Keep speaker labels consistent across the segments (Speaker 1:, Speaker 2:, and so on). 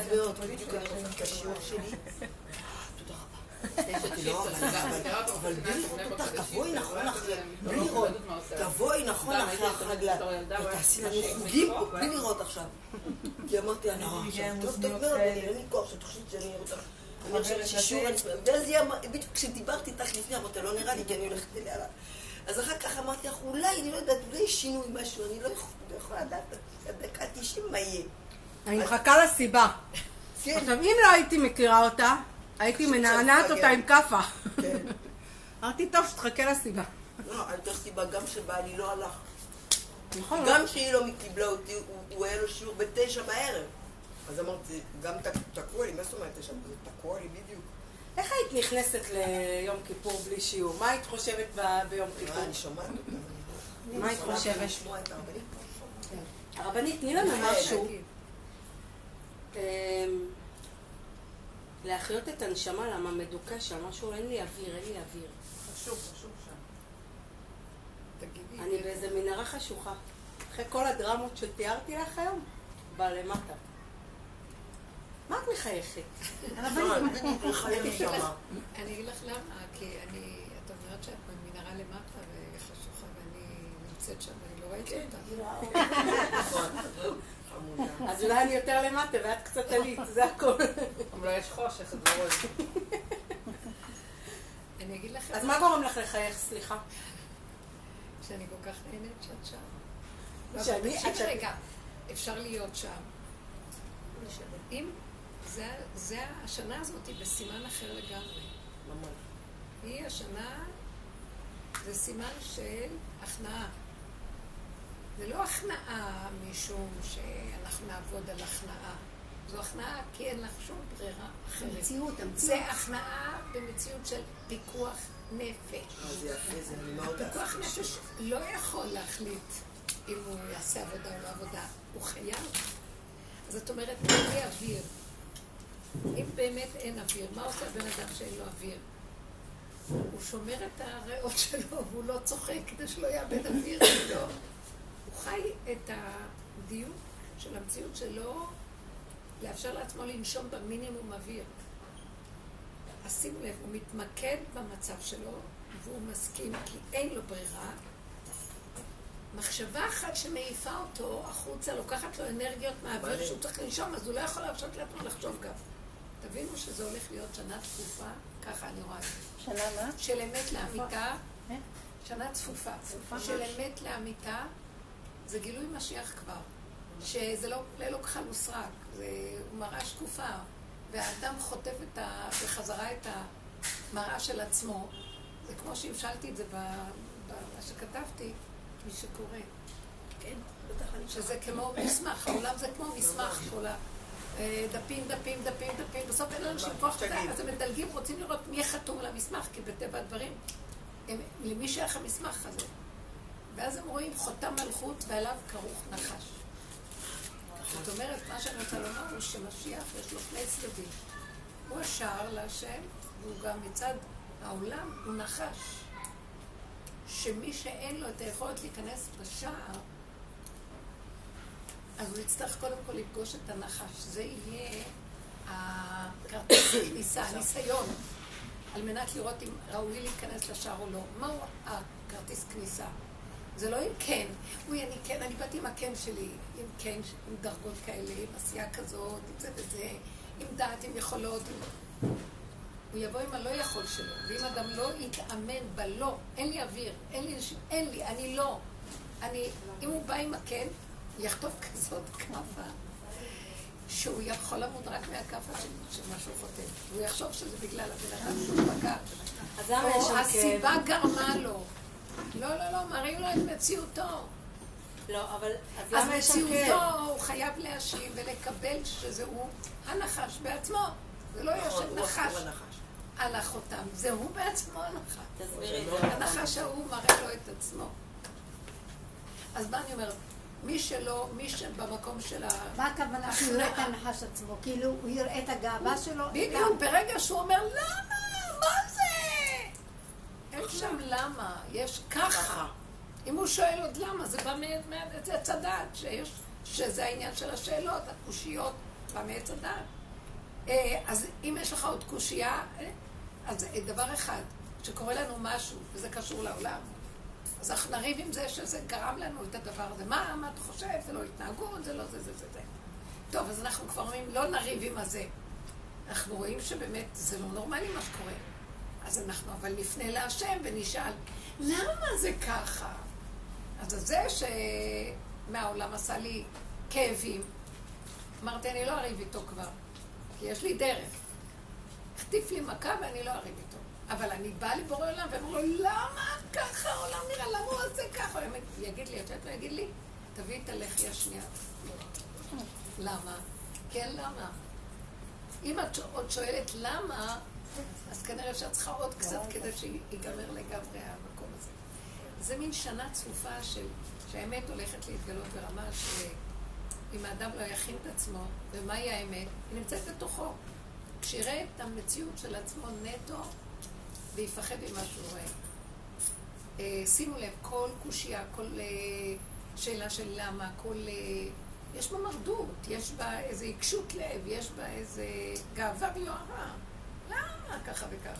Speaker 1: מאוד, בדיוק אני רוצה את השיעור שלי. תודה רבה. אבל בלי לראות אותך, תבואי נכון אחרי, בלי לראות, תבואי נכון אחרי החג ותעשי לנו חוגים בלי לראות עכשיו. כי אמרתי, אני טוב מאוד, אין לי כוח שתחשבי שאני אראה אותך. אני חושבת ששיעור, בדיוק כשדיברתי איתך לפני, אמרתי, לא נראה לי כי אני הולכת אליה. אז אחר כך אמרתי לך, אולי, אני לא יודעת, אולי שינוי משהו, אני לא יכולה לדעת, דקה 90 מה יהיה.
Speaker 2: אני מחכה לסיבה. עכשיו, אם לא הייתי מכירה אותה, הייתי מנענעת אותה עם כפה. אמרתי, טוב, שתחכה לסיבה.
Speaker 1: לא, הייתה סיבה גם שבעלי לא הלך.
Speaker 2: נכון.
Speaker 1: גם שהיא לא קיבלה אותי, הוא היה לו שיעור ב9 בערב. אז אמרתי, גם תקעו לי, מה זאת אומרת? תקעו לי בדיוק.
Speaker 2: איך היית נכנסת ליום כיפור בלי שיעור? מה היית חושבת ביום כיפור?
Speaker 1: אני שומעת אותה.
Speaker 2: מה היית חושבת?
Speaker 1: לשמוע את הרבנית.
Speaker 2: הרבנית, תני לנו משהו. להחיות את הנשמה, למה מדוכא שם, משהו, אין לי אוויר.
Speaker 3: חשוב שם. תגידי.
Speaker 2: אני באיזה מנהרה חשוכה. אחרי כל הדרמות שתיארתי לך היום, בא למטה. מה את מחייכת?
Speaker 3: אני אגיד לך למה, כי את אומרת שאת במנהרה למטה וחשוכה ואני נמצאת שם ואני לא ראיתי אותה.
Speaker 2: אז אולי אני יותר למטה ואת קצת עלית, זה הכל.
Speaker 3: אבל יש חושך, את לא רואה. אני אגיד לכם...
Speaker 2: אז מה גורם לך לחייך, סליחה?
Speaker 3: שאני כל כך נהנית שאת שם. תקשיב רגע, אפשר להיות שם. אם זה השנה הזאת היא בסימן אחר לגמרי.
Speaker 1: ממש.
Speaker 3: היא השנה, זה סימן של הכנעה. זה לא הכנעה משום שאנחנו נעבוד על הכנעה. זו הכנעה כי אין לך שום ברירה אחרת.
Speaker 4: המציאות.
Speaker 3: זה הכנעה במציאות של פיקוח נפש. פיקוח נפש לא יכול להחליט אם הוא יעשה עבודה או לא עבודה. הוא חייב. אז זאת אומרת, אין לי אוויר. אם באמת אין אוויר, מה עושה בן אדם שאין לו אוויר? הוא שומר את הריאות שלו, והוא לא צוחק כדי שלא יאבד אוויר. הוא חי את הדיוק של המציאות שלו, לאפשר לעצמו לנשום במינימום אוויר. אז שימו לב, הוא מתמקד במצב שלו, והוא מסכים כי אין לו ברירה. מחשבה אחת שמעיפה אותו החוצה, לוקחת לו אנרגיות מהאוויר שהוא צריך לנשום, אז הוא לא יכול להרשות לעצמו לחשוב גם. תבינו שזה הולך להיות שנה צפופה, ככה אני רואה את זה.
Speaker 4: שנה מה?
Speaker 3: של אמת לאמיתה, שנה צפופה. של אמת לאמיתה, זה גילוי משיח כבר. שזה לא כחל וסרק, זה מראה שקופה, והאדם חוטף בחזרה את המראה של עצמו. זה כמו שהמשלתי את זה במה שכתבתי, מי שקורא. כן, שזה כמו מסמך, העולם זה כמו מסמך, כל דפים, בסוף אין לאנשים כוח כזה, אז הם מדלגים, רוצים לראות מי חתום על המסמך, כי בטבע הדברים, למי שייך המסמך הזה. ואז הם רואים חותם מלכות ועליו כרוך נחש. זאת אומרת, מה שאני רוצה לומר הוא שמשיח יש לו שני צדדים. הוא השער להשם, והוא גם מצד העולם, הוא נחש. שמי שאין לו את היכולת להיכנס בשער, אז הוא יצטרך קודם כל לפגוש את הנחש. זה יהיה הכרטיס כניסה, הניסיון, על מנת לראות אם ראוי להיכנס לשער או לא. מהו הכרטיס כניסה? זה לא אם כן. אני כן, אני באתי עם הכן שלי, עם כן, עם דרגות כאלה, עם עשייה כזאת, עם זה וזה, עם דעת, עם יכולות. הוא יבוא עם הלא יכול שלו, ואם אדם לא יתאמן בלא, אין לי אוויר, אין לי, אני לא. אם הוא בא עם הכן, יכתוב כזאת כפה, שהוא יכול למוד רק מהכפה של מה שהוא חותם. הוא יחשוב שזה בגלל הבן אדם שהוא פגע. או הסיבה גרמה לו. לא, מראים לו את מציאותו.
Speaker 2: לא, אבל...
Speaker 3: אז מציאותו הוא חייב להשיב ולקבל שזהו הנחש בעצמו. זה לא יושב נחש על החותם, זה הוא בעצמו הנחש.
Speaker 2: תסבירי את זה.
Speaker 3: הנחש ההוא מראה לו את עצמו. אז מה אני אומרת? מי שבמקום של ה...
Speaker 4: מה הכוונה שהוא יראה את הנחש עצמו? כאילו הוא יראה את הגאווה שלו?
Speaker 3: בדיוק, ברגע שהוא אומר למה? מה זה? אין שם למה, יש ככה. אם הוא שואל עוד למה, זה בא מעץ הדעת, שזה העניין של השאלות, הקושיות, בא מעץ הדעת. אז אם יש לך עוד קושייה, אז דבר אחד, שקורה לנו משהו, וזה קשור לעולם, אז אנחנו נריב עם זה שזה גרם לנו את הדבר הזה. מה אתה חושב? זה לא התנהגות, זה לא זה. טוב, אז אנחנו כבר אומרים, לא נריב עם הזה. אנחנו רואים שבאמת זה לא נורמלי מה שקורה. אז אנחנו אבל נפנה להשם ונשאל, למה זה ככה? אז זה שמהעולם עשה לי כאבים, אמרתי, אני לא אריב איתו כבר, כי יש לי דרך. החטיף לי מכה ואני לא אריב איתו. אבל אני באה לבורא עולם ואומר לו, למה ככה העולם נראה? למה הוא עושה ככה? הוא יגיד לי, הוא יגיד לי, תביא את הלחי השנייה. למה? כן, למה? אם את עוד שואלת למה, אז כנראה שאת צריכה עוד קצת כדי שיגמר לגמרי המקום הזה. זה מין שנה צפופה שהאמת הולכת להתגלות ברמה שאם האדם לא יכין את עצמו, ומהי האמת? היא נמצאת בתוכו. כשיראה את המציאות של עצמו נטו, ויפחד ממה שהוא רואה. שימו לב, כל קושייה, כל שאלה של למה, יש בה מרדות, יש בה איזו עיקשות לב, יש בה איזו גאווה ויוהרה. למה ככה וככה?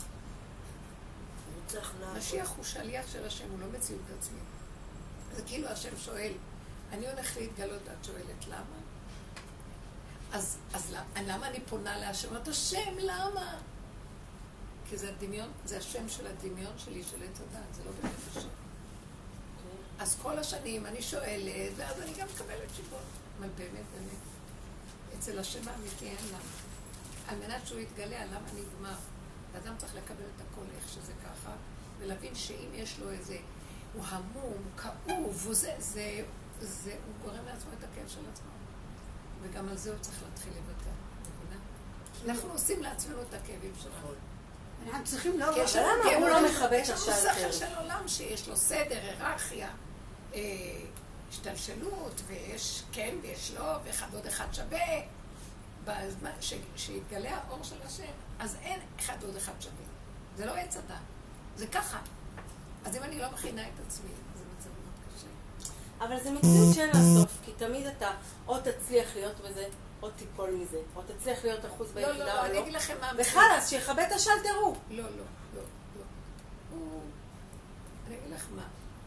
Speaker 3: משיח הוא שליח של השם, הוא לא מציאות עצמי. זה כאילו השם שואל, אני הולך להתגלות, את שואלת למה? אז למה אני פונה להשם? אומרת, השם, למה? כי זה הדמיון, זה השם של הדמיון שלי, של עץ הדת, זה לא באמת השם. אז כל השנים אני שואלת, ואז אני גם מקבלת תשובות. אבל באמת, אצל השם האמיתי אין למה. על מנת שהוא יתגלה, למה נגמר. האדם צריך לקבל את הכל איך שזה ככה, ולהבין שאם יש לו איזה, הוא המום, הוא כאוב, הוא גורם לעצמו את הכאב של עצמו. וגם על זה הוא צריך להתחיל לוותר. אנחנו עושים לעצמנו את הכאבים שלנו.
Speaker 4: אנחנו צריכים לא...
Speaker 2: למה הוא לא מכבד את השלטר?
Speaker 3: יש לנו שכל של עולם שיש לו סדר, היררכיה, השתלשלות, ויש כן ויש לא, ואחד עוד אחד שווה. בזמן שיתגלה האור של השם, אז אין אחד עוד אחד שווה. זה לא עץ הדת, זה ככה. אז אם אני לא מכינה את עצמי, זה מצב מאוד קשה.
Speaker 2: אבל זה מציאות שאין לסוף, כי תמיד אתה או תצליח להיות בזה, או תיפול מזה, או תצליח להיות אחוז ביחידה או לא.
Speaker 3: לא, אני אגיד לכם מה...
Speaker 2: וחלאס, שיכבד את השלטר הוא.
Speaker 3: לא. אני אגיד לך מה.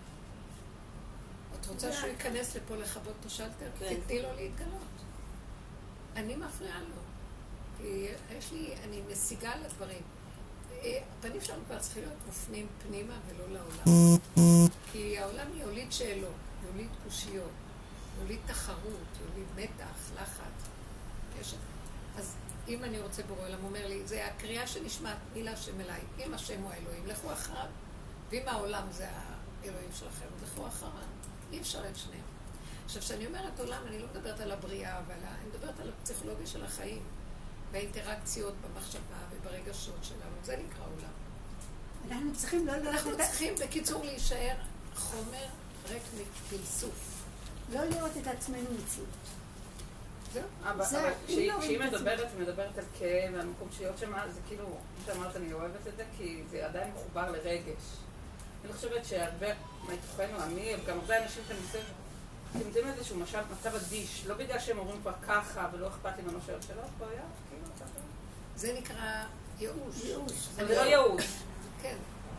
Speaker 3: את רוצה שהוא ייכנס לפה לכבות את השלטר? תתני לו להתגלות. אני מפריעה לו. כי אני משיגה על הדברים. הפנים שלנו כבר צריכים להיות מופנים פנימה ולא לעולם. כי העולם יוליד שאלות, יוליד קושיות, יוליד תחרות, יוליד מתח, לחץ. אז אם אני רוצה בורא עולם, אומר לי, זה הקריאה שנשמעת מילה השם אליי. אם השם הוא האלוהים, לכו אחריו. ואם העולם זה האלוהים שלכם, לכו אחריו. אי אפשר את שניהם. עכשיו, כשאני אומרת עולם, אני לא מדברת על הבריאה, אני מדברת על הפסיכולוגיה של החיים, והאינטראקציות במחשבה וברגשות שלנו. זה נקרא עולם.
Speaker 4: אנחנו צריכים
Speaker 3: אנחנו צריכים, בקיצור, להישאר חומר ריק מפלסוף.
Speaker 4: לא לראות את עצמנו מציאות.
Speaker 3: זהו.
Speaker 5: אבל כשהיא מדברת על כאב ועל מקום להיות שם, זה כאילו, כמו שאמרת, אני אוהבת את זה, כי זה עדיין מחובר לרגש. אני חושבת שהרבה מתוכנו, אני, וגם הרבה אנשים שאני מסתכלת, תמצאים איזשהו מצב אדיש, לא בגלל שהם אומרים כבר ככה ולא אכפת לי ממנו שואל שאלות, כבר היה, כאילו, ככה.
Speaker 3: זה נקרא ייאוש.
Speaker 5: זה לא ייאוש.
Speaker 3: כן.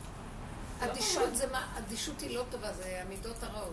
Speaker 3: אדישות זה מה? אדישות היא לא טובה, זה המידות הרעות.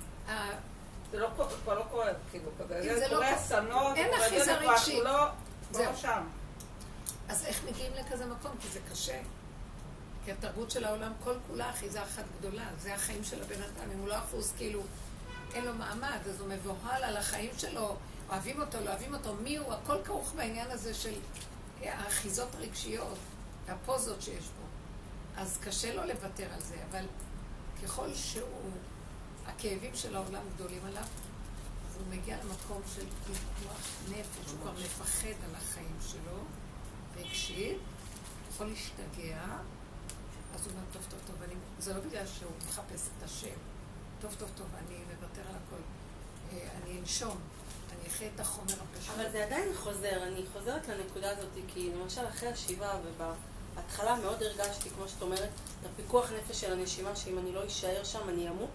Speaker 5: זה כבר לא כואב, כאילו,
Speaker 3: זה
Speaker 5: קורה אסונות,
Speaker 3: אין אחיזה רגשית.
Speaker 5: לא שם.
Speaker 3: אז איך מגיעים לכזה מקום? כי זה קשה. כי התרבות של העולם כל כולה אחיזה אחת גדולה. זה החיים של הבן אדם. אם הוא לא אחוז, כאילו, אין לו מעמד, אז הוא מבוהל על החיים שלו, אוהבים אותו, לא אוהבים אותו, מי הוא? הכל כרוך בעניין הזה של האחיזות הרגשיות, הפוזות שיש בו. אז קשה לו לוותר על זה, אבל ככל שהוא, הכאבים של העולם גדולים עליו, אז הוא מגיע למקום של פיתוח נפש, הוא כבר מפחד על החיים שלו, רגשית, יכול להשתגע, אז הוא אומר, טוב, זה לא בגלל שהוא מחפש את השם. טוב, אני מוותר על הכל. אני אנשום, אני אחיה את החומר הפשוט.
Speaker 2: אבל זה עדיין חוזר, אני חוזרת לנקודה הזאת, כי למשל אחרי השבעה ובהתחלה מאוד הרגשתי, כמו שאת אומרת, את הפיקוח נפש של הנשימה, שאם אני לא אשאר שם אני אמות.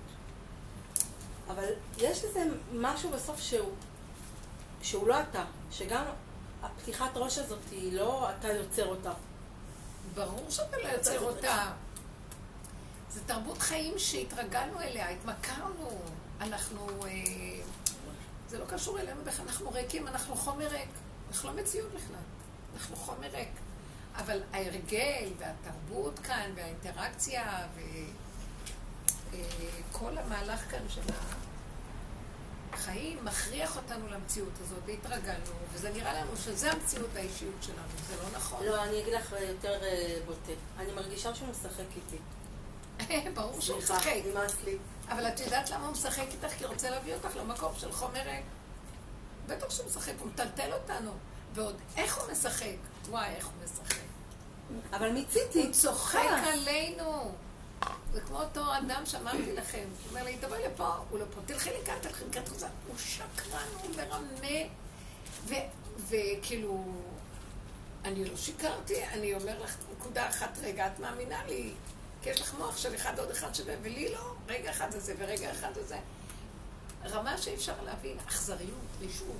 Speaker 2: אבל יש איזה משהו בסוף שהוא לא אתה, שגם הפתיחת ראש הזאת היא לא אתה יוצר אותה.
Speaker 3: ברור שאתה לא יוצר אותה. זה תרבות חיים שהתרגלנו אליה, התמכרנו. אנחנו... זה לא קשור אלינו בכלל, אנחנו ריקים, אנחנו חומר ריק. אנחנו לא מציאות בכלל. אנחנו חומר ריק. אבל ההרגל והתרבות כאן והאינטראקציה וכל המהלך כאן של החיים מכריח אותנו למציאות הזאת והתרגלנו, וזה נראה לנו שזה המציאות האישיות שלנו, זה לא נכון.
Speaker 2: לא, אני אגיד לך יותר בוטה. אני מרגישה שהוא משחק איתי.
Speaker 3: ברור שהוא משחק. אבל את יודעת למה הוא משחק איתך? כי הוא רוצה להביא אותך למקום של חומר ריק. בטח שהוא משחק, הוא מטלטל אותנו. ועוד איך הוא משחק? וואי, איך הוא משחק.
Speaker 2: אבל מיציתי.
Speaker 3: הוא צוחק עלינו. זה כמו אותו אדם שאמרתי לכם. הוא אומר לי, תבואי לפה, הוא לא פה, תלכי לי כאן, תלכי לי כאן, תחזר. הוא שקרן, הוא מרמה. וכאילו, אני לא שיקרתי, אני אומר לך, נקודה אחת רגע, את מאמינה לי. כי יש לך מוח של אחד עוד אחד שווה, ולי לא, רגע אחד הזה ורגע אחד הזה. רמה שאי אפשר להבין, אכזריות, רישוב.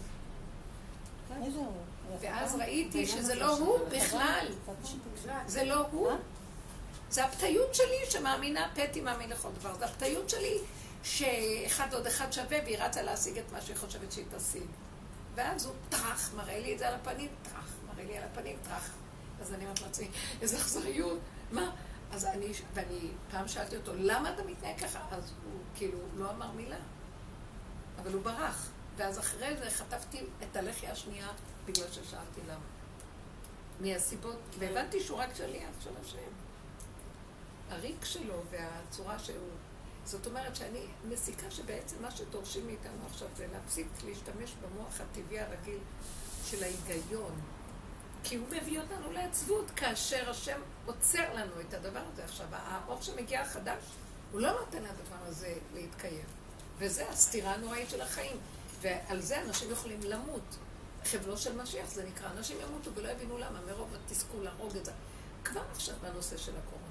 Speaker 3: ואז ראיתי שזה לא הוא בכלל. זה לא הוא. זה הפתיות שלי שמאמינה, פתי מאמין לכל דבר. זה הפתיות שלי שאחד עוד אחד שווה, והיא רצה להשיג את מה שהיא חושבת שהיא תשיג. ואז הוא טרח, מראה לי את זה על הפנים, טרח, מראה לי על הפנים, טרח. אז אני אומרת לעצמי, איזה אכזריות, מה? אז ואני פעם שאלתי אותו, למה אתה מתנהג ככה? אז הוא כאילו לא אמר מילה, אבל הוא ברח. ואז אחרי זה חטפתי את הלחי השנייה בגלל ששאלתי למה. מהסיבות, והבנתי שהוא רק שליח של השם. הריק שלו והצורה שהוא... זאת אומרת שאני מסיקה שבעצם מה שדורשים מאיתנו עכשיו זה להפסיק להשתמש במוח הטבעי הרגיל של ההיגיון. כי הוא מביא אותנו לעצבות כאשר השם עוצר לנו את הדבר הזה. עכשיו, האור שמגיע החדש, הוא לא נותן לדבר הזה להתקיים. וזה הסתירה הנוראית של החיים. ועל זה אנשים יכולים למות. חבלו של משיח זה נקרא. אנשים ימותו ולא יבינו למה, מרוב התסכול להרוג את זה. כבר עכשיו בנושא של הקורונה.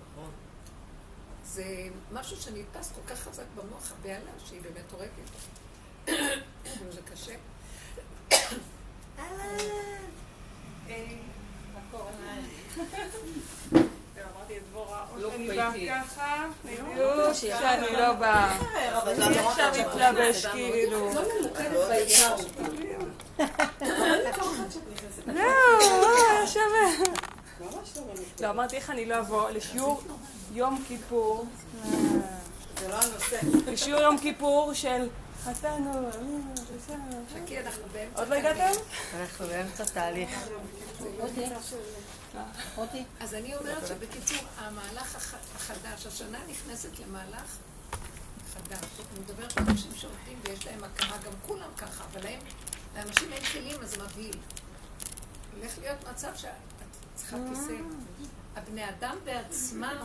Speaker 3: זה משהו שנתפס כל כך חזק במוח הבעלה, שהיא באמת הורגת. זה קשה.
Speaker 5: אמרתי את דבורה, או שאני באה ככה, בדיוק שאני לא באה. אי אפשר להתלבש כאילו.
Speaker 2: לא ממוקדת בעיקר.
Speaker 5: לא, שווה. לא, אמרתי איך אני לא אבוא לשיעור יום כיפור.
Speaker 1: זה לא הנושא.
Speaker 5: לשיעור יום כיפור של חתנו,
Speaker 3: חכי, אנחנו באמצע.
Speaker 5: עוד לא הגעתם?
Speaker 6: אנחנו באמצע תהליך.
Speaker 3: אז אני אומרת שבקיצור, המהלך החדש, השנה נכנסת למהלך חדש. אני מדברת על אנשים שעובדים ויש להם הכרה, גם כולם ככה, אבל לאנשים אין כלים, אז זה מבהיל. הולך להיות מצב שאת צריכה כיסא. הבני אדם בעצמם,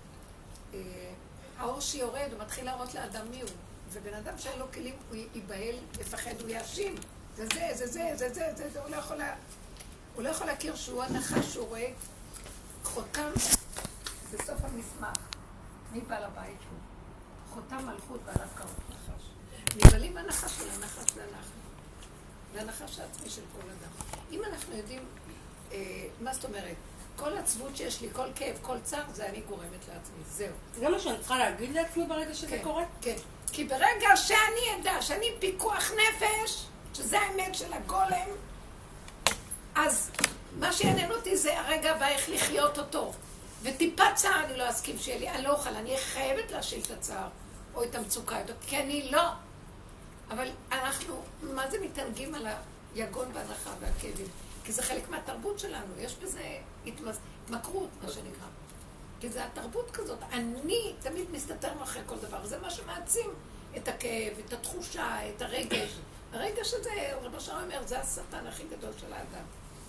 Speaker 3: האור שיורד, הוא מתחיל להראות לאדם מי הוא. ובן אדם שאין לו כלים, הוא ייבהל, יפחד, הוא יאשים. זה, הוא לא יכול להכיר שהוא הנחש, שהוא רואה חותם בסוף המסמך. מי בעל הבית הוא? חותם מלכות ועליו קרוב נחש. נבלים הנחש ולנחש ואנחנו. והנחש העצמי של כל אדם. אם אנחנו יודעים, מה זאת אומרת? כל עצבות שיש לי, כל כאב, כל צער, זה אני גורמת לעצמי. זהו.
Speaker 2: זה מה שאני צריכה להגיד לעצמי ברגע שזה קורה?
Speaker 3: כן. כי ברגע שאני אדע שאני פיקוח נפש, שזה האמת של הגולם, אז מה שיעניין אותי זה הרגע הבא איך לחיות אותו. וטיפת צער אני לא אסכים שיהיה לי, אני לא אוכל, אני חייבת להשיל את הצער או את המצוקה, כי אני לא. אבל אנחנו, מה זה מתענגים על היגון והנחה והכאבים? כי זה חלק מהתרבות שלנו, יש בזה התמכרות, מה שנקרא. כי זה התרבות כזאת, אני תמיד מסתתר מאחרי כל דבר, זה מה שמעצים את הכאב, את התחושה, את הרגש. הרגש הזה, רב אשר אומר, זה השטן הכי גדול של האדם.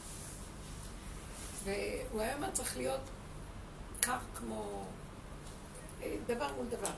Speaker 3: והוא היה אומר, צריך להיות קר כמו דבר מול דבר.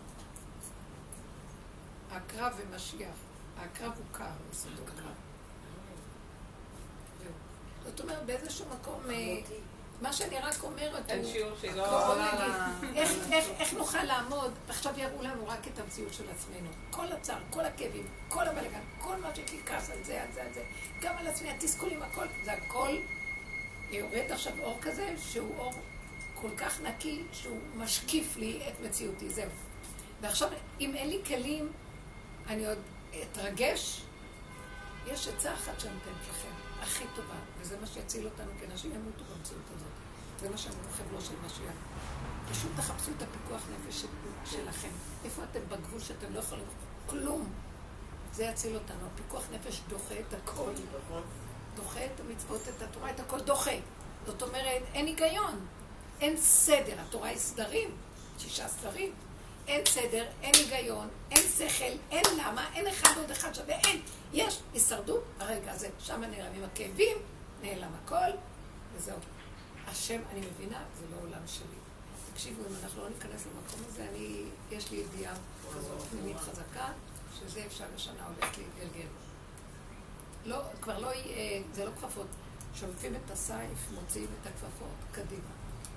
Speaker 3: הקרב ומשיח. הקרב הוא קר, יסודו קרב. זאת אומרת, באיזשהו מקום מה שאני רק אומרת
Speaker 5: אין שיעור שהיא לא
Speaker 3: בוא
Speaker 5: עולה...
Speaker 3: נגיד, איך נוכל לעמוד, עכשיו יראו לנו רק את המציאות של עצמנו. כל הצער, כל הכאבים, כל הבלגן, כל מה שכי כעס על זה, על זה, על זה, גם על עצמי, התסכולים, הכל, זה הכל יורד עכשיו אור כזה, שהוא אור כל כך נקי, שהוא משקיף לי את מציאותי, זהו. ועכשיו, אם אין לי כלים, אני עוד אתרגש, יש עצה אחת שאני נותנת לכם, הכי טובה, וזה מה שיציל אותנו, כי אנשים ימותו במציאות הזאת. זה מה שאמרו חבלו של משיח. פשוט תחפשו את הפיקוח נפש שלכם. איפה אתם בגבול שאתם לא יכולים? כלום. זה יציל אותנו. הפיקוח נפש דוחה את הכל. דוחה את המצוות, את התורה, את הכל דוחה. זאת אומרת, אין היגיון. אין סדר. התורה היא סדרים. 6 סדרים. אין סדר, אין היגיון, אין שכל, אין למה, אין אחד עוד אחד שווה, אין. יש הישרדות, הרגע הזה, שם נעלמים הכאבים, נעלם הכל, וזהו. השם, אני מבינה, זה לא עולם שלי. תקשיבו, אם אנחנו לא ניכנס למקום הזה, יש לי ידיעה כזאת פנימית חזקה, שזה אפשר לשנה הולך להתגלגל. לא, כבר לא יהיה, זה לא כפפות. שולפים את הסייף, מוציאים את הכפפות, קדימה.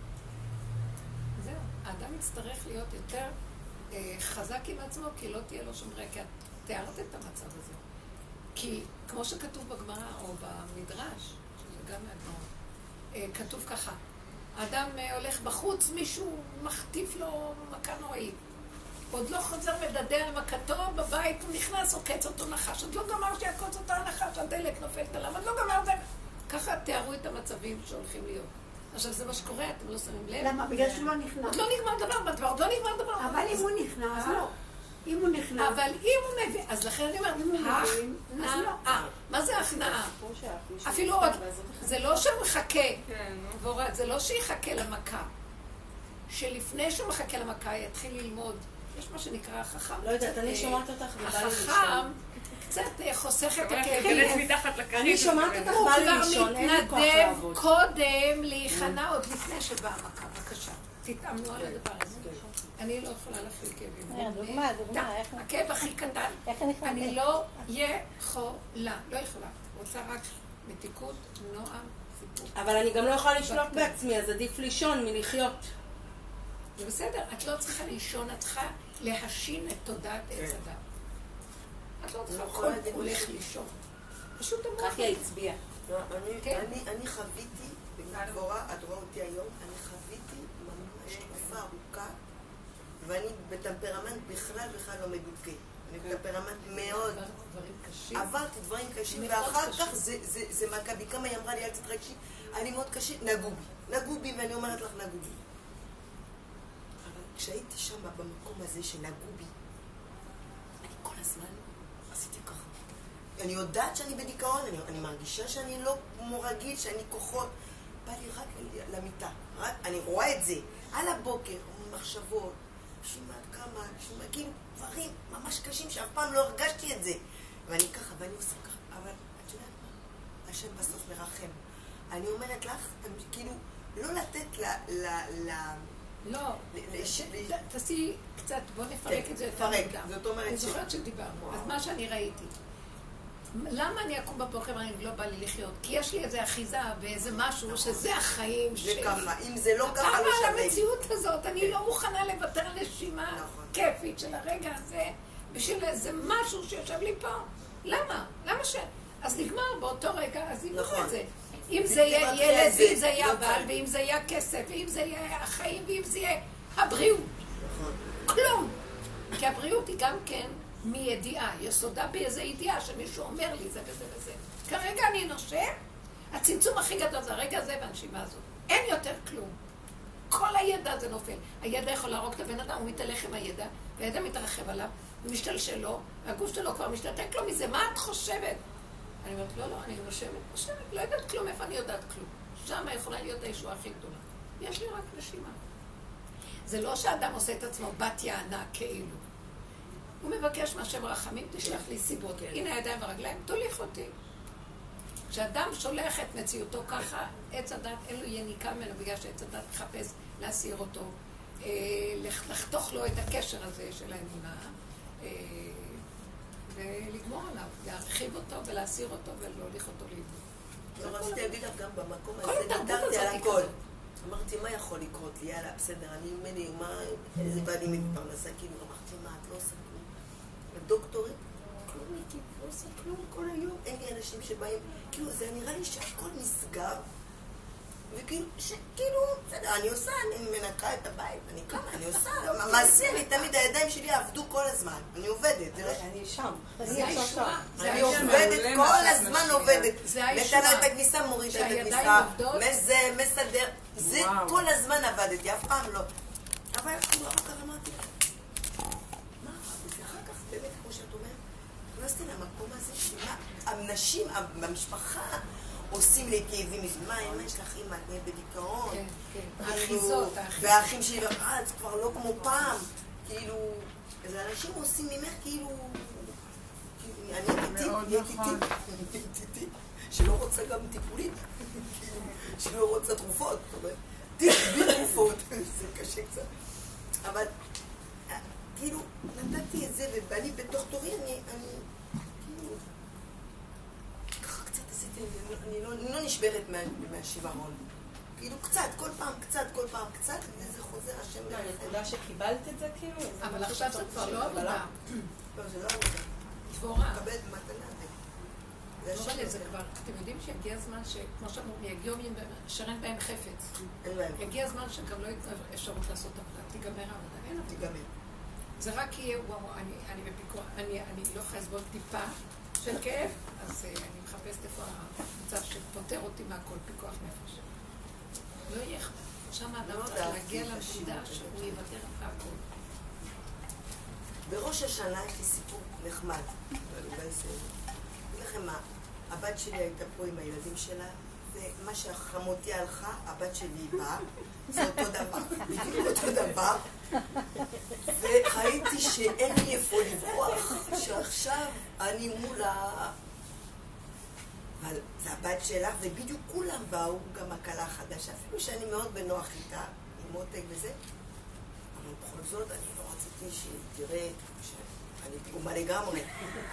Speaker 3: זהו, האדם יצטרך להיות יותר חזק עם עצמו, כי לא תהיה לו שום רקע. תיארת את המצב הזה. כי כמו שכתוב בגמרא או במדרש, שזה גם מהגמרא, כתוב ככה, האדם הולך בחוץ, מישהו מחטיף לו מכה נוראית. עוד לא חוזר מדדה על מכתו, בבית הוא נכנס, עוקץ אותו נחש. עוד לא גמר שיעקוץ אותו הנחש, הדלת נופלת עליו, עוד לא גמר זה. ככה תיארו את המצבים שהולכים להיות. עכשיו זה מה שקורה, אתם לא שמים לב.
Speaker 4: למה? בגלל שהוא לא נכנס.
Speaker 3: עוד לא נגמר דבר בדבר, עוד לא נגמר דבר.
Speaker 4: אבל אם הוא נכנס, לא. אם הוא נכנס.
Speaker 3: אבל אם הוא מבין, אז לכן אני אומרת,
Speaker 4: אם הוא מבין, אז לא.
Speaker 3: מה זה הכנעה? אפילו עוד, זה לא שהוא מחכה, זה לא שיחכה למכה. שלפני שהוא מחכה למכה יתחיל ללמוד. יש מה שנקרא החכם.
Speaker 2: לא יודעת, אני שומעת אותך ובא לי לישון.
Speaker 3: החכם קצת חוסך את הכאבים.
Speaker 2: אני שומעת אותך ובא לי לישון, אין לי כוח לעבוד.
Speaker 3: הוא כבר מתנדב קודם להיכנע עוד לפני שבאה המכה. בבקשה, תתאמנו על הדבר הזה. אני לא יכולה להפעיל כאבים.
Speaker 6: דוגמה.
Speaker 3: הכאב הכי קטן. אני לא יכולה. רוצה רק מתיקות, נועם, סיפור.
Speaker 2: אבל אני גם לא יכולה לשלוט בעצמי, אז עדיף לישון מלחיות.
Speaker 3: זה בסדר, את לא צריכה לישון, את צריכה להשין את תודעת עץ אדם. את לא צריכה כל הולך לישון. פשוט המוח.
Speaker 2: כך היא הצביעה.
Speaker 1: אני חוויתי, במקבורה, את רואה אותי היום, אני חוויתי ממש תקופה ארוכה, ואני בטמפרמנט בכלל לא מדוכא. אני בטמפרמנט מאוד. עברתי דברים קשים, ואחר כך זה מכה בי. כמה היא אמרה לי, אל תתרגשי, אני מאוד קשה, נגעו בי, ואני אומרת לך, נגעו בי. כשהייתי שם במקום הזה שנגעו בי, אני כל הזמן עשיתי ככה. אני יודעת שאני בדיכאון, אני מרגישה שאני לא כמו רגיל, שאני כוחות. בא לי רק למיטה, אני רואה את זה, על הבוקר, מחשבות, כאילו דברים ממש קשים שאף פעם לא הרגשתי את זה. ואני ככה, ואני עושה ככה, אבל את יודעת מה? השם בסוף מרחם. אני אומרת לך, כאילו, לא לתת
Speaker 3: לא, תעשי קצת, בוא נפרק את זה יותר מוקדם. אני זוכרת שדיברנו, אז מה שאני ראיתי, למה אני אקום בבוקר ואני לא בא לי לחיות? כי יש לי איזה אחיזה ואיזה משהו שזה החיים שלי.
Speaker 1: זה ככה, אם זה לא ככה לא שווה.
Speaker 3: אבל המציאות הזאת, אני לא מוכנה לוותר על נשימה כיפית של הרגע הזה, בשביל איזה משהו שיושב לי פה. למה? למה ש... אז נגמר באותו רגע, אז נגמר את זה. אם זה יהיה ילד, ואם זה יהיה הבעל, ואם זה יהיה הכסף, ואם זה יהיה החיים, ואם זה יהיה הבריאות. כלום. כי הבריאות היא גם כן מידיעה, יסודה באיזו ידיעה שמישהו אומר לי זה וזה וזה. כרגע אני נושם, הצמצום הכי גדול זה הרגע הזה והנשימה הזאת. אין יותר כלום. כל הידע זה נופל. הידע יכול להרוג את הבן אדם, הוא מתהלך עם הידע, והידע מתרחב עליו, ומשתל שלו, והגוף שלו כבר משתתק לו מזה. מה את חושבת? אני אומרת, לא, אני נושמת, לא יודעת כלום, איפה אני יודעת כלום. שם יכולה להיות הישועה הכי גדולה. יש לי רק נשימה. זה לא שאדם עושה את עצמו בת יענה כאילו. הוא מבקש מהשם רחמים, תשלח לי סיבות. הנה הידיים והרגליים, תוליך אותי. כשאדם שולח את מציאותו ככה, עץ הדת אין לו יניקה ממנו, בגלל שעץ הדת מחפש להסיר אותו, לחתוך לו את הקשר הזה של האמונה, ולגמור עליו, להרחיב אותו ולהסיר אותו ולהוליך אותו לאיבוד.
Speaker 1: לא רציתי להגיד לך גם במקום הזה, נדרתי על הכל. אמרתי, מה יכול לקרות לי? יאללה, בסדר, אני ממני, איזה בעלי מתפרנסה, כאילו, אמרתי, מה, את לא עושה כלום? הדוקטורית, כלום איתי, לא עושה כלום כל היום. אין לי אנשים שבאים, כאילו, זה נראה לי שהכל נסגר, וכאילו, בסדר, אני עושה, אני מנקה את הבית, אני קמה, אני עושה, מעשי, אני תמיד, הידיים שלי עבדו כל הזמן, אני עובדת.
Speaker 2: אני שם.
Speaker 1: אני עובדת, כל הזמן עובדת. נתנה את הכביסה, מורידה את הכביסה, מסדר, זה כל הזמן עבדתי, אף פעם לא. אבל כאילו, אחר כך אמרתי, מה, ואחר כך באמת, כמו שאת אומרת, נכנסתי למקום הזה, שמה, הנשים במשפחה עושים לי כאבים, מה יש לך אימא, את נהיה בדיכאון?
Speaker 3: כן, כן, האחיזות,
Speaker 1: והאחים שלי, זה כבר לא כמו פעם, כאילו, אז האנשים עושים ממך כאילו, אני איתי, שלא רוצה גם טיפולים, שלא רוצה תרופות, זאת אומרת, בלי תרופות, זה קשה קצת, אבל כאילו, נתתי את זה, ואני בתוך תורי, אני כאילו, ככה קצת עשיתי, אני לא נשברת מהשיוורון. כאילו קצת, כל פעם קצת, וזה חוזר השם
Speaker 2: אני יודע שקיבלת את זה כאילו?
Speaker 3: אבל עכשיו זה כבר לא עבודה.
Speaker 1: לא, זה לא עבודה.
Speaker 3: דבורה.
Speaker 1: מקבלת מתנה.
Speaker 3: זה כבר, אתם יודעים שהגיע הזמן שכמו שאמרו, יגיעו שרן בהם חפץ. הגיע הזמן שגם לא אפשרות לעשות עבודה. תיגמר העבודה. אין עבודה.
Speaker 1: תיגמר.
Speaker 3: זה רק יהיה, אני בפיקוח, אני לא יכולה לסבול טיפה של כאב, אז אני מחפשת איפה המצב שפותר אותי מהכל, פיקוח נפש. לא יהיה אכפת. שם האדם צריך להגיע לנקודה שהוא יוותר אחר הכל.
Speaker 1: בראש השנה יש לי סיפור נחמד, אבל אולי זה... אגיד לכם מה, הבת שלי הייתה פה עם הילדים שלה, ומה שהחמותי הלכה, הבת שלי באה, זה אותו דבר, בדיוק אותו דבר, וראיתי שאין לי איפה לברוח, שעכשיו אני מול אבל זה הבת שלך, ובדיוק כולם באו, גם הקלה החדשה, אפילו שאני מאוד בנוח איתה, עם מותק וזה, אבל בכל זאת אני לא רציתי שהיא תראה שאני פגומה לגמרי.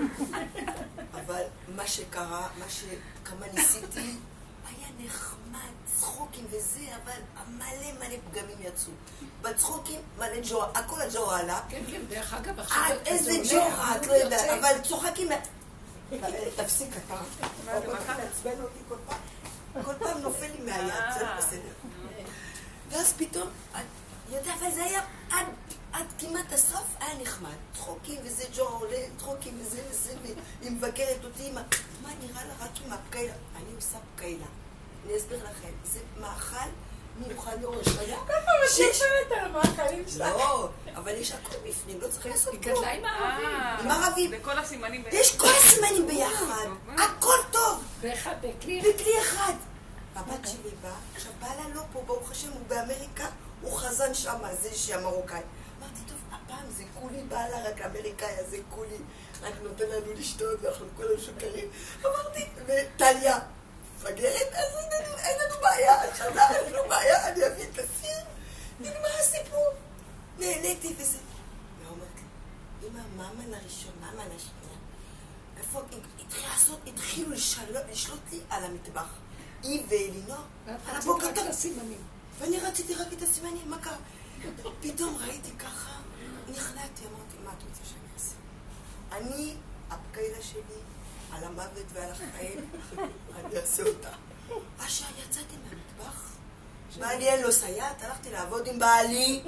Speaker 1: אבל מה שקרה, כמה ניסיתי, היה נחמד, צחוקים וזה, אבל מלא פגמים יצאו. בצחוקים מלא ג'ורה, הכל הג'ורה עלה.
Speaker 3: כן, כן, דרך אגב, עכשיו...
Speaker 1: איזה ג'ורה, את לא יודעת, אבל צוחקים... תפסיק אתה. כל פעם לעצבן אותי כל פעם נופל לי מהיד, זה לא בסדר. ואז פתאום, יודע, אבל זה היה עד כמעט הסוף, היה נחמד. צחוקים וזה ג'ורה עולה, צחוקים וזה, היא מבקרת אותי, מה נראה לה רק עם הפקיילה? אני עושה פקיילה. אני אסביר לכם, זה מאכל מיוחד לראש חיה.
Speaker 3: כל פעם מתייפרת על המאכלים שלה.
Speaker 1: לא, אבל יש הכל בפנים, לא צריך לעשות
Speaker 3: היא גדלה עם הערבים.
Speaker 1: עם ערבים.
Speaker 5: וכל הסימנים ביחד.
Speaker 1: יש כל הסימנים ביחד. הכל טוב. בכלי אחד. הבת שלי באה, עכשיו בעלה לא פה, ברוך השם, הוא באמריקה, הוא חזן שם, זה שהמרוקאי. אמרתי, טוב, הפעם זה כולי, בעלה רק אמריקאי, אז זה כולי, רק נותן לנו לשתות, ואנחנו כל השוקרים. אמרתי, וטליה, מפגרת, אז אין לנו בעיה, השנה אין לנו בעיה, אני אביא את הסיר, נגמר הסיפור. נהניתי וזה. ואומרת, אמא, מה המנה הראשון, מה המנה השנייה? איפה, התחילו לשלוט לי על המטבח. היא ואלינור, על הבוקר טוב. ואני רציתי רק את הסימנים, מה קרה? פתאום ראיתי ככה, נכנעתי, אמרתי, מה את רוצה שאני אעשה? אני, הפקיילה שלי, על המוות ועל החיים, אני אעשה אותה. עכשיו יצאתי מהמטבח, בעלי אין לו סייעת, הלכתי לעבוד עם בעלי.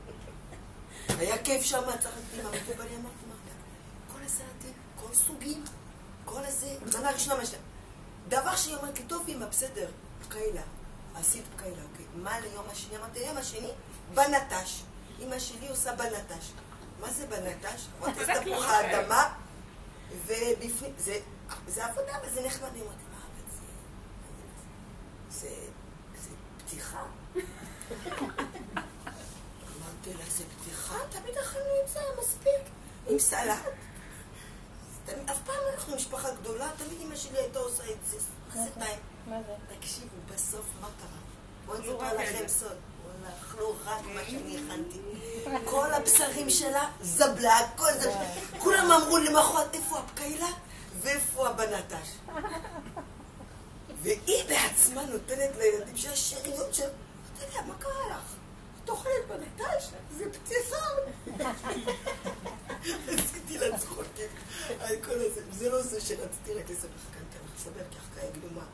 Speaker 1: היה כיף שם, צחקתי עם המטבח, ואני אמרתי, מה, כל הסרטים, כל סוגים, כל הזה, מנה ראשונה משלה. דבר שהיא אומרת לי, טוב אמא, בסדר, פקיילה, עשית פקיילה, אוקיי. מה ליום השני? אמרתי, יום השני, בנטש. אמא שלי עושה בנטש. מה זה בנטש? אמרתי, זה תפוח האדמה, ובפנים, זה עבודה, אבל זה נחמד. אמרתי, מה, אבל זה פתיחה. אמרתי לה, זה פתיחה? תמיד אכלנו את זה, מספיק. עם סלט. אף פעם אנחנו משפחה גדולה, תמיד אמא שלי הייתה עושה את זה. מה זה טעים?
Speaker 2: מה זה?
Speaker 1: תקשיבו, בסוף מה קרה? בואו נספר לכם סוד. אכלו רק מה שאני הכנתי. כל הבשרים שלה זבלה, הכל זבלה. כולם אמרו למחרת, איפה הפקיילה ואיפה הבנטש. והיא בעצמה נותנת לילדים שלה שאריות של... יודע, מה קרה לך? את אוכלת בנטש? זה פצצה. עשיתי לה צחוקים על כל הזה. זה לא זה שרציתי רק לספר לך כאן, אני אספר כי אחכה גדומה.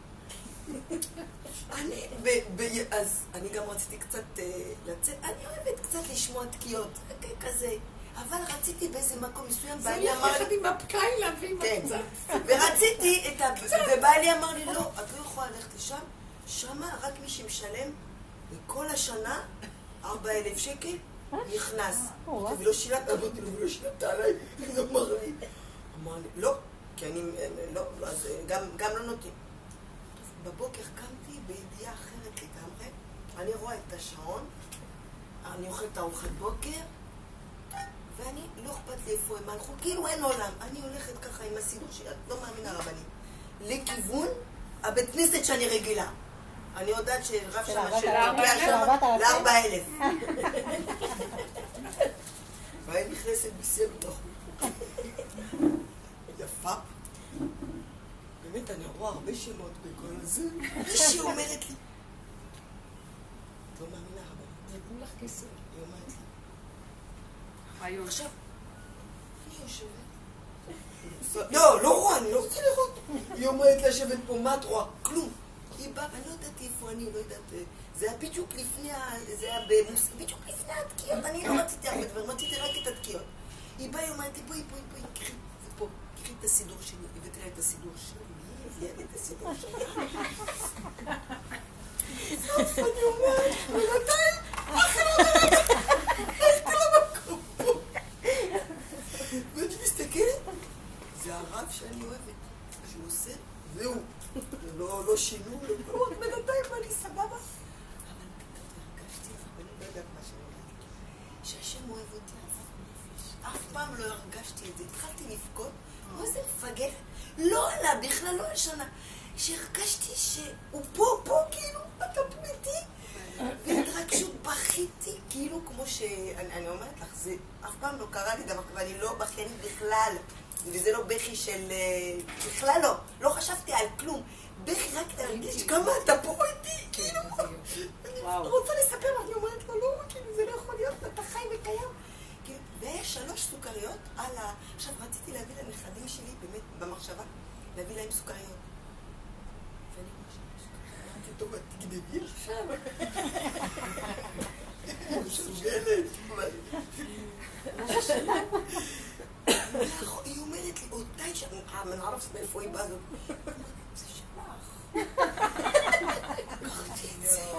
Speaker 1: אז אני גם רציתי קצת לצאת, אני אוהבת קצת לשמוע תקיעות, כזה. אבל רציתי באיזה מקום מסוים, בעלי אמר לי...
Speaker 3: זה יחד עם הפקאי להביא מצב.
Speaker 1: ורציתי את ובעלי אמר לי, לא, את לא יכולה ללכת לשם, שמה רק מי שמשלם מכל השנה 4,000 שקל נכנס. ולא שילמת, אמרתי לו, ולא שילמת עליי, זה אמר לי. אמר לי, לא, כי אני, לא, אז גם לא נותנים. בבוקר קמתי בידיעה אחרת לגמרי, אני רואה את השעון, אני אוכלת ארוחת בוקר, ואני לא אכפת לי איפה הם הלכו, כאילו אין עולם. אני הולכת ככה עם הסידור שלי, את לא מאמינה רבנית, לכיוון הבית כנסת שאני רגילה. אני יודעת שרב שמה של 4,000. והיא נכנסת בשיא הביטחון. יפה. באמת, אני רואה הרבה שמות בכל הזה. מישהי אומרת לי, את לא מאמינה רבנית.
Speaker 3: נתנו לך כיסא.
Speaker 1: היא אומרת לי. עכשיו, אני יושבת. לא רואה, אני לא רוצה לראות. היא אומרת לשבת פה, מה את רואה? כלום. היא באה, אני לא יודעת איפה אני, לא יודעת. זה היה בדיוק לפני, זה היה בדיוק לפני התקיעות. אני לא רציתי הרבה דברים, רציתי רק את התקיעות. היא באה, היא אומרת לי, בואי, קחי, זה פה, קחי את הסידור שלי. הבאתי לה את הסידור שלי. הביאה לי את הסידור שלי. סוף, אני אומרת, ומתי? הייתי למקום פה. ואני מסתכלת, זה הרב שאני אוהבת, שהוא עושה, זהו, לא שינו, לא, בינתיים אני סבבה. אבל פתאום הרגשתי, ואני לא יודעת מה שאני אומרת, שהשם אוהב אותי עזב נפש. אף פעם לא הרגשתי את זה, התחלתי לבכות, איזה מפגר, לא עלה, בכלל לא ישנה, שהרגשתי שהוא פה, כאילו, אתה פה איתי. והתרגשות בכיתי, כאילו כמו שאני אומרת לך, זה אף פעם לא קרה לי דבר, ואני לא בכיינית בכלל, וזה לא בכי של... בכלל לא חשבתי על כלום. בכי רק להרגיש כמה אתה פה איתי, כאילו. אני רוצה לספר, אני אומרת לו, לא, כאילו, זה לא יכול להיות, אתה חי וקיים. ויש 3 סוכריות על ה... עכשיו, רציתי להביא לנכדים שלי, באמת, במחשבה, להביא להם סוכריות. ואני אמרתי, טוב, את תגנבי עכשיו. מסוגלת. היא אומרת לי, אותי שם, מנערף מאיפה היא באה זאת. זה שלך. קחתי את זה.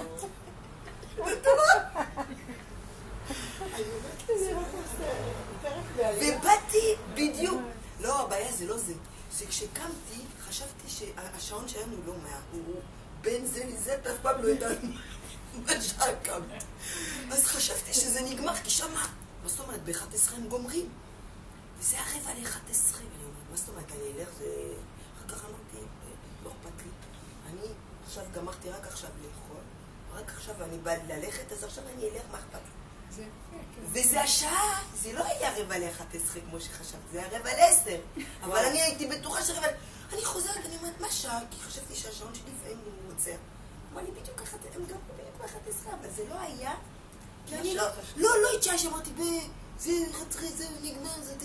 Speaker 1: ובאתי בדיוק. לא, הבעיה זה לא זה. זה כשקמתי, חשבתי שהשעון שלנו לא 100, הוא בין זה לזה, אף פעם לא ידענו מה שעה קמת. אז חשבתי שזה נגמר, כי שמה, מה זאת אומרת, ב-11 הם גומרים. וזה 11:15. ואני אומרת, מה זאת אומרת, אני אלך, זה... אחר כך אמרתי, לא אכפת לי. אני עכשיו גמרתי רק עכשיו לאכול, רק עכשיו אני באה ללכת, אז עכשיו אני אלך, מה אכפת לי? וזה השעה, זה לא היה 11:45 כמו שחשבתי, זה היה 11:45. אבל אני הייתי בטוחה אני חוזרת, אני אומרת, מה שעה? כי חשבתי שהשעון שלי לפעמים הוא מוצא. אמר לי, בדיוק ככה, הם גם בדיוק ב-11, אבל זה לא היה, כי אני לא התשעה שאמרתי, זה חצרי, זה נגמר, זה...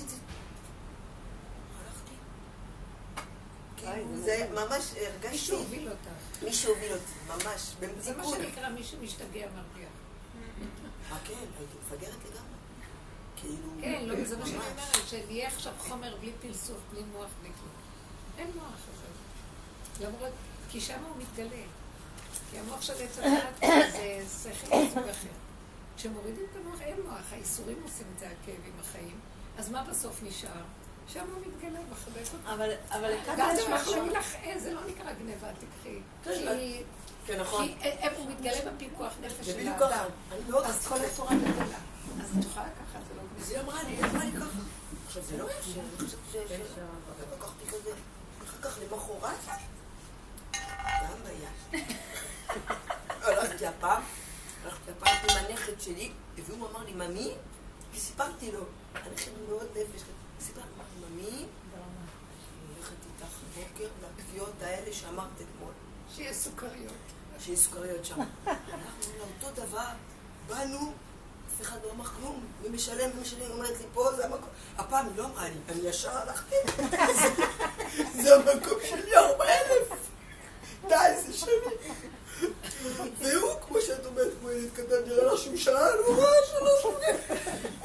Speaker 1: הלכתי. זה ממש הרגשתי...
Speaker 3: מישהו הוביל אותך.
Speaker 1: מישהו הוביל אותי, ממש, במציאות.
Speaker 3: זה מה שנקרא מי שמשתגע מרגיע.
Speaker 1: כן, הייתי מפגרת לגמרי. כאילו...
Speaker 3: כן, לא, זה מה שאני אומרת, שנהיה עכשיו חומר בלי פלסוף, בלי מוח, בלי כלום. אין מוח הזה. למרות, כי שם הוא מתגלה. כי המוח של עץ הדת זה שכל מסוג אחר. כשמורידים את המוח, אין מוח. האיסורים עושים את זה הכאבים החיים. אז מה בסוף נשאר? שם הוא מתגלה מחבק אותך.
Speaker 2: אבל
Speaker 3: ואז הוא מחשב לך, זה לא נקרא גניבה, תקחי.
Speaker 1: כן, נכון.
Speaker 3: כי הוא מתגלה בפיקוח נפש של
Speaker 1: בדיוק
Speaker 3: האדם.
Speaker 1: ככה.
Speaker 3: אז כל התורה מתגלה. אז את יכולה ככה, זה לא גניבה.
Speaker 1: זה אמרה לי ככה. עכשיו זה לא אפשר, אני חושבת לקחתי כזה, אחר כך למחרת, גם היה. הלכתי הפעם עם הנכד שלי, והוא אמר לי, ממי? וסיפרתי לו, הנכד מאוד נפש, סיפרתי, אמר לי, ממי? אני הולכת איתך בוקר לקביעות האלה שאמרת אתמול.
Speaker 3: שיהיה סוכריות.
Speaker 1: שיש סוכריות שם. אנחנו לאותו דבר, באנו, אף אחד לא אמר כלום, ומשלם, היא אומרת לי, פה זה המקום. הפעם היא לא אמרה לי, אני ישר הלכתי, זה המקום שלי, 4,000. די, זה שלי. והוא, כמו שאת אומרת, כמו ילד קטן, נראה לך שהוא שאל, הוא ראה שלא שוגע.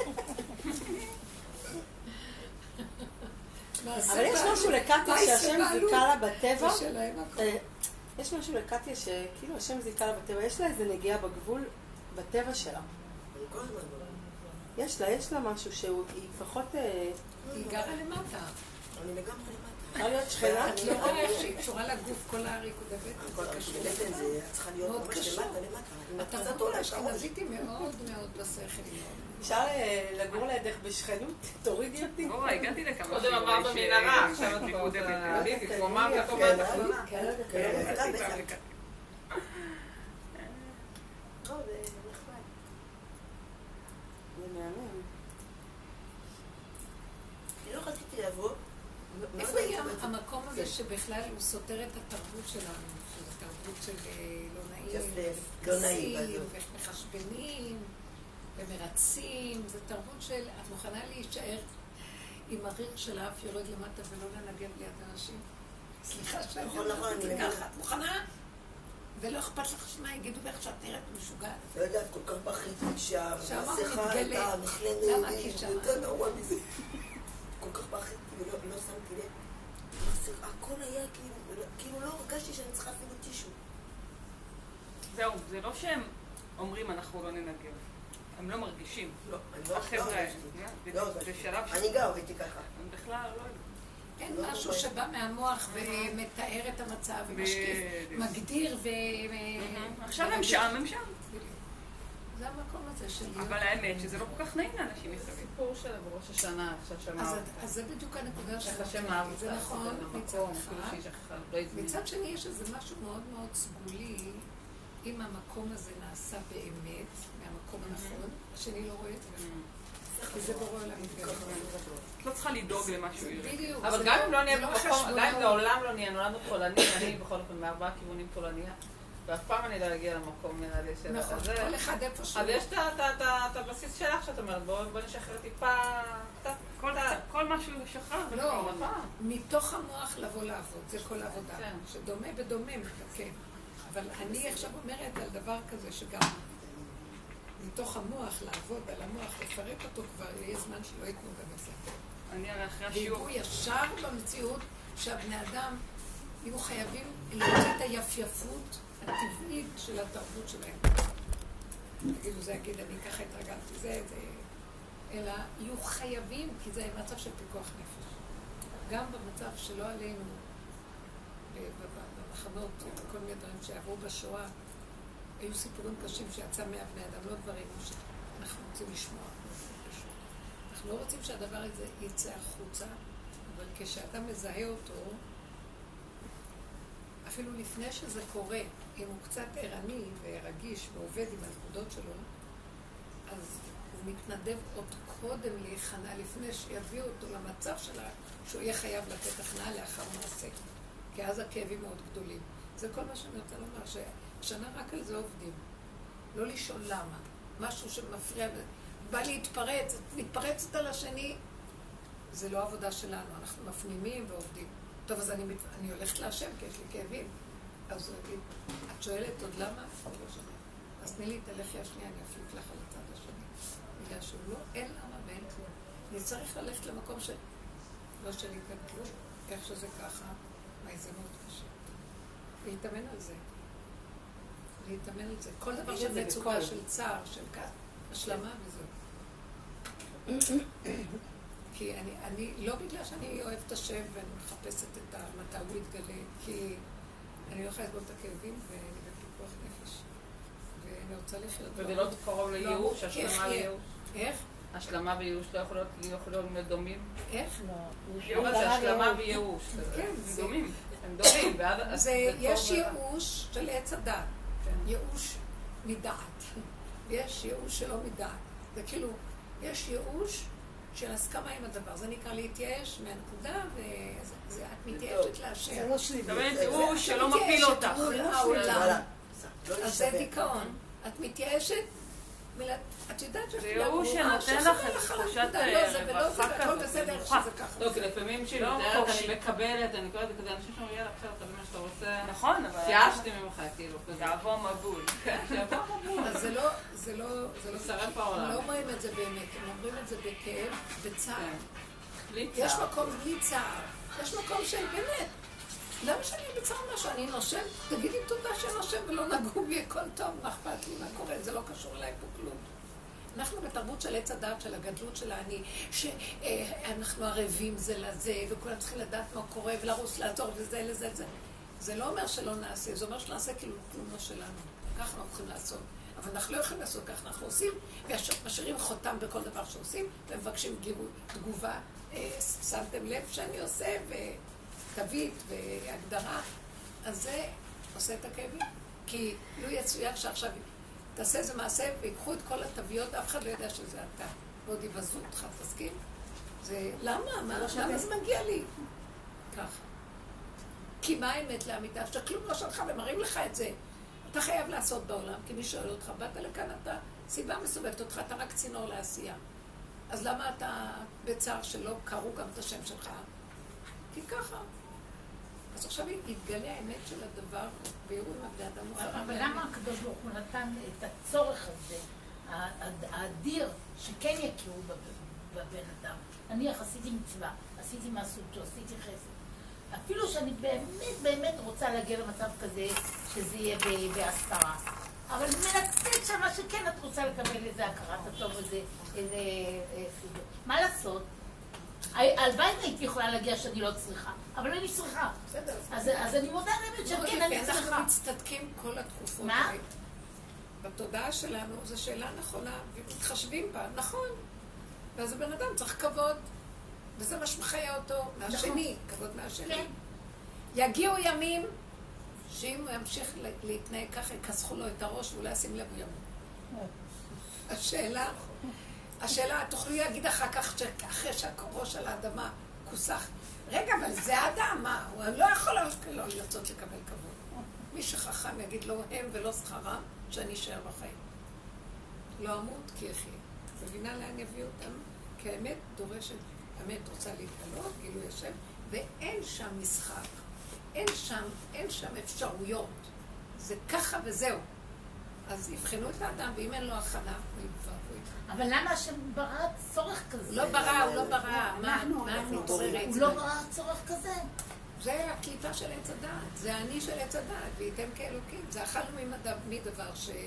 Speaker 2: אבל יש משהו לקטיה שהשם זיכה לה בטבע. יש משהו לקטיה שכאילו השם זיכה לה בטבע, יש לה איזה נגיעה בגבול בטבע שלה. יש לה משהו שהיא פחות...
Speaker 3: היא גרה למטה.
Speaker 1: אני לגמרי למטה.
Speaker 2: יכולה להיות שכנה?
Speaker 3: את לא רואה שהיא קשורה לגוף כל הריקודי בטן.
Speaker 1: כל הריקודי בטן זה צריכה להיות ממש למטה.
Speaker 3: התרבות האשכנזית היא מאוד מאוד בשכל.
Speaker 2: אפשר לגור לידך בשכנות? תורידי אותי.
Speaker 5: הגעתי לכמה קודם אמר במנהרה, עכשיו את מקודמת. הוא אמר ככה בתחתונה.
Speaker 2: כן, זה מהמם.
Speaker 1: אני לא רציתי לבוא.
Speaker 3: איפה היה המקום הזה שבכלל הוא סותר את התרבות שלנו? שזו תרבות של לא נעים, ומחשבנים, ומרצים. זו תרבות של, את מוכנה להישאר עם הריר של האף יורד למטה ולא לנגב ליד אנשים? סליחה שאני אומרת את זה ככה. את מוכנה? ולא אכפת לך שמה, יגידו לך שאת נראית משוגעת.
Speaker 1: לא יודעת, כל כך בכיתי שהמסכה הייתה מכלן
Speaker 3: נהידים,
Speaker 1: יותר נורא מזה. כל כך בכיתי ולא שמתי לב. הכל היה כאילו לא הרגשתי שאני צריכה אפילו טישו.
Speaker 5: זהו, זה לא שהם אומרים אנחנו לא ננגב. הם לא מרגישים.
Speaker 1: לא, אני לא הרגשתי.
Speaker 5: בשלב
Speaker 1: אני גם הייתי ככה.
Speaker 5: הם בכלל לא...
Speaker 3: אין משהו שבא מהמוח ומתאר את המצב ומשקיף, מגדיר
Speaker 5: עכשיו הם שם.
Speaker 3: זה המקום הזה של להיות.
Speaker 5: אבל האמת שזה לא כל כך נעים לאנשים מסביב. סיפור של בראש השנה,
Speaker 3: אז זה בדיוק הנקודה שלך.
Speaker 5: זה
Speaker 3: נכון, מצד שני יש איזה משהו מאוד מאוד סגולי, אם המקום הזה נעשה באמת, מהמקום הנכון, השני לא רואה את זה. וזה בורא עולם מתגלה.
Speaker 5: את לא צריכה לדאוג למשהו.
Speaker 3: בדיוק.
Speaker 5: אבל גם אם לא נהיה במקום, גם אם לעולם לא נהיה, נולדנו פולני, אני בכל אופן מארבעה כיוונים פולניה, ואף פעם אני לא אגיע למקום נראה של...
Speaker 3: נכון, כל אחד איפה שהוא.
Speaker 5: אבל יש את הבסיס שלך שאת אומרת, בוא נשחרר טיפה, כל משהו לשחרר.
Speaker 3: לא, מתוך המוח לבוא לעבוד, זה כל העבודה. שדומה בדומה, כן. אבל אני עכשיו אומרת על דבר כזה שגם מתוך המוח לעבוד על המוח, לפרק אותו כבר, יהיה זמן שלא ייתנו גם את זה.
Speaker 5: אני הרי אחרי השיעור.
Speaker 3: והוא ישר במציאות שהבני אדם יהיו חייבים להוציא את היפייפות הטבעית של התרבות שלהם. תגידו, זה יגיד, אני ככה התרגלתי, זה, אלא יהיו חייבים, כי זה מצב של פיקוח נפש. גם במצב שלא עלינו, במחנות, וכל מיני דברים שעברו בשואה, היו סיפורים קשים שיצא מהבני אדם, לא דברים שאנחנו רוצים לשמוע. אנחנו לא רוצים שהדבר הזה יצא החוצה, אבל כשאתה מזהה אותו, אפילו לפני שזה קורה, אם הוא קצת ערני ורגיש ועובד עם הנקודות שלו, אז הוא מתנדב עוד קודם להיכנע לפני שיביאו אותו למצב שלה, שהוא יהיה חייב לתת הכנעה לאחר מעשה. כי אז הכאבים מאוד גדולים. זה כל מה שאני רוצה לומר, שהשנה רק על זה עובדים. לא לשאול למה. משהו שמפריע, בא להתפרץ, מתפרצת על השני, זה לא עבודה שלנו. אנחנו מפנימים ועובדים. טוב, אז אני הולכת להשם, כי יש לי כאבים. אז הוא יגיד, את שואלת עוד למה? אז תני לי את הלחי השנייה, אני אפליק לך על הצד השני. בגלל שהוא לא, אין למה ואין כלום. אני צריך ללכת למקום של... לא שלי כאן כלום, איך שזה ככה, מה זה מאוד קשה. להתאמן על זה. להתאמן על זה. כל דבר של מצוקה, של צער, של כעס, השלמה וזהו. כי אני, לא בגלל שאני אוהבת את השם ואני מחפשת את מתי הוא יתגלה, כי אני לא יכולה לסבול את הכאבים ואני בפיקוח נפש. ואני רוצה לחיות.
Speaker 5: וזה לא קרוב לייאוש, השלמה וייאוש.
Speaker 3: איך?
Speaker 5: השלמה וייאוש לא יכולים להיות דומים?
Speaker 3: איך?
Speaker 5: לא. זה השלמה וייאוש.
Speaker 3: כן,
Speaker 5: הם דומים. הם דומים.
Speaker 3: יש ייאוש של עץ הדת. ייאוש מדעת. ויש ייאוש שלא מדעת. זה כאילו, יש ייאוש של הסכמה עם הדבר. זה נקרא להתייאש מהנקודה, ואת מתייאשת להשאר.
Speaker 4: זה לא שלי.
Speaker 5: זאת אומרת, ייאוש שלא מפיל אותך.
Speaker 3: העולם. אז זה דיכאון. את מתייאשת, את יודעת
Speaker 5: זה הוא שנותן לך את תחושת רווחה כזאת,
Speaker 7: לא, כי לפעמים שהיא מתארת, אני מקבלת, אני קוראת כזה, אנשים שאומרים, יאללה, עכשיו תביא מה שאתה רוצה.
Speaker 5: נכון, אבל...
Speaker 7: תייאשתי ממך, כאילו.
Speaker 5: יעבור מבול.
Speaker 7: שיעבור מבול.
Speaker 3: אז זה לא...
Speaker 7: שרף העולם.
Speaker 3: הם לא אומרים את זה באמת, הם אומרים את זה בכאב, בצער.
Speaker 7: בלי
Speaker 3: יש
Speaker 7: צער.
Speaker 3: מקום בלי צער. יש מקום של באמת. למה שאני בצער משהו? אני נושם, תגידי תודה שנושם ולא נגעו בי, הכל טוב, מה אכפת לי, מה קורה? זה לא קשור אליי פה כלום. אנחנו בתרבות של עץ הדעת, של הגדלות של האני, שאנחנו ערבים זה לזה, וכולם צריכים לדעת מה קורה, ולרוס לעזור וזה לזה לזה. זה לא אומר שלא נעשה, זה אומר שנעשה כאילו כלום לא שלנו. ככה אנחנו צריכים לעשות. אבל אנחנו לא יכולים לעשות ככה, אנחנו עושים, ומשאירים חותם בכל דבר שעושים, ומבקשים תגובה, שמתם לב שאני עושה, ותווית והגדרה, אז זה עושה את הכאבים. כי לא יצויר שעכשיו תעשה איזה מעשה ויקחו את כל התוויות, אף אחד לא יודע שזה אתה. ועוד יבזו אותך, תסכים? זה, למה? למה זה מגיע לי? ככה. כי מה האמת לאמיתה? שכלום לא שלך ומראים לך את זה. אתה חייב לעשות בעולם, כי מי שואל אותך, באת לכאן, אתה סיבה מסובבת אותך, אתה רק צינור לעשייה. אז למה אתה בצער שלא קראו גם את השם שלך? כי ככה. אז עכשיו יתגלה האמת של הדבר, ויראו עם הבני אדם.
Speaker 8: אבל למה הקדוש ברוך הוא נתן את הצורך הזה, האדיר, שכן יכירו בבן אדם? אני עשיתי מצווה, עשיתי מעשותו, עשיתי חסד. אפילו שאני באמת רוצה להגיע למצב כזה, שזה יהיה בהסתרה. אבל מנתק שמה שכן את רוצה לקבל איזה הכרת הטוב, איזה סידור. מה לעשות? הלוואי הייתי יכולה להגיע שאני לא צריכה, אבל אני צריכה. אז אני מודה באמת שכן אני צריכה.
Speaker 3: אנחנו מצטדקים כל התקופות.
Speaker 8: מה?
Speaker 3: בתודעה שלנו זו שאלה נכונה, ומתחשבים בה, נכון. ואז הבן אדם צריך כבוד, וזה מה שמחיה אותו מהשני, כבוד מהשני. יגיעו ימים שאם הוא ימשיך להתנהג ככה, יכסחו לו את הראש ואולי ישים לב הוא ימות. השאלה, תוכלי להגיד אחר כך, אחרי שהראש על האדמה כוסח, רגע, אבל זה האדם, מה? הוא לא יכול לא לרצות לקבל כבוד. מי שחכם יגיד לא הם ולא שכרם, שאני אשאר בחיים. לא אמות כי אחי. מבינה לאן יביאו אותם? כי האמת דורשת, האמת רוצה להתגלות, גילוי השם, ואין שם משחק. אין שם אפשרויות. זה ככה וזהו. אז יבחנו את האדם, ואם אין לו הכנה, הוא יגבר.
Speaker 8: אבל למה השם ברא צורך כזה?
Speaker 3: לא ברא, הוא לא ברא. מה את מתעוררת?
Speaker 8: הוא לא ברא צורך כזה.
Speaker 3: זה הקליפה של עץ הדעת. זה אני של עץ הדעת, וייתם כאלוקים. זה אכלנו מדבר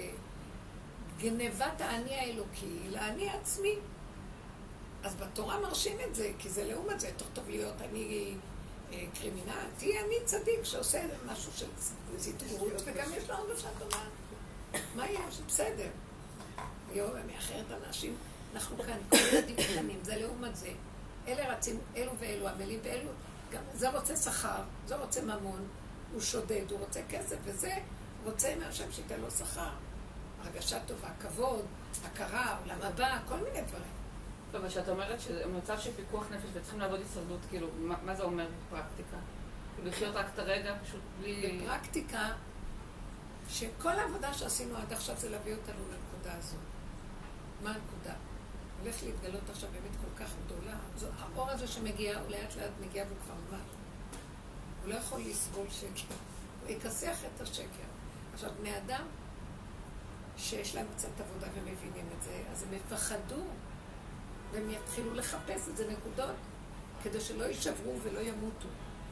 Speaker 3: שגנבת האני האלוקי לאני עצמי. אז בתורה מרשים את זה, כי זה לעומת זה. יותר טוב להיות אני קרימינל. תהיה אני צדיק שעושה משהו של זיתגרות, וגם יש לו הרגשה טובה. מה יהיה? בסדר. יום, מאחרת אנשים, אנחנו כאן, כל ילדים קטנים, זה לעומת זה. אלה רצים, אלו ואלו, עמלים ואלו, גם זה רוצה שכר, זה רוצה ממון, הוא שודד, הוא רוצה כסף, וזה רוצה מהשם שייתן לו שכר. הרגשה טובה, כבוד, הכרה, עולם הבא, כל מיני דברים.
Speaker 7: טוב, אבל שאת אומרת שמצב של פיקוח נפש וצריכים לעבוד הישרדות, כאילו, מה זה אומר בפרקטיקה? לחיות רק את הרגע, פשוט בלי...
Speaker 3: בפרקטיקה, שכל העבודה שעשינו עד עכשיו זה להביא אותנו לנקודה הזו. מה הנקודה? הולך להתגלות עכשיו באמת כל כך גדולה. האור הזה שמגיע, הוא לאט לאט מגיע והוא כבר ממש. הוא לא יכול לסבול שקר. הוא יכסח את השקר. עכשיו, בני אדם שיש להם קצת עבודה ומבינים את זה, אז הם יפחדו והם יתחילו לחפש את זה נקודות כדי שלא יישברו ולא ימותו.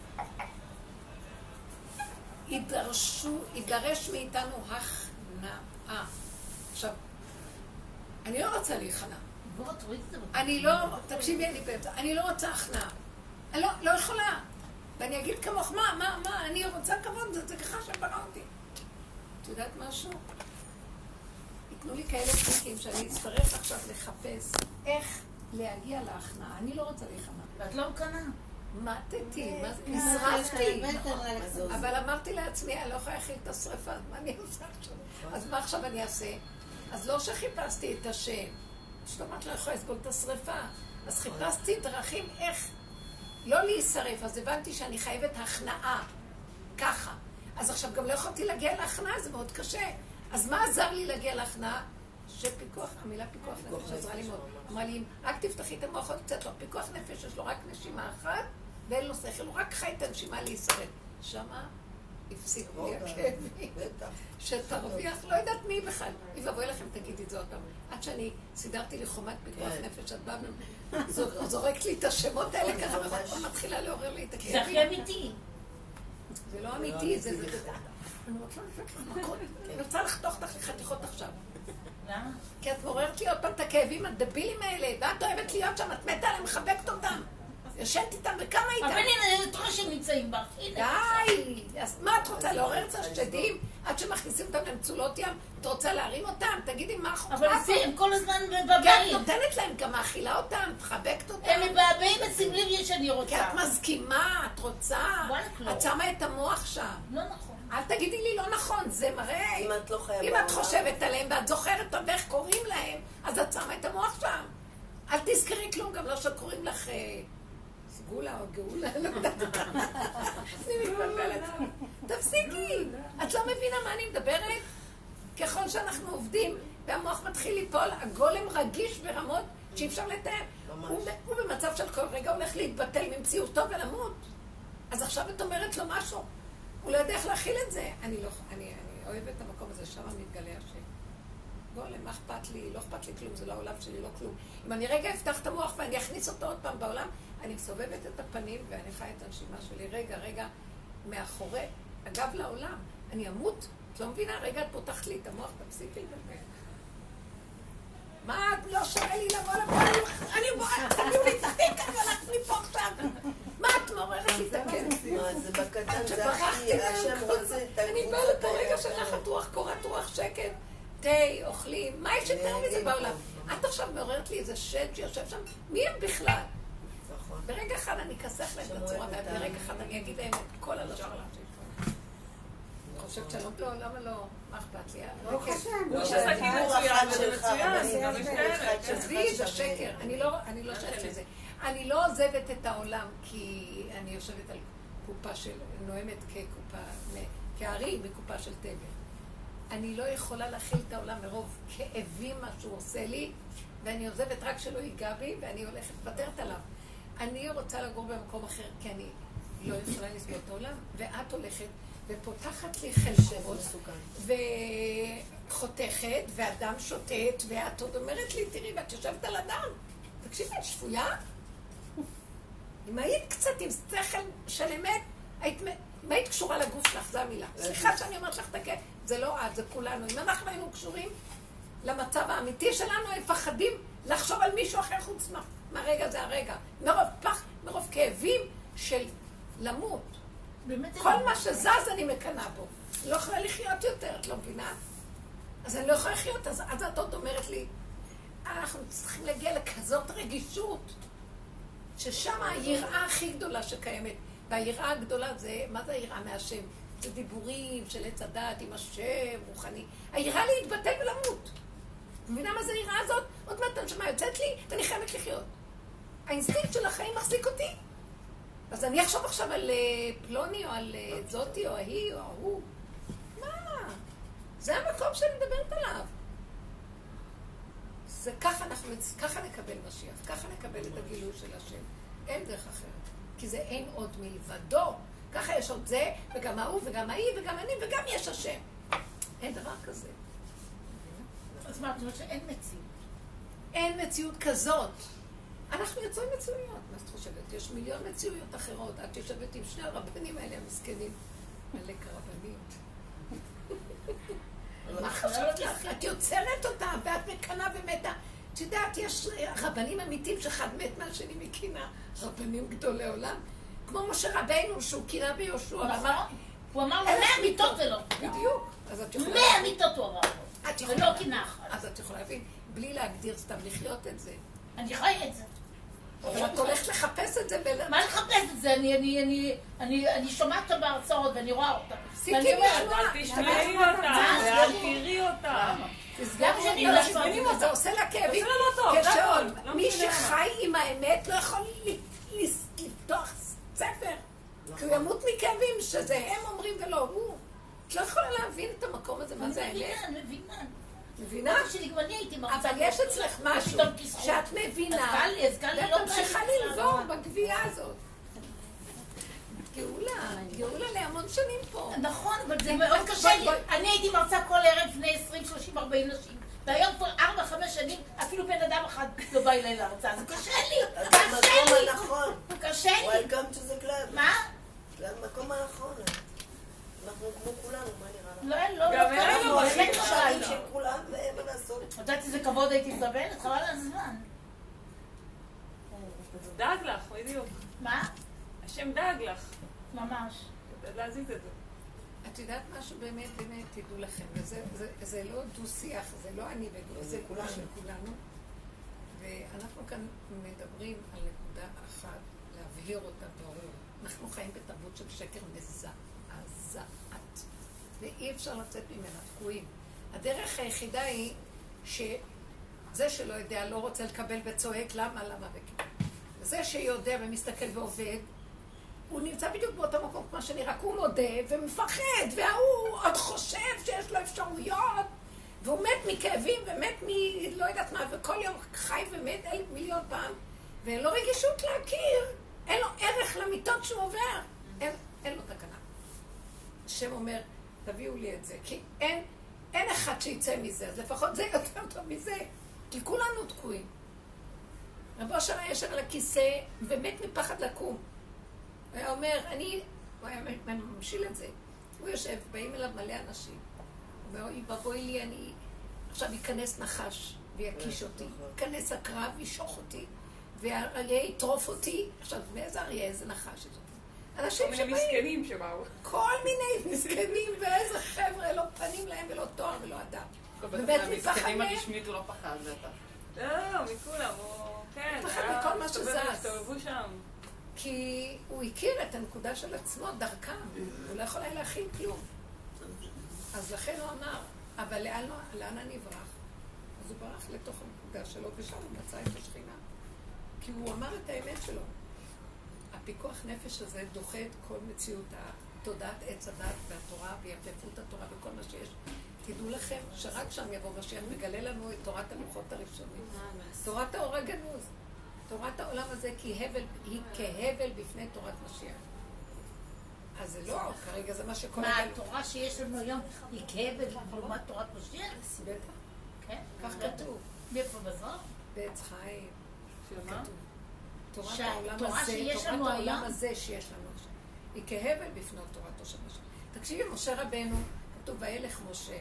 Speaker 3: יידרש מאיתנו הכנעה. עכשיו, אני לא רוצה להיכנע. אני לא, תקשיבי, אני לא רוצה הכנעה. אני לא יכולה. ואני אגיד כמוך, מה, אני רוצה כבוד, זה ככה שברא אותי. את יודעת משהו? יתנו לי כאלה פרקים שאני אצטרך עכשיו לחפש איך להגיע להכנעה. אני לא רוצה להיכנע.
Speaker 8: ואת לא מקנה.
Speaker 3: מתתי, נשרפתי. אבל אמרתי לעצמי, אני לא יכולה להכיל את השריפה, מה אני עושה עכשיו? אז מה עכשיו אני אעשה? אז לא שחיפשתי את השם, שתאמרת לא יכולה לסבול את השריפה, אז חיפשתי דרכים איך לא להישרף, אז הבנתי שאני חייבת הכנעה, ככה. אז עכשיו גם לא יכולתי להגיע להכנעה, זה מאוד קשה. אז מה עזר לי להגיע להכנעה? שפיקוח, המילה פיקוח נפש עזרה לי מאוד. אמרה לי, רק תפתחי את המוח עוד קצת, לא, פיקוח נפש יש לו רק נשימה אחת, ואין לו שכל, הוא רק חי את הנשימה להישרד. שמה הפסיקו לי הכאבים. שתרוויח, לא יודעת מי בכלל. אם אבואי לכם, תגידי את זה עוד פעם. עד שאני סידרתי לי חומת פיקוח נפש, את באה זורקת לי את השמות האלה, ככה נכון מתחילה לעורר לי את הכאבים.
Speaker 8: זה הכי אמיתי.
Speaker 3: זה לא אמיתי, זה... אני רוצה לחתוך לך לחתיכות עכשיו.
Speaker 8: למה?
Speaker 3: כי את מעוררת לי עוד פעם את הכאבים הדבילים האלה, ואת אוהבת להיות שם, את מתה עליהם, מחבקת אותם. ישנת איתם, וכמה איתם?
Speaker 8: אבל הנה, אני חושבת שהם נמצאים בה.
Speaker 3: די! אז מה את רוצה, לעורר את השדים? עד שמכניסים אותם למצולות ים, את רוצה להרים אותם? תגידי מה החוכמה?
Speaker 8: אבל הם כל הזמן
Speaker 3: כי
Speaker 8: בבאים.
Speaker 3: את נותנת להם, גם מאכילה אותם, מחבקת אותם.
Speaker 8: הם מבעבעים בשים לב שאני רוצה.
Speaker 3: כי את מסכימה, את רוצה.
Speaker 8: וואלק,
Speaker 3: את שמה את המוח שם.
Speaker 8: לא נכון.
Speaker 3: אל תגידי לי לא נכון, זה מראה.
Speaker 1: אם את לא חייבה.
Speaker 3: אם את חושבת עליהם ואת זוכרת עוד איך קוראים להם, אז את שמה את המוח שם. אל תזכרי כלום, גם לא שקוראים לך סגולה או גאולה, לא יודעת. אני מתבלבלת. תפסיקי. את לא מבינה מה אני מדברת? ככל שאנחנו עובדים והמוח מתחיל ליפול, הגולם רגיש ברמות שאי אפשר לתאר. הוא במצב של כל רגע הולך להתבטל ממציאותו ולמות. אז עכשיו את אומרת לו משהו. הוא לא יודע איך להכיל את זה. אני אוהבת את המקום הזה, שם מתגלה השם. גולם, מה אכפת לי? לא אכפת לי כלום, זה לא העולם שלי, לא כלום. אם אני רגע אפתח את המוח ואני אכניס אותו עוד פעם בעולם, אני מסובבת את הפנים ואני חי את הנשימה שלי. רגע, מאחורי, הגב לעולם. אני אמות? את לא מבינה? רגע, את פותחת לי את המוח, תפסיקי לדבר. מה, לא שווה לי לבוא לפה? אני תביאו לי תחתיק, אני הולכת מפה עכשיו. מה את מעוררת לי את הכסף?
Speaker 1: מה, זה בקטן, זה
Speaker 3: שברחתי
Speaker 1: הכי, השם רוצה את
Speaker 3: אני באה לפה רגע של נחת רוח, קורת רוח, שקט, תה, אוכלים, מה יש יותר מזה בעולם? את עכשיו מעוררת לי איזה שד שיושב שם, מי הם בכלל? ברגע אחד אני אכסח להם את הצורה, וברגע אחד אני אגיד להם את כל הלשון. אני חושבת שלא פה, למה לא? מה אכפת לי?
Speaker 5: הוא שעשה כאילו מצוין, זה מצוין.
Speaker 3: עזבי, זה שקר. אני לא שייכת לזה. אני לא עוזבת את העולם כי אני יושבת על קופה של, נואמת כארי בקופה של תבל. אני לא יכולה להכיל את העולם מרוב כאבים מה שהוא עושה לי, ואני עוזבת רק שלא ייגע בי, ואני הולכת ותרת עליו. אני רוצה לגור במקום אחר, כי אני לא יכולה לסבול את העולם, ואת הולכת ופותחת לי חלקות, וחותכת, ואדם שוטט, ואת עוד אומרת לי, תראי, ואת יושבת על אדם. תקשיבי, את שפויה? אם היית קצת עם שכל של אמת, אם היית קשורה לגוף שלך, זו המילה. סליחה שאני אומרת לך, זה לא את, זה כולנו. אם אנחנו היינו קשורים למצב האמיתי שלנו, הם פחדים לחשוב על מישהו אחר חוץ מהרגע זה הרגע. מרוב כאבים של למות. כל מה שזז אני מקנה בו. אני לא יכולה לחיות יותר, את לא מבינה? אז אני לא יכולה לחיות, אז את עוד אומרת לי, אנחנו צריכים להגיע לכזאת רגישות, ששם היראה הכי גדולה שקיימת. והיראה הגדולה זה, מה זה היראה מהשם? זה דיבורים של עץ הדת עם השם, רוחני. היראה להתבטל ולמות. מבינה מה זה היראה הזאת? עוד מעט הנשמה יוצאת לי ואני חייבת לחיות. האינסטינקט של החיים מחזיק אותי. אז אני אחשוב עכשיו על פלוני או על זאתי או ההיא או ההוא. מה? זה המקום שאני מדברת עליו. זה ככה נקבל משיח, ככה נקבל את הגילוי של השם. אין דרך אחרת. כי זה אין עוד מלבדו. ככה יש עוד זה, וגם ההוא, וגם ההיא, וגם אני, וגם יש השם. אין דבר כזה.
Speaker 8: אז מה, את אומרת שאין מציאות?
Speaker 3: אין מציאות כזאת. אנחנו יוצאים מציאויות. מה את חושבת? יש מיליון מציאויות אחרות. את יושבת עם שני הרבנים האלה המסכנים. מלא כרבנים. מה חושבת לך? את יוצרת אותה, ואת מקנה ומתה. את יודעת, יש רבנים אמיתיים שאחד מת מהשני מקינה. רבנים גדולי עולם. כמו משה רבינו שהוא קינה ביהושע.
Speaker 8: הוא אמר לו 100 מיטות ולא.
Speaker 3: בדיוק.
Speaker 8: 100 מיטות הוא אמר לו. ולא קינה אחת.
Speaker 3: אז את יכולה להבין, בלי להגדיר סתם לחיות את זה.
Speaker 8: אני חי את זה.
Speaker 3: אבל את הולכת לחפש את זה
Speaker 8: מה לחפש את זה? אני שומעת אותה בהרצאות ואני רואה אותה.
Speaker 3: תפסיקי לשמוע.
Speaker 5: תשמעי אותה, ואל תראי אותה.
Speaker 3: זה עושה לה כאבים. כשעוד מי שחי עם האמת לא יכול לפתוח ספר. כי הוא ימות מכאבים שזה הם אומרים ולא הוא. את לא יכולה להבין את המקום הזה, מה זה האמת?
Speaker 8: אני מבינה.
Speaker 3: מבינה?
Speaker 8: אני הייתי מרצה.
Speaker 3: אבל יש אצלך משהו שאת מבינה,
Speaker 8: אז קל לי לא
Speaker 3: ותמשיכה לנבור בגבייה הזאת. גאולה להמון שנים פה.
Speaker 8: נכון, אבל זה מאוד קשה לי. אני הייתי מרצה כל ערב לפני 20, 30, 40 נשים. והיום כבר 4-5 שנים, אפילו בן אדם אחד לא בא אליי להרצאה. זה קשה לי, קשה לי.
Speaker 1: הנכון.
Speaker 8: קשה לי.
Speaker 1: Welcome to the club.
Speaker 8: מה?
Speaker 1: זה המקום הנכון. אנחנו כמו כולנו, מה נראה לך?
Speaker 8: לא,
Speaker 1: אנחנו הכי
Speaker 8: באמת
Speaker 1: קשרים
Speaker 8: לא.
Speaker 1: של כולם, ואין מה לעשות.
Speaker 8: יודעת איזה כבוד הייתי מדברת? חבל על הזמן.
Speaker 7: זה דאג לך, בדיוק.
Speaker 8: מה?
Speaker 7: השם דאג לך.
Speaker 8: ממש.
Speaker 7: להזיז את זה.
Speaker 3: את יודעת משהו באמת, תדעו לכם, וזה לא דו-שיח, זה לא אני וגאולה, זה כולה של כולנו. ואנחנו כאן מדברים על נקודה אחת, להבהיר אותה ברור. אנחנו חיים בתרבות של שקר מזעזעת, ואי אפשר לצאת ממנה, תקועים. הדרך היחידה היא שזה שלא יודע, לא רוצה לקבל וצועק, למה וכאילו. וזה שיודע ומסתכל ועובד, הוא נמצא בדיוק באותו מקום כמו שאני, רק הוא מודה ומפחד, והוא עוד חושב שיש לו אפשרויות, והוא מת מכאבים ומת לא יודעת מה, וכל יום חי ומת 1,000,000,000 פעם, ואין לו רגישות להכיר, אין לו ערך למיטות שהוא עובר, אין לו תקנה. השם אומר, תביאו לי את זה, כי אין אחד שיצא מזה, אז לפחות זה יותר טוב מזה, כי כולנו תקועים. רבו שרה ישב על הכיסא ומת מפחד לקום. הוא היה אומר, הוא היה ממשיל את זה. הוא יושב, באים אליו מלא אנשים. הוא אומר, בואי לי, אני עכשיו ייכנס נחש ויקיש אותי. ייכנס הקרב וישוך אותי. והאריה יטרוף אותי. עכשיו, מאיזה אריה, איזה נחש? אנשים שבאים.
Speaker 7: כל מיני מסכנים שבאו.
Speaker 3: כל מיני מסכנים, ואיזה חבר'ה, לא פנים להם ולא תואר ולא אדם.
Speaker 7: באמת מסכנים הגשמית הוא לא פחד, בטח. לא, מכולם, הוא... כן,
Speaker 3: פחד מכל מה שזז.
Speaker 7: הסתובבו שם.
Speaker 3: כי הוא הכיר את הנקודה של עצמו דרכם, הוא לא יכול היה להכין כלום. אז לכן הוא אמר, אבל לאן אני אברח? אז הוא ברח לתוך הנקודה שלו, ושם הוא מצא את השכינה. כי הוא אמר את האמת שלו. הפיקוח נפש הזה דוחה את כל מציאות התודעת עץ הדת והתורה ויפפות התורה וכל מה שיש. תדעו לכם שרק שם יבוא משיח מגלה לנו את תורת הלוחות הראשונים. תורת האור הגנוז. תורת העולם הזה היא כהבל בפני תורת משיח. אז זה לא, כרגע זה מה שקורה.
Speaker 8: מה, התורה שיש לנו היום היא כהבל לעומת תורת משיח?
Speaker 3: בטח.
Speaker 8: כן?
Speaker 3: כך כתוב.
Speaker 8: מאיפה בזוהר?
Speaker 3: בעץ חיים.
Speaker 7: שמה?
Speaker 3: תורת העולם הזה שיש לנו עכשיו. היא כהבל בפני תורתו של משיח. תקשיבי, משה רבנו, כתוב וילך משה.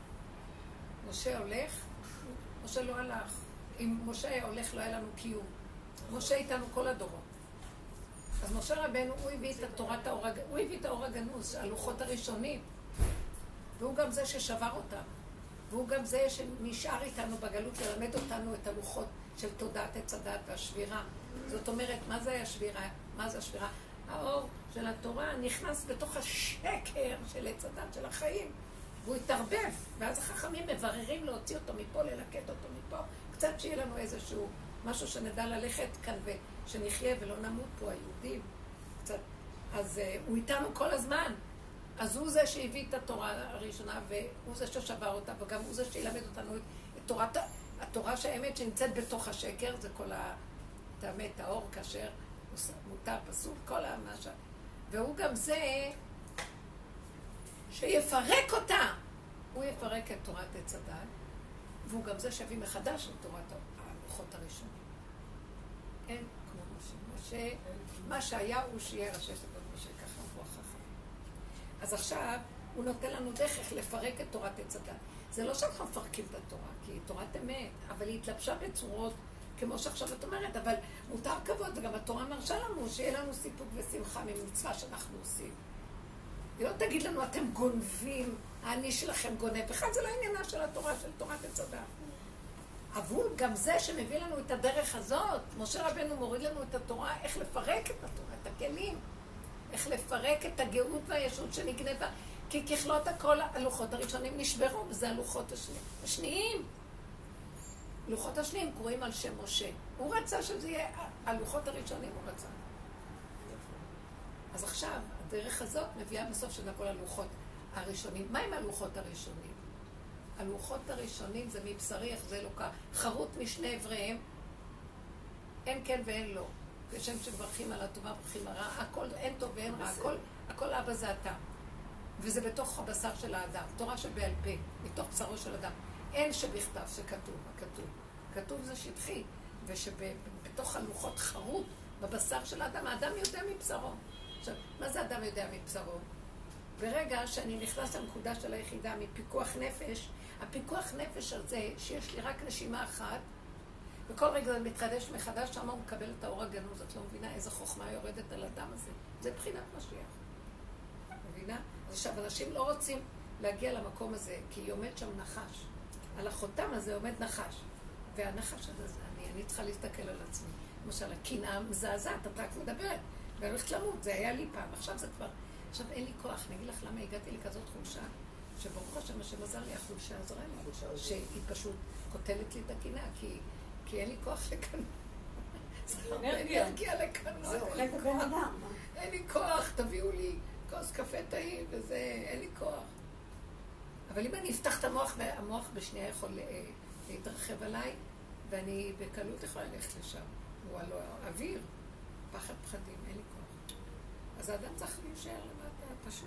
Speaker 3: משה הולך, משה לא הלך. אם משה היה הולך לא היה לנו קיום. משה איתנו כל הדורות. אז משה רבנו, הוא הביא את האור הגנוז, הלוחות הראשונים. והוא גם זה ששבר אותם. והוא גם זה שנשאר איתנו בגלות ללמד אותנו את הלוחות של תודעת עץ הדת והשבירה. זאת אומרת, מה זה השבירה? מה זה השבירה? האור של התורה נכנס בתוך השקר של עץ הדת של החיים. והוא התערבב, ואז החכמים מבררים להוציא אותו מפה, ללקט אותו מפה. קצת שיהיה לנו איזשהו משהו שנדע ללכת כאן ושנחיה ולא נמות פה היהודים. קצת. אז הוא איתנו כל הזמן. אז הוא זה שהביא את התורה הראשונה, והוא זה ששבר אותה, וגם הוא זה שילמד אותנו את התורה שהאמת שנמצאת בתוך השקר, זה כל טעמי האור, כאשר מותר, פסול, כל המשל. והוא גם זה שיפרק אותה. הוא יפרק את תורת עץ הדת, והוא גם זה שיביא מחדש את תורת הלוחות הראשונים. אין כמו משה. מה שהיה הוא שיהיה ראשי תיבות משה, ככה הוא החכם. אז עכשיו הוא נותן לנו דרך איך לפרק את תורת עץ הדת. זה לא שאנחנו מפרקים את התורה, כי היא תורת אמת, אבל היא התלבשה בצורות כמו שעכשיו את אומרת, אבל מותר כבוד, וגם התורה מרשה לנו שיהיה לנו סיפוק ושמחה ממצווה שאנחנו עושים. היא לא תגיד לנו, אתם גונבים, אני שלכם גונב, בכלל זה לא עניינה של התורה, של תורת עץ הדת. אבל גם זה שמביא לנו את הדרך הזאת, משה רבנו מוריד לנו את התורה, איך לפרק את התורה, את הכלים, איך לפרק את הגאות והישות שנגנבה, כי ככלות הכל הלוחות הראשונים נשברו, וזה הלוחות השניים. הלוחות השניים קוראים על שם משה. הוא רצה שזה יהיה, הלוחות הראשונים הוא רצה. אז עכשיו, הדרך הזאת מביאה בסוף של הכל הלוחות הראשונים. מה עם הלוחות הראשונים? הלוחות הראשונים זה מבשרי, איך זה אלוקה. חרוט משני עבריהם, אין כן ואין לא. כשם שברכים על הטובה, ברכים הרע, הכל, אין טוב ואין רע, הכל אבא זה אתה. וזה בתוך הבשר של האדם, תורה שבעל פה, מתוך בשרו של אדם. אין שבכתב שכתוב, הכתוב. כתוב זה שטחי, ושבתוך הלוחות חרוט בבשר של האדם, האדם יודע מבשרו. עכשיו, מה זה אדם יודע מבשרו? ברגע שאני נכנס לנקודה של היחידה מפיקוח נפש, הפיקוח נפש הזה, שיש לי רק נשימה אחת, וכל רגע זה מתחדש מחדש, שם הוא מקבל את האור הגנוז, את לא מבינה איזה חוכמה יורדת על האדם הזה. זה בחינת משיח. מבינה? אז עכשיו, אנשים לא רוצים להגיע למקום הזה, כי עומד שם נחש. על החותם הזה עומד נחש. והנחש הזה, אני צריכה להסתכל על עצמי. למשל, הקנאה מזעזעת, את רק מדברת. ואני הולכת למות, זה היה לי פעם, עכשיו זה כבר... עכשיו אין לי כוח, אני אגיד לך למה הגעתי לכזאת חולשה, שברוך השם, השם עזר לי, החולשה עזרה לי, שהיא פשוט קוטלת לי את הקנאה, כי אין לי כוח לקנות. זה אנרגיה לקנות.
Speaker 4: זה אוכל את הבן אדם.
Speaker 3: אין לי כוח, תביאו לי כוס קפה טעים וזה, אין לי כוח. אבל אם אני אפתח את המוח, והמוח בשנייה יכול להתרחב עליי, ואני בקלות יכולה ללכת לשם. הוא הלא אוויר, פחד פחדים, אין לי כוח. אז האדם צריך להישאר למטה, פשוט.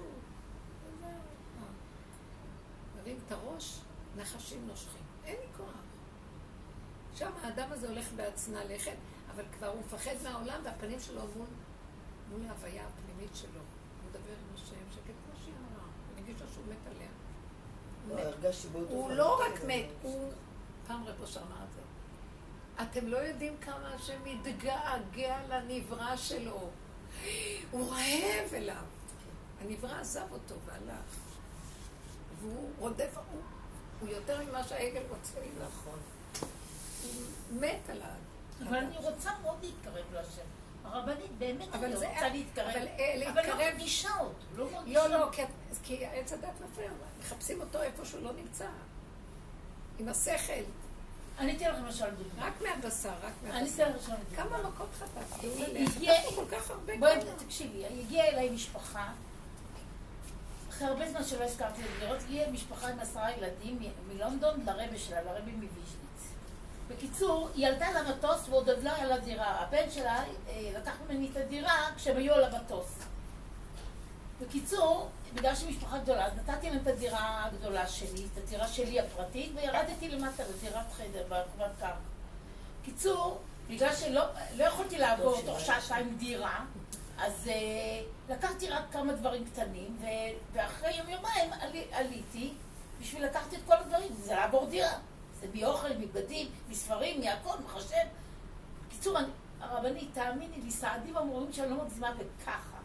Speaker 3: מרים את הראש, נחשים נושכים. אין לי כוח. שם האדם הזה הולך בעצנה לכת, אבל כבר הוא מפחד מהעולם, והפנים שלו מול ההוויה הפנימית שלו. הוא מדבר עם השם שקט כמו שהיא אמרה. אני מרגישה שהוא מת עליה. הוא לא רק מת, הוא... פעם רב אושר אמר את זה. אתם לא יודעים כמה השם מתגעגע לנברא שלו. הוא רעב אליו. הנברא עזב אותו והלך. והוא רודף, הוא יותר ממה שהעגל רוצה.
Speaker 1: נכון.
Speaker 3: הוא מת עליו.
Speaker 8: אבל אני רוצה מאוד להתקרב להשם. הרבנית באמת אני רוצה להתקרב.
Speaker 3: אבל
Speaker 8: לא מרגישה אותו.
Speaker 3: לא, כי עץ הדת מפריע. מחפשים אותו איפה שהוא לא נמצא. עם השכל.
Speaker 8: אני אתן לך למשל דוגמה.
Speaker 3: רק מהבשר,
Speaker 8: אני אתן לך למשל דוגמה.
Speaker 3: כמה מכות חטפת?
Speaker 8: חטפנו
Speaker 3: כל כך הרבה.
Speaker 8: בואי תקשיבי, הגיעה אליי משפחה, אחרי הרבה זמן שלא הזכרתי לראות, הגיעה משפחה עם 10 ילדים מלונדון לרבי שלה, לרבי מוויז'ניץ. בקיצור, היא עלתה למטוס ועוד לא היה לה דירה. הבן שלה לקח ממני את הדירה כשהם היו על המטוס. בקיצור, בגלל שהיא משפחה גדולה, אז נתתי להם את הדירה הגדולה שלי, את הדירה שלי הפרטית, וירדתי למטה לדירת חדר בקומת קרקע. בקיצור, בגלל שלא יכולתי לעבור תוך שעתיים דירה, אז לקחתי רק כמה דברים קטנים, ואחרי יום-יומיים עליתי בשביל לקחתי את כל הדברים, זה לעבור דירה. זה מאוכל, מבגדים, מספרים, מהכל, מחשב. בקיצור, הרבנית, תאמיני לי, סעדים אמורים שאני לא מגזימה וככה.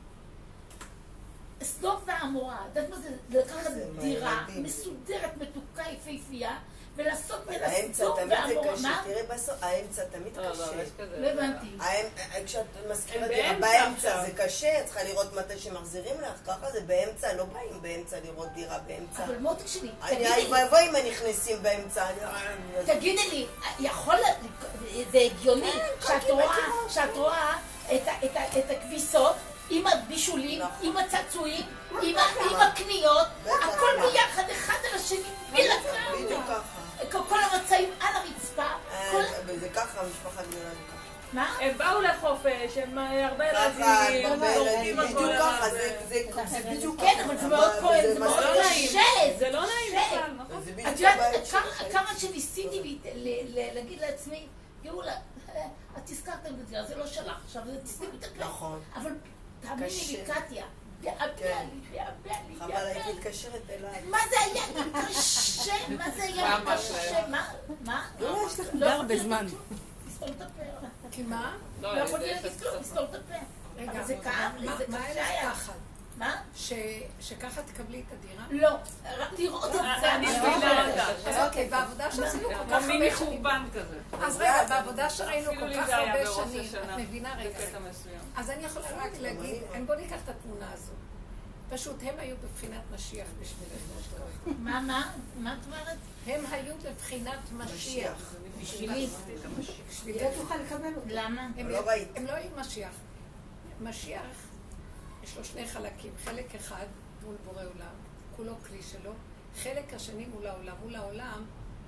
Speaker 8: סדום ועמורה, יודעת מה זה? לקחת דירה מסודרת, מתוקה, יפהפייה, ולעשות בין הסדום ועמורה. מה?
Speaker 1: תראי בסוף, האמצע תמיד קשה.
Speaker 8: לא הבנתי.
Speaker 1: כשאת מזכירה דירה באמצע זה קשה, את צריכה לראות מתי שמחזירים לך, ככה זה באמצע, לא באים באמצע לראות דירה באמצע.
Speaker 8: אבל מותק שלי,
Speaker 1: אני אבואי אם הנכנסים באמצע.
Speaker 8: תגידי לי, יכול, זה הגיוני שאת רואה את הכביסות, עם הבישולים, עם הצעצועים, עם הקניות, הכל ביחד, אחד על השני,
Speaker 1: בדיוק ככה.
Speaker 8: כל המצעים על הרצפה.
Speaker 1: וזה ככה, המשפחה גדולה ככה.
Speaker 8: מה?
Speaker 5: הם באו לחופש, הם הרבה ילדים,
Speaker 1: בדיוק ככה, זה בדיוק ככה.
Speaker 8: כן, אבל זה מאוד כואב, זה מאוד קשה.
Speaker 5: זה לא נעים בכלל, נכון?
Speaker 8: את יודעת, כמה שניסיתי להגיד לעצמי, גאולה, את הזכרתם את זה, זה לא שלך, עכשיו זה תסתים את הכלל.
Speaker 1: נכון.
Speaker 8: אבל תאמיני לי, קטיה, בעבע לי.
Speaker 1: חבל, היית מתקשרת אליי.
Speaker 8: מה זה היה קשה? מה זה היה קשה? מה?
Speaker 1: לא, יש לך
Speaker 8: לא
Speaker 1: הרבה זמן.
Speaker 8: לסתום את הפה.
Speaker 3: כי מה?
Speaker 8: לא יכולתי להגיד כלום, לסתום את הפה. אבל זה כאב לי, זה
Speaker 3: מה
Speaker 8: קשה היה.
Speaker 3: פחד?
Speaker 8: מה?
Speaker 3: שככה תקבלי את הדירה?
Speaker 8: לא, רק לראות את זה.
Speaker 5: אני מבינה אותה.
Speaker 3: אז אוקיי, בעבודה שעשינו כל כך הרבה שנים.
Speaker 5: מחורבן כזה.
Speaker 3: אז רגע, בעבודה שראינו כל כך הרבה
Speaker 5: בראש
Speaker 3: שנים,
Speaker 5: השנה.
Speaker 3: את מבינה רגע.
Speaker 5: בקטע מסוים.
Speaker 3: אז אני יכולה רק להגיד, בוא ניקח את התמונה הזו. פשוט הם היו בבחינת משיח בשבילנו.
Speaker 8: מה את אומרת?
Speaker 3: הם היו בבחינת משיח.
Speaker 8: בשבילי.
Speaker 3: בשבילי.
Speaker 4: לא תוכל לקבל אותו.
Speaker 8: למה?
Speaker 3: הם לא היו משיח. משיח, יש לו 2 חלקים. חלק אחד מול בורא עולם, כולו כלי שלו. חלק השני מול העולם. מול העולם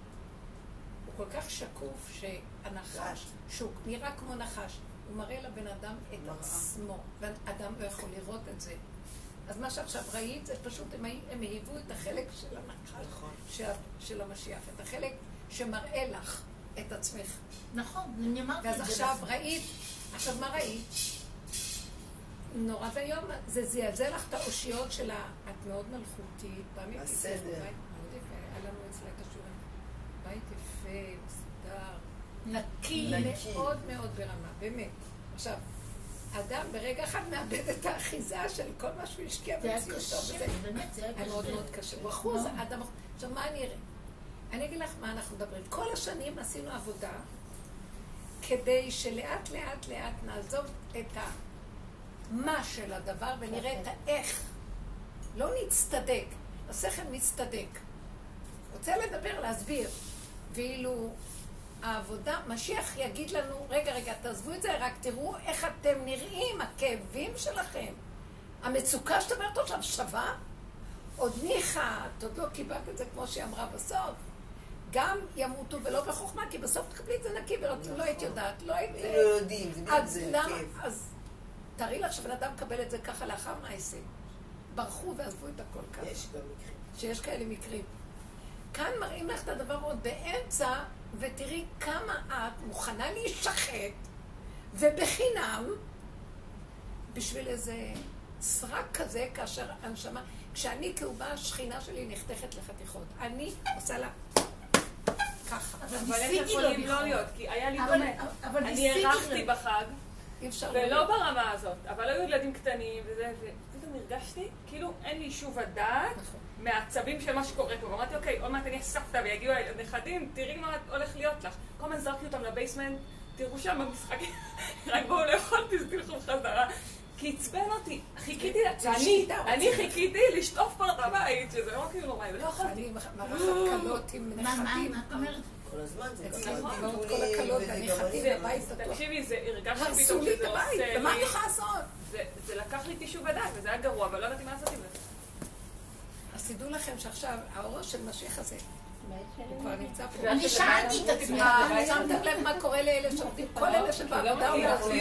Speaker 3: הוא כל כך שקוף שהנחש, שהוא נראה כמו נחש, הוא מראה לבן אדם את עצמו, ואדם לא יכול לראות את זה. אז מה שעכשיו ראית זה פשוט, הם היוו את החלק של הנחש, של המשיח, את החלק שמראה לך את עצמך.
Speaker 8: נכון, אני אמרתי את זה.
Speaker 3: ואז עכשיו ראית, עכשיו מה ראית? נורא ויום, זה זעזע לך את האושיות שלה, את מאוד מלכותית, פעמים
Speaker 1: בסדר.
Speaker 3: מאוד יפה, היה לנו אצלה את השיעורים. בית יפה, מסודר,
Speaker 8: נקי.
Speaker 3: מאוד מאוד ברמה, באמת. עכשיו, אדם ברגע אחד מאבד את האחיזה של כל מה שהוא השקיע
Speaker 8: זה היה
Speaker 3: במציאותו.
Speaker 8: קשה, באמת, זה היה
Speaker 3: היה מאוד מאוד קשה. הוא אחוז, האדם... עכשיו, מה אני אראה? אני אגיד לך מה אנחנו מדברים. כל השנים עשינו עבודה כדי שלאט לאט לאט נעזוב את מה של הדבר ונראה את האיך. לא נצטדק. השכל מצטדק. רוצה לדבר, להסביר. ואילו העבודה, משיח יגיד לנו, רגע, תעזבו את זה, רק תראו איך אתם נראים, הכאבים שלכם. המצוקה שאת אומרת עכשיו שווה? עוד ניחא, את עוד לא קיבלת את זה כמו שהיא אמרה בסוף. גם ימותו ולא בחוכמה, כי בסוף תקבלי את זה נקי, ולא היית יודעת, לא היית...
Speaker 1: לא יודעים, זה בדיוק זה כיף.
Speaker 3: אז תראי לך שבן אדם מקבל את זה ככה לאחר מעשה. ברחו ועזבו את הכל ככה.
Speaker 1: יש גם מקרים.
Speaker 3: שיש כאלה מקרים. כאן מראים לך את הדבר עוד באמצע, ותראי כמה את מוכנה להישחט, ובחינם, בשביל איזה סרק כזה, כאשר הנשמה, כשאני כאובה, השכינה שלי נחתכת לחתיכות. אני עושה לה ככה.
Speaker 7: אבל איך יכולים לא להיות? כי היה לי דומה. אני ערכתי בחג, ולא ברמה הזאת, אבל היו ילדים קטנים וזה, ופתאום הרגשתי, כאילו אין לי שוב הדעת מהעצבים של מה שקורה פה. ואמרתי, אוקיי, עוד מעט אני אספת ויגיעו הנכדים, תראי מה הולך להיות לך. כל הזמן זרקתי אותם לבייסמנט, תראו שם במשחקים, רק בואו לאכול, תסתלחו בחזרה. כי עצבן אותי, חיכיתי, אני חיכיתי לשטוף פה את הבית, שזה לא כאילו נורא, ולא יכולתי.
Speaker 3: אני מערכת קלות עם נכדים.
Speaker 8: מה את אומרת?
Speaker 1: כל הזמן זה
Speaker 3: כל הקלות, הנכדים בבית אותו.
Speaker 7: תקשיבי, הרגשתי
Speaker 3: הרסו
Speaker 7: פתאום
Speaker 3: לי את
Speaker 7: שזה עושה
Speaker 3: הבית,
Speaker 7: לי...
Speaker 3: ומה אני יכולה לעשות?
Speaker 7: זה לקח לי טישו בדק, וזה היה גרוע, אבל לא ידעתי מה לעשות עם זה.
Speaker 3: אז תדעו לכם שעכשיו, האור של משיח הזה, הוא כבר נמצא פה.
Speaker 8: אני שאלתי את עצמי.
Speaker 3: שמתם לב מה קורה לאלה שעובדים, כל אלה שבעבודה הוא
Speaker 7: אני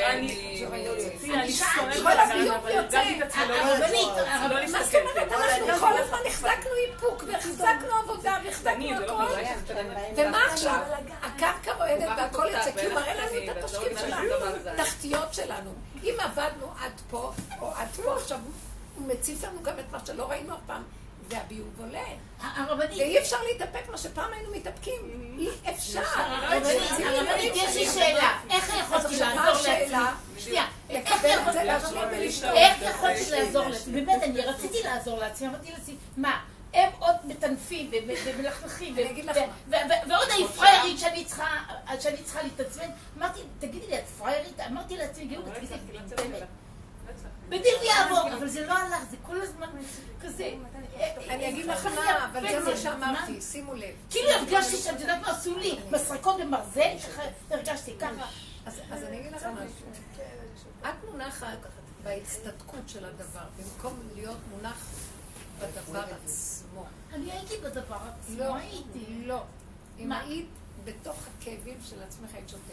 Speaker 7: שונאת
Speaker 3: כל הביוב יוצא.
Speaker 8: הרבנית,
Speaker 3: מה זאת אומרת? אנחנו כל הזמן החזקנו איפוק, והחזקנו עבודה, והחזקנו הכל. ומה עכשיו? הקרקע רועדת והכל יוצא, כי הוא מראה לנו את התשקיף שלנו, תחתיות שלנו. אם עבדנו עד פה, או עד פה, עכשיו הוא מציף לנו גם את מה שלא ראינו אף פעם. והביוב עולה. ואי אפשר להתאפק מה שפעם היינו מתאפקים. אי אפשר.
Speaker 8: הרבנית, יש לי שאלה. איך יכולתי לעזור לעצמי? שנייה.
Speaker 3: לקבל את זה, להשלים ולשתות.
Speaker 8: איך יכולתי לעזור לעצמי? באמת, אני רציתי לעזור לעצמי. אמרתי לעצמי, מה? הם עוד מטנפים ומלכלכים. ועוד אני פריירית שאני צריכה להתעצבן. אמרתי, תגידי לי, את פריירית? אמרתי לעצמי, גאו, תגידי לי, באמת. בדיוק יעבור, אבל זה לא הלך, זה כל הזמן כזה.
Speaker 3: אני אגיד לך מה, אבל זה מה שאמרתי, שימו לב.
Speaker 8: כאילו הרגשתי שאת יודעת מה עשו לי, מסריקות במרזל, הרגשתי ככה.
Speaker 3: אז אני אגיד לך משהו. את מונחת בהצטדקות של הדבר, במקום להיות מונח בדבר עצמו.
Speaker 8: אני הייתי בדבר עצמו,
Speaker 3: לא
Speaker 8: הייתי.
Speaker 3: לא. אם היית בתוך הכאבים של עצמך, היית שותקת.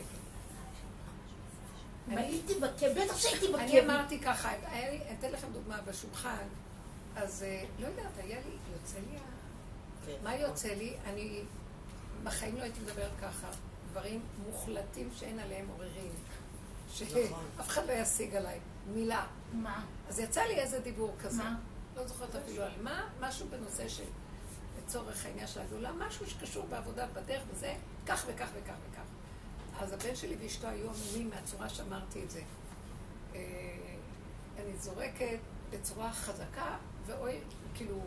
Speaker 8: הייתי בכאב, בטח שהייתי בכאב.
Speaker 3: אני אמרתי ככה, אתן לכם דוגמה בשולחן, אז לא יודעת, היה לי, יוצא לי, מה יוצא לי? אני בחיים לא הייתי מדברת ככה, דברים מוחלטים שאין עליהם עוררים, שאף אחד לא ישיג עליי, מילה.
Speaker 8: מה?
Speaker 3: אז יצא לי איזה דיבור כזה.
Speaker 8: מה?
Speaker 3: לא זוכרת אפילו על מה, משהו בנושא של לצורך העניין של הגדולה, משהו שקשור בעבודה בדרך וזה, כך וכך וכך וכך. אז הבן שלי ואשתו היו עמומים מהצורה שאמרתי את זה. אני זורקת בצורה חזקה, ואוי, כאילו...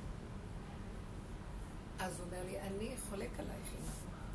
Speaker 3: אז הוא אומר לי, אני חולק עלייך, אמא.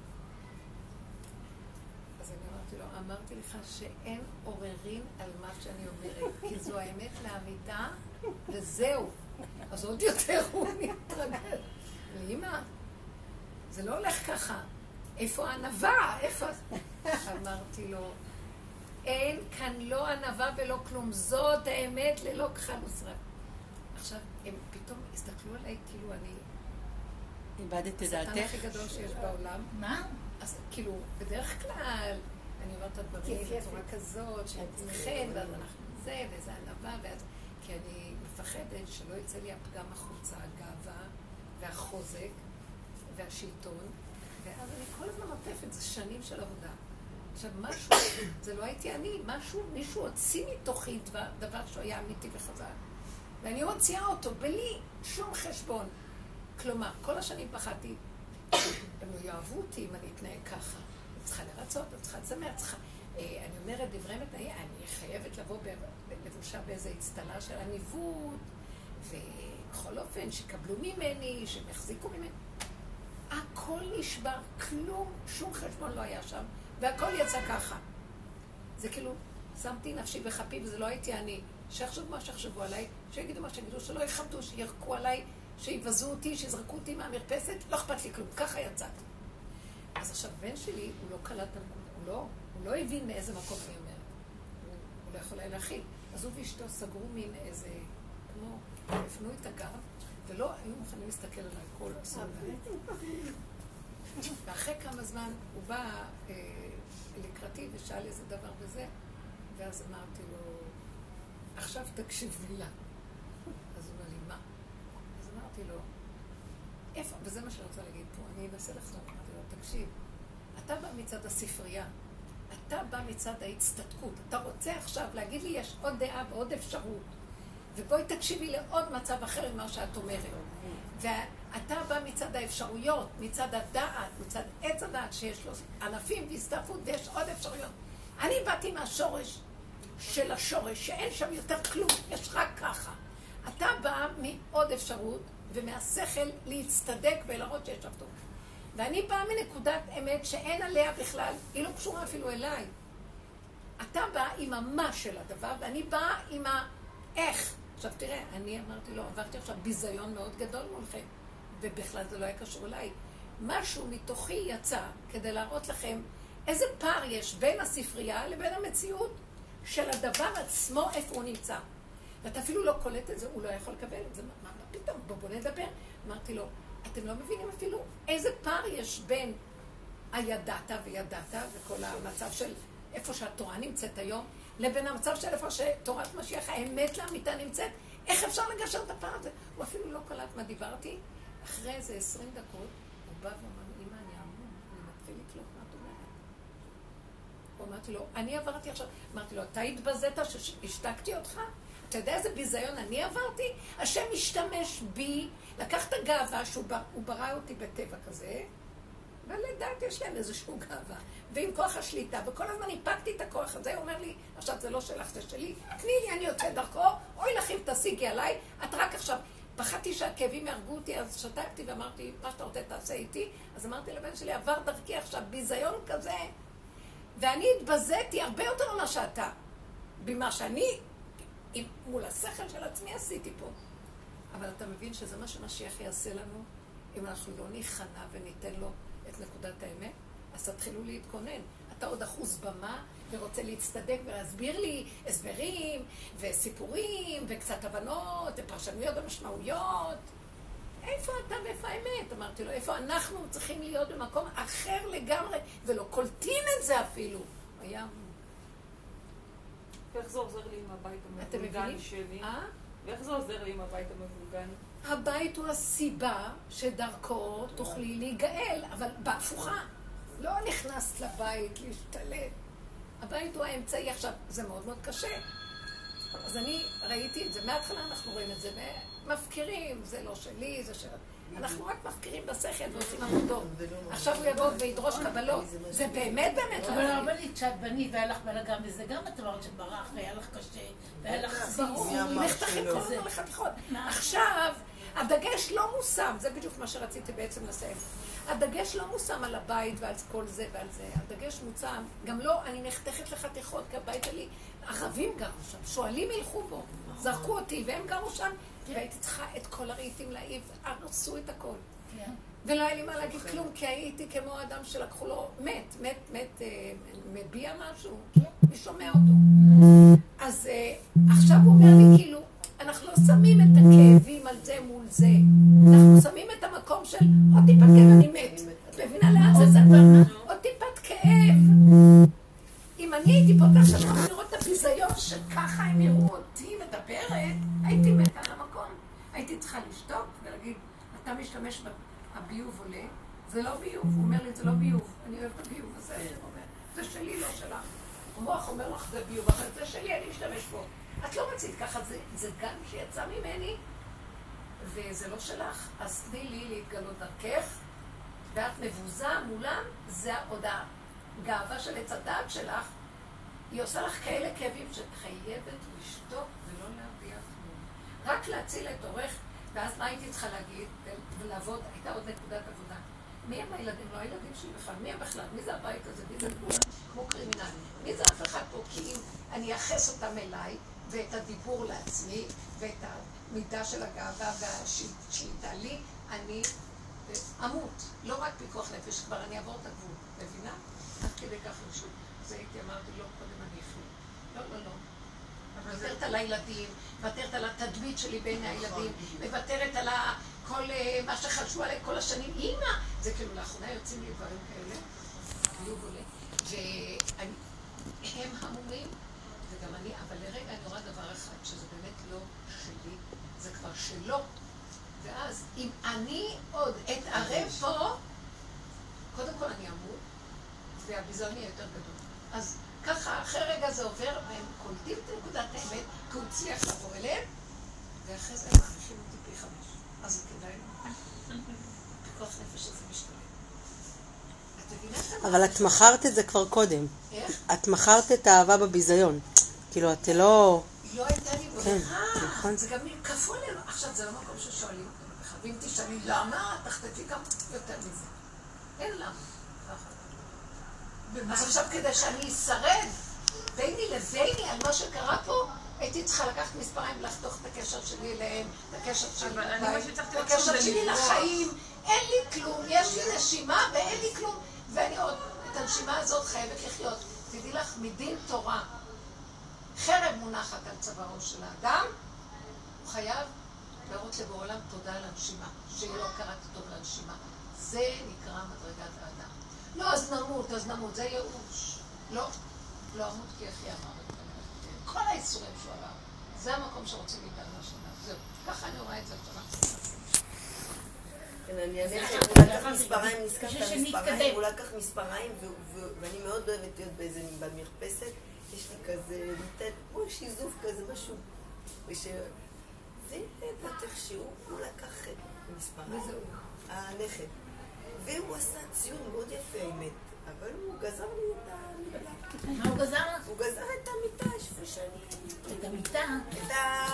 Speaker 3: אז אני אמרתי לך שאין עוררין על מה שאני אומרת, כי זו האמת לאמיתה, וזהו. אז עוד יותר הוא מתרגל. אמא, זה לא הולך ככה. איפה הענווה? איפה... אמרתי לו, אין כאן לא ענווה ולא כלום, זאת האמת ללא כחל ושרק. עכשיו, הם פתאום הסתכלו עליי כאילו אני...
Speaker 6: איבדת את
Speaker 3: השטן
Speaker 6: דעתך?
Speaker 3: הכי גדול שיש בעולם.
Speaker 8: מה?
Speaker 3: אז כאילו, בדרך כלל, אני אומרת את הדברים בצורה כזאת, שתתחן, ואז אנחנו זה, וזה ענווה, כי אני מפחדת שלא יצא לי הפגם החוצה, הגאווה, והחוזק, והשלטון, ואז אני כל הזמן עוטפת, זה שנים של עבודה. עכשיו, משהו, זה לא הייתי אני, מישהו הוציא מתוכי דבר שהוא היה אמיתי וחזק. ואני הוציאה אותו בלי שום חשבון. כלומר, כל השנים פחדתי, הם לא יאהבו אותי אם אני אתנהג ככה. אני צריכה לרצות, אני צריכה לצמח, אני אומרת דברי מתנהי, אני חייבת לבוא לבושה באיזו הצטלה של הניווט, ובכל אופן, שקבלו ממני, שהם יחזיקו ממני. הכל נשבר, כלום, שום חשבון לא היה שם, והכל יצא ככה. זה כאילו, שמתי נפשי בכפי, וזה לא הייתי אני. שיחשבו מה שיחשבו עליי, שיגידו מה שיגידו, שלא יכבדו, שירקו עליי, שיבזו אותי, שיזרקו אותי מהמרפסת, לא אכפת לי כלום, ככה יצאתי. אז עכשיו, בן שלי, הוא לא קלט, הוא לא הבין מאיזה מקום אני אומר. הוא לא יכול היה להכיל. אז הוא ואשתו סגרו מין איזה, כמו, הפנו את הגב, ולא היו מוכנים להסתכל עליי כל הסוג. ואחרי כמה זמן הוא בא לקראתי ושאל איזה דבר וזה, ואז אמרתי לו, עכשיו תקשיבי לה. אז הוא אומר לי, מה? אז אמרתי לו, איפה? וזה מה שאני רוצה להגיד פה, אני אנסה לחזור. אמרתי לו, תקשיב, אתה בא מצד הספרייה, אתה בא מצד ההצטדקות, אתה רוצה עכשיו להגיד לי, יש עוד דעה ועוד אפשרות, ובואי תקשיבי לעוד מצב אחר ממה שאת אומרת. ואתה בא מצד האפשרויות, מצד הדעת, מצד עץ הדעת שיש לו ענפים והסתעפות ויש עוד אפשרויות. אני באתי מהשורש של השורש, שאין שם יותר כלום, יש רק ככה. אתה בא מעוד אפשרות ומהשכל להצטדק ולראות שיש טוב. ואני באה מנקודת אמת שאין עליה בכלל, היא לא קשורה אפילו אליי. אתה בא עם המה של הדבר ואני באה עם האיך. עכשיו תראה, אני אמרתי לו, עברתי עכשיו ביזיון מאוד גדול מולכם, ובכלל זה לא היה קשור אליי. משהו מתוכי יצא כדי להראות לכם איזה פער יש בין הספרייה לבין המציאות של הדבר עצמו, איפה הוא נמצא. ואתה אפילו לא קולט את זה, הוא לא יכול לקבל את זה. מה פתאום? בוא נדבר. אמרתי לו, אתם לא מבינים אפילו איזה פער יש בין הידעת וידעת וכל המצב של איפה שהתורה נמצאת היום, לבין המצב של איפה שתורת משיח האמת לאמיתה נמצאת. איך אפשר לגשר את הפער הזה? הוא אפילו לא קלט מה דיברתי. אחרי איזה 20 דקות, הוא בא ואומר, אמא, אני אמור, אני מתחיל לקלוט מה את אומרת. הוא אמרתי לו, אני עברתי עכשיו. אמרתי לו, אתה התבזית שהשתקתי אותך? אתה יודע איזה ביזיון אני עברתי? השם משתמש בי, לקח את הגאווה שהוא ברא אותי בטבע כזה, ולדעת יש להם איזשהו גאווה. ועם כוח השליטה, וכל הזמן הפקתי את הכוח הזה, הוא אומר לי, עכשיו זה לא שלך, זה שלי, תני לי, אני יוצא דרכו, אוי לך אם תשיגי עליי, את רק עכשיו, פחדתי שהכאבים יהרגו אותי, אז שתקתי ואמרתי, מה שאתה רוצה תעשה איתי, אז אמרתי לבן שלי, עבר דרכי עכשיו, ביזיון כזה, ואני התבזיתי הרבה יותר ממה שאתה, במה שאני, מול השכל של עצמי עשיתי פה. אבל אתה מבין שזה מה שמשיח יעשה לנו, אם אנחנו לא ניכנע וניתן לו את נקודת האמת, אז תתחילו להתכונן. אתה עוד אחוז במה ורוצה להצטדק ולהסביר לי הסברים וסיפורים וקצת הבנות ופרשנויות ומשמעויות. איפה אתה ואיפה האמת? אמרתי לו, איפה אנחנו צריכים להיות במקום אחר לגמרי ולא קולטים את זה אפילו. היה...
Speaker 7: ואיך זה עוזר לי עם הבית המבולגן שלי? ואיך זה עוזר לי עם הבית המבולגן?
Speaker 3: הבית הוא הסיבה שדרכו תוכלי להיגאל, אבל בהפוכה. לא נכנסת לבית להשתלט. הבית הוא האמצעי. עכשיו, זה מאוד מאוד קשה. אז אני ראיתי את זה, מההתחלה אנחנו רואים את זה, ומפקירים, זה לא שלי, זה של... אנחנו רק מפקירים בשכל ועושים עמודות. עכשיו הוא יבוא וידרוש קבלות. זה באמת באמת
Speaker 8: אבל הרבה לי כשאת בנית והיה לך בלגן וזה גם את אמרת שברח והיה לך קשה והיה לך
Speaker 3: ברור, נחתכים כל הזמן לחתיכות. עכשיו, הדגש לא מושם, זה בדיוק מה שרציתי בעצם לסיים. הדגש לא מושם על הבית ועל כל זה ועל זה. הדגש מושם, גם לא, אני נחתכת לחתיכות, כי הבית שלי, ערבים גרו שם, שואלים ילכו בו, זרקו אותי והם גרו שם, והייתי צריכה את כל הרהיטים להעיב, הרסו את הכל. ולא היה לי מה להגיד כלום, כי הייתי כמו אדם שלקחו לו, מביע משהו, מי שומע אותו. אז עכשיו הוא אומר לי, כאילו, אנחנו לא שמים את הכאב זה. אנחנו שמים את המקום של עוד טיפת כאב אני מת. את מבינה לאן זה זמן? עוד טיפת כאב. אם אני הייתי פותחת שם לראות את הביזיון שככה הם יראו אותי מדברת, הייתי מתה על המקום. הייתי צריכה לשתוק ולהגיד, אתה משתמש בביוב עולה, זה לא ביוב. הוא אומר לי, זה לא ביוב. אני אוהב את הביוב הזה. זה שלי, לא שלך. המוח אומר לך, זה ביוב, אבל זה שלי, אני אשתמש בו. את לא רצית ככה, זה גם שיצא ממני, וזה לא שלך. אז תני לי להתגלות דרכך, ואת מבוזה מולם, זה עוד הגאווה של עץ הדעת שלך. היא עושה לך כאלה כאבים שאת חייבת לשתוק ולא להביע כלום. רק להציל את אורך, ואז מה הייתי צריכה להגיד ולעבוד? הייתה עוד נקודת עבודה. מי הם הילדים? לא הילדים שלי בכלל. מי הם בכלל? מי זה הבית הזה? מי זה כולם? כמו קרימינל. מי זה אף אחד פה? כי אם אני אייחס אותם אליי, ואת הדיבור לעצמי, ואת המידה של הגאווה והשליטה לי, אני אמות. לא רק פיקוח נפש, כבר אני אעבור את הגבול. מבינה? עד כדי כך רשות. זה הייתי אמרתי, לא, קודם אני אחלה. לא. מוותרת על הילדים, מוותרת על התדמית שלי בין הילדים, מוותרת על כל מה שחשבו עליי כל השנים. אמא! זה כאילו לאחרונה יוצאים לי דברים כאלה, ביוב עולה, והם המומים, וגם אני, אבל לרגע אני רואה דבר אחד, שזה באמת לא שלי, זה כבר שלו. ואז אם אני עוד אתערב פה, קודם כל אני אמור, והביזיון יהיה יותר גדול. אז ככה, אחרי רגע זה עובר, והם קולטים את נקודת האמת, כי הוא הצליח לעבור אליהם, ואחרי זה הם מעריכים אותי פי 5. אז זה כדאי לו. פיקוח נפש הזה משתלם. את מבינה?
Speaker 2: אבל את מכרת את זה כבר קודם.
Speaker 3: איך?
Speaker 2: את מכרת את האהבה בביזיון. כאילו, את לא...
Speaker 3: לא הייתה לי ברירה. זה גם כפו עלינו. עכשיו, זה לא מקום ששואלים. ואם תשאלי למה, תחטפי גם יותר מזה. אין למה. אז עכשיו כדי שאני אשרד ביני לביני על מה שקרה פה, הייתי צריכה לקחת מספריים ולחתוך את הקשר שלי אליהם, את הקשר שלי לבית, את הקשר שלי לחיים. אין לי כלום, יש לי נשימה ואין לי כלום, ואני עוד את הנשימה הזאת חייבת לחיות. תדעי לך, מדין תורה, חרב מונחת על צווארו של האדם, הוא חייב להראות לבורא עולם תודה על הנשימה, שלא קראתי טוב לנשימה. זה נקרא מדרגת האדם. לא, אז נמות, זה ייאוש. לא אמות כי אחי אמר את זה. כל האיסורים שהוא עבר. זה המקום שרוצים להתאר לשנה. זהו. ככה אני רואה את זה עכשיו.
Speaker 1: כן, אני לקח מספריים, נזכרת מספריים, הוא לקח מספריים, ואני מאוד אוהבת להיות באיזה במרפסת. יש לי כזה, כמו שיזוף כזה, משהו. זה בטח שהוא לקח מספריים. הנכד. והוא עשה ציור מאוד יפה, האמת. אבל הוא גזר לי את המיטה.
Speaker 8: מה הוא גזר?
Speaker 1: הוא גזר את המיטה, שפשני.
Speaker 8: את המיטה?
Speaker 1: את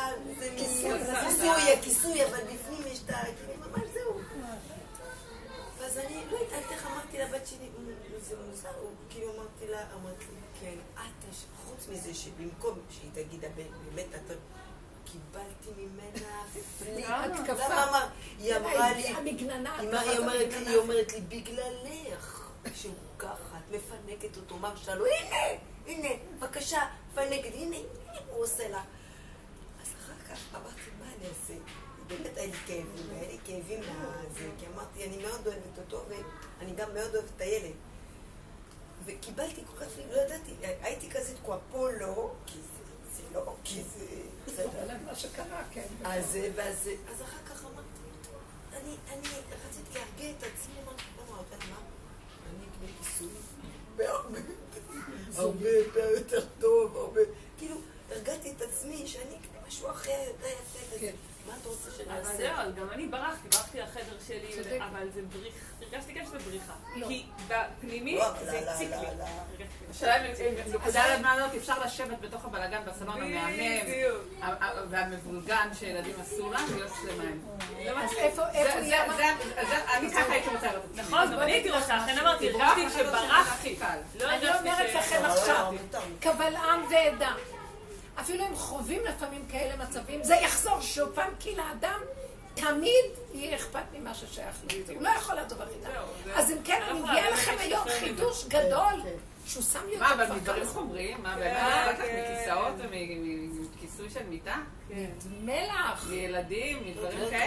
Speaker 1: הכיסוי, אבל בפנים יש את ממש זהו. אז אני לא יודעת איך אמרתי לבת שלי, זה מוזר, כאילו אמרתי לה, כן, חוץ מזה שבמקום שהיא תגיד, באמת אתה... קיבלתי ממנה
Speaker 3: התקפה.
Speaker 1: היא אמרה לי,
Speaker 3: היא
Speaker 1: אומרת לי, בגללך שהוא ככה, את מפנקת אותו, מרשה לו, הנה, בבקשה, פנקת, הנה, הוא עושה לה. אז אחר כך אמרתי, מה אני אעשה? באמת היה לי כאבים לזה, כי אמרתי, אני מאוד אוהבת אותו, ואני גם מאוד אוהבת את הילד. וקיבלתי כל כך, לא ידעתי, הייתי כזה תקועה פה לא, כי זה...
Speaker 3: זה מה שקרה, כן.
Speaker 1: אז אחר כך אמרתי, אני רציתי להרגיע את עצמי, אמרתי, מה? אני אקנה כיסוי הרבה יותר טוב, כאילו, הרגעתי את עצמי שאני אקנה משהו אחר, יותר יפה כזה. מה אתה רוצה שאני אעשה?
Speaker 7: אבל זהו, גם אני ברחתי לחדר שלי, אבל זה בריחה, הרגשתי גם שזה בריחה. כי בפנימית זה הציק לי.
Speaker 5: השאלה אם נקודה למה הזאת אפשר לשבת בתוך הבלגן בסלון המהמם והמבולגן שילדים עשו לה ולהיות שלמיים.
Speaker 3: אז איפה יהיה?
Speaker 5: אני ככה הייתי רוצה לראות.
Speaker 7: נכון, אני הייתי רוצה, לכן אמרתי, הרגשתי שברחתי.
Speaker 3: אני אומרת לכם עכשיו, קבל עם ועדה. אפילו הם חווים לפעמים כאלה מצבים, זה יחזור שוב פעם, כי לאדם תמיד יהיה אכפת ממה ששייך לו. הוא לא יכול לעזוב החידה. אז אם כן, אני מגיעה לכם היום חידוש גדול, שהוא שם יותר
Speaker 5: מה, אבל מדברים חומרים? מה, באמת? מכיסאות ומכיסוי של מיטה?
Speaker 3: מלח.
Speaker 5: מילדים, מדברים כאלה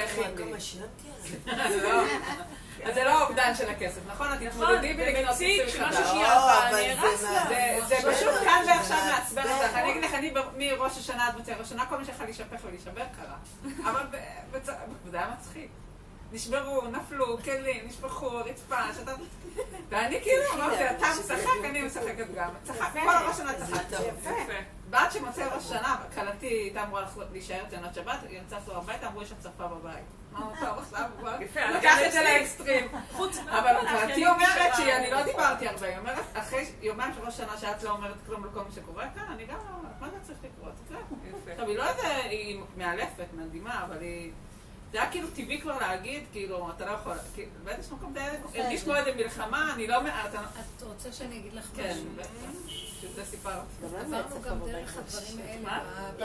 Speaker 5: הכין לי.
Speaker 1: כמה שילמתי על זה?
Speaker 5: אז זה לא האובדן של הכסף, נכון? את תתמודדי ולקנות
Speaker 7: מציג
Speaker 5: כסף
Speaker 7: שמשהו
Speaker 5: מחדש.
Speaker 7: שהיא אהבה, נהרס לה.
Speaker 5: זה פשוט כאן ועכשיו מעצבן אותך. אני אגיד לך, אני מראש השנה עד מוצאי ראש השנה, כל מי שיכול להישפך ולהישבר קרה. אבל זה היה מצחיק. נשברו, נפלו, כלים, נשפכו, רצפה, שתת... ואני כאילו אמרתי, אתה משחק, אני משחקת גם. צחק, כל ראש שנה צחקתי. יפה. בעד שמוצאי ראש שנה, קלטתי, הייתה אמורה להישאר תנות שבת, היא יצאה לו הביתה, אמרו יש הצפה בבית. מה טוב, עכשיו הוא לקח את זה לאקסטרים. אבל היא אומרת שאני לא דיברתי הרבה, היא אומרת, אחרי יומיים של ראש שנה שאת לא אומרת כלום לכל מי שקורה כאן, אני גם לא, מה זה צריך לקרות? עכשיו, היא לא איזה, היא מאלפת, מהדימה, אבל היא... זה היה כאילו טבעי כבר להגיד, כאילו, אתה לא יכול... באיזשהו מקום זה הרגיש כמו איזה מלחמה, אני לא...
Speaker 3: את רוצה שאני אגיד לך משהו?
Speaker 5: כן, שזה סיפרת.
Speaker 3: עברנו גם דרך הדברים האלה.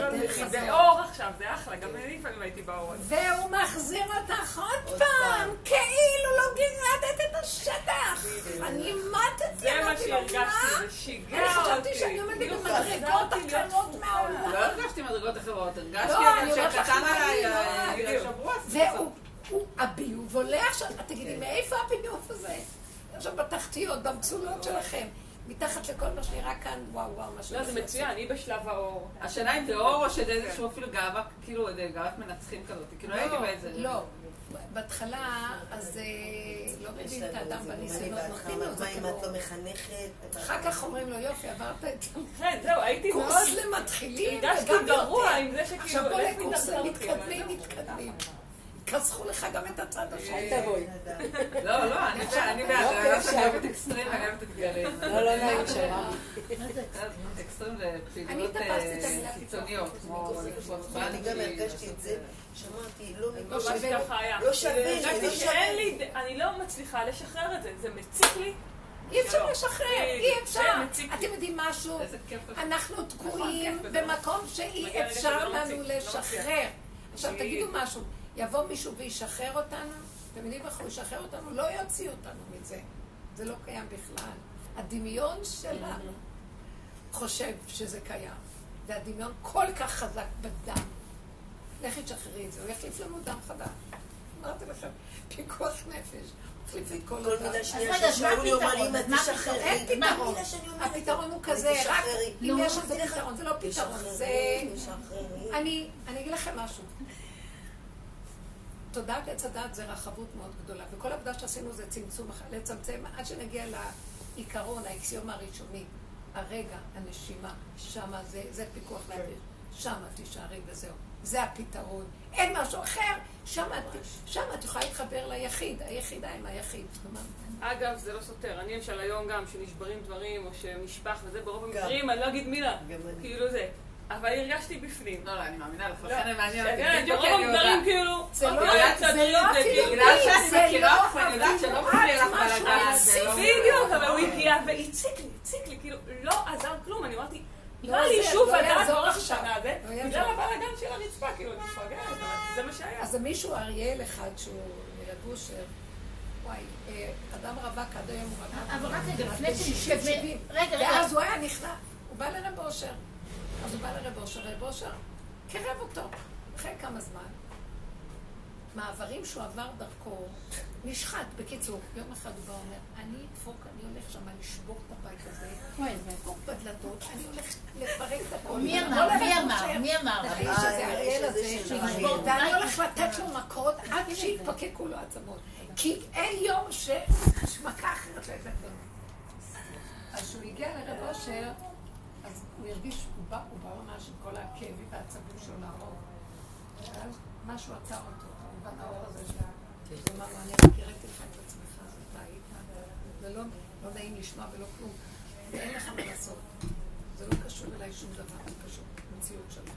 Speaker 7: זה אור עכשיו, זה אחלה, גם אני לפעמים הייתי באור.
Speaker 3: והוא מחזיר אותך עוד פעם, כאילו לא גירדת את השטח. אני מתתי,
Speaker 7: זה מה שהרגשתי, זה שיגע אותי.
Speaker 3: אני חשבתי שאני עומדת במדרגות אחרות מהעולם.
Speaker 5: לא הרגשתי מדרגות אחרות, הרגשתי שקטן עליי שבוע.
Speaker 3: והוא הביוב עולה עכשיו, תגידי, מאיפה הביוב הזה? עכשיו בתחתיות, במצולות שלכם. מתחת לכל מה שנראה כאן, וואו, משהו.
Speaker 7: לא, זה מצוין, אני בשלב האור.
Speaker 5: השאלה אם זה אור או שזה איזשהו אפילו גאווה, כאילו גאוות מנצחים כזאת, כאילו הייתי באיזה...
Speaker 3: לא, בהתחלה, אז לא מבין את האדם בניסיונות, נותנים לו את זה כמו...
Speaker 1: מה אם את לא מחנכת?
Speaker 3: אחר כך אומרים לו, יופי, עברת את זה.
Speaker 7: כן, זהו, הייתי מאוד...
Speaker 3: קורס למתחילים,
Speaker 7: הרגשתי גרוע עם זה שכאילו...
Speaker 3: עכשיו בוא לקורס מתקדמים. כסחו לך גם את הצד השני.
Speaker 1: תבואי.
Speaker 5: לא, אני בעד, אני אוהבת אקסטרים, אני אוהבת אתגרים.
Speaker 1: לא נעים שם.
Speaker 5: אקסטרים זה פעילות קיצוניות, כמו לקפוץ בנג'י.
Speaker 1: אני גם הרגשתי את זה, שמעתי,
Speaker 7: לא שווה.
Speaker 1: לא שווה.
Speaker 7: הרגשתי שאין לי, אני לא מצליחה לשחרר את זה, זה מציק לי.
Speaker 3: אי אפשר לשחרר, אי אפשר. אתם יודעים משהו? אנחנו תקועים במקום שאי אפשר לנו לשחרר. עכשיו תגידו משהו. יבוא מישהו וישחרר אותנו, אתם יודעים איך הוא ישחרר אותנו? לא יוציא אותנו מזה. זה לא קיים בכלל. הדמיון שלה חושב שזה קיים. והדמיון כל כך חזק בדם. לכי תשחררי את זה, הוא יחליף לנו דם חדש. אמרתי לכם, פיקוח נפש. החליף את כל הדם.
Speaker 1: כל מילה שנייה ששאולי אומר לי, אם את תשחררי.
Speaker 3: אין פתרון. הפתרון הוא כזה, רק אם יש איזה פתרון. זה לא פתרון, זה... אני אגיד לכם משהו. תודעת עץ הדת זה רחבות מאוד גדולה, וכל עבודה שעשינו זה לצמצם עד שנגיע לעיקרון, האקסיומה הראשונית, הרגע, הנשימה, שמה זה פיקוח נפש, שמה תישארי וזהו, זה הפתרון, אין משהו אחר, שמה את יכולה להתחבר ליחיד, היחידה עם היחיד.
Speaker 7: אגב, זה לא סותר, אני למשל היום גם שנשברים דברים או שנשפך וזה ברוב המקרים, אני לא אגיד מילה, כאילו זה. אבל הרגשתי בפנים.
Speaker 5: לא, אני מאמינה לך, לכן אני מעניין אותי.
Speaker 7: ברוב הדברים כאילו...
Speaker 3: זה לא אפילו
Speaker 5: בגלל שאני מכירה אותך, אני יודעת שלא מפריע לך בלגן.
Speaker 7: בדיוק, אבל הוא הגיע והציק לי, כאילו, לא עזר כלום, אני אמרתי, נראה לי שוב הדעת באורך השנה הזה, בגלל הבלגן של הרצפה, כאילו, אני מפרגנת, זה מה שהיה.
Speaker 3: אז מישהו אריאל אחד שהוא מלבושר, וואי, אדם רווק עד היום הוא רווק.
Speaker 8: אבל רק רגע, לפני שנשכבים,
Speaker 3: ואז הוא היה נכנע, הוא בא לרב אושר. אז הוא בא לרב אושר, רב אושר קרב אותו. אחרי כמה זמן, מעברים שהוא עבר דרכו, נשחט. בקיצור, יום אחד הוא בא ואומר, אני אדפוק, אני הולך שם לשבור את הבית הזה, לדפוק בדלתות, אני הולך לפרק את הכל.
Speaker 8: מי אמר?
Speaker 3: האיש הזה, אריאל הזה, ואני הולך לתת לו מכות עד שיתפקקו לו עצמות. כי אין יום שמכה אחרת לא ידעת לנו. אז כשהוא הגיע לרב אושר, אז הוא הרגיש, הוא בא ממש עם כל הכאבים והעצבים שלו לאור. ואז משהו עצר אותו, הוא בא לאור הזה שלו. הוא אמר לו, אני רק הראיתי לך את עצמך, אתה היית, ולא נעים לשמוע ולא כלום. ואין לך מה לעשות. זה לא קשור אליי שום דבר, זה קשור למציאות שלך.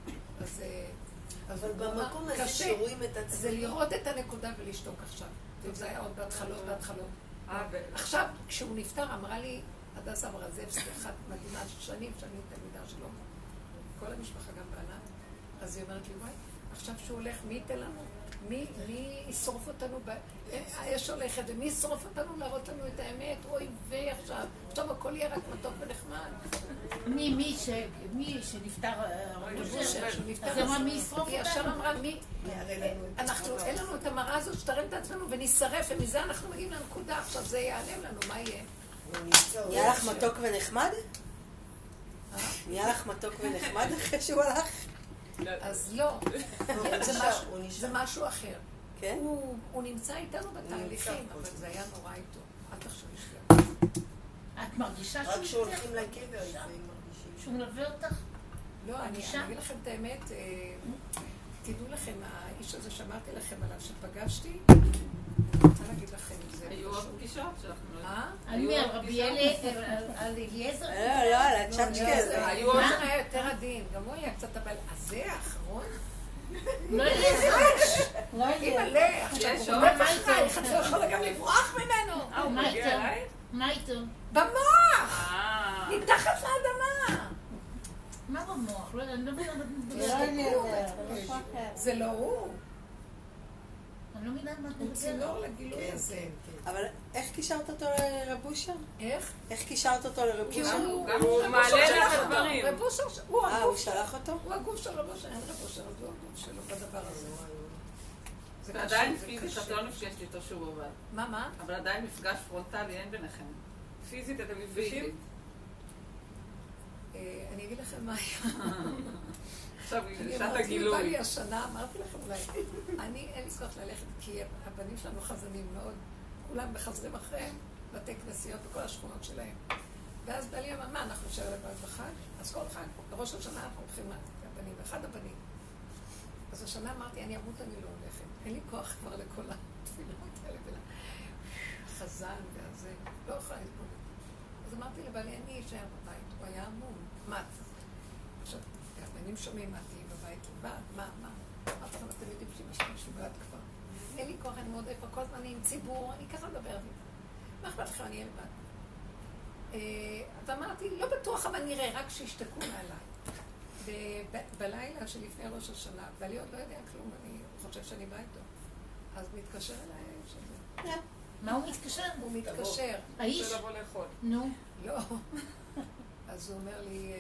Speaker 1: אבל במקום הזה שרואים את עצמך.
Speaker 3: זה לראות את הנקודה ולשתוק עכשיו. וזה היה עוד בהתחלות. עכשיו, כשהוא נפטר, אמרה לי, הדס אברזבסקי, אחת מדהימה שנים שאני תלמידה שלו, כל המשפחה גם בעלה, אז היא אומרת לי, וואי, עכשיו שהוא הולך, מי ייתן לנו? מי ישרוף אותנו? האש הולכת, ומי ישרוף אותנו להראות לנו את האמת? אוי, ועכשיו הכל יהיה רק מתוק ונחמד.
Speaker 8: מי שנפטר, אז אמרה מי ישרוף אותנו?
Speaker 3: היא ישר אמרה, אנחנו המראה הזאת שתרים את עצמנו ונשרף, ומזה אנחנו מגיעים לנקודה. עכשיו זה ייעלם לנו, מה יהיה?
Speaker 1: נהיה לך מתוק ונחמד? נהיה לך מתוק ונחמד אחרי שהוא הלך?
Speaker 3: אז לא, זה משהו אחר.
Speaker 1: כן?
Speaker 3: הוא נמצא איתנו בתהליכים, אבל זה היה נורא איתו. אל תחשבי שלא.
Speaker 8: את מרגישה
Speaker 1: רק שהולכים לקבר,
Speaker 8: שהוא מלווה אותך?
Speaker 3: לא, אני אגיד לכם את האמת, תדעו לכם, האיש הזה שאמרתי לכם עליו שפגשתי, אני רוצה להגיד לכם, זה...
Speaker 5: היו עוד פגישות שאנחנו...
Speaker 8: אני על רבי אליעזר?
Speaker 1: לא, על הצ'אצ'קה הזה.
Speaker 3: היו עוד היה יותר עדין, גם הוא היה קצת, אבל הזה האחרון?
Speaker 8: לא אליעזר.
Speaker 3: היא מלא, עכשיו הוא רואה בחייך, את לא יכולה גם לברוח ממנו.
Speaker 8: מה איתו? מה איתו?
Speaker 3: במוח! מתחת לאדמה!
Speaker 8: מה במוח? אני לא מבינה.
Speaker 3: זה לא הוא.
Speaker 8: אני לא מבינה מה אתה
Speaker 3: הוא צינור לגילוי הזה.
Speaker 1: אבל איך קישרת אותו לרבושה?
Speaker 3: איך?
Speaker 1: איך קישרת אותו לרבושה?
Speaker 5: הוא מעלה לך דברים.
Speaker 1: הוא שלח אותו?
Speaker 3: הוא הגוף של רבושה, אין רבושה, הוא הגוף שלו בדבר הזה.
Speaker 5: ועדיין פיזית, אתה לא נפגשת איתו שוב אבל.
Speaker 3: מה?
Speaker 5: אבל עדיין מפגש פרונטלי, אין ביניכם. פיזית אתם מפגשים?
Speaker 3: אני אגיד לכם מה היה.
Speaker 5: עכשיו, שעת
Speaker 3: בא
Speaker 5: הגילוי.
Speaker 3: לי השנה, אמרתי לכם אולי, אין לי כוח ללכת, כי הבנים שלנו חזנים מאוד, כולם מחזרים אחריהם בתי כנסיות בכל השכונות שלהם. ואז בא לי אמר, מה, אנחנו נשאר לבד בחג? אז כל חג, בראש השנה אנחנו הולכים לבנים, אחד הבנים. אז השנה אמרתי, אני אמות, אני לא הולכת. אין לי כוח כבר לכל התפילות האלה, חזן והזה, לא יכולה לסבול. אז אמרתי לבעלי, אני אשאר בבית, הוא היה המום, מת. עכשיו, הבנים שומעים, את תהיי בבית לבד, מה? אמרתי לכם, אתם יודעים שאמא שלי משוגעת כבר. אין לי כוח, אני מאוד איפה, כל הזמן אני עם ציבור, אני ככה מדבר איתה. מה אכפת לכם, אני אהיה לבד. ואמרתי, לא בטוח, אבל נראה, רק שישתקו מעליי. בלילה שלפני ראש השנה, ואני עוד לא יודע כלום, אני חושב שאני באה איתו. אז מתקשר אליי שזה.
Speaker 8: מה הוא מתקשר?
Speaker 3: הוא מתקשר.
Speaker 8: האיש?
Speaker 5: רוצה לבוא לאכול.
Speaker 8: נו.
Speaker 3: לא. אז הוא אומר לי,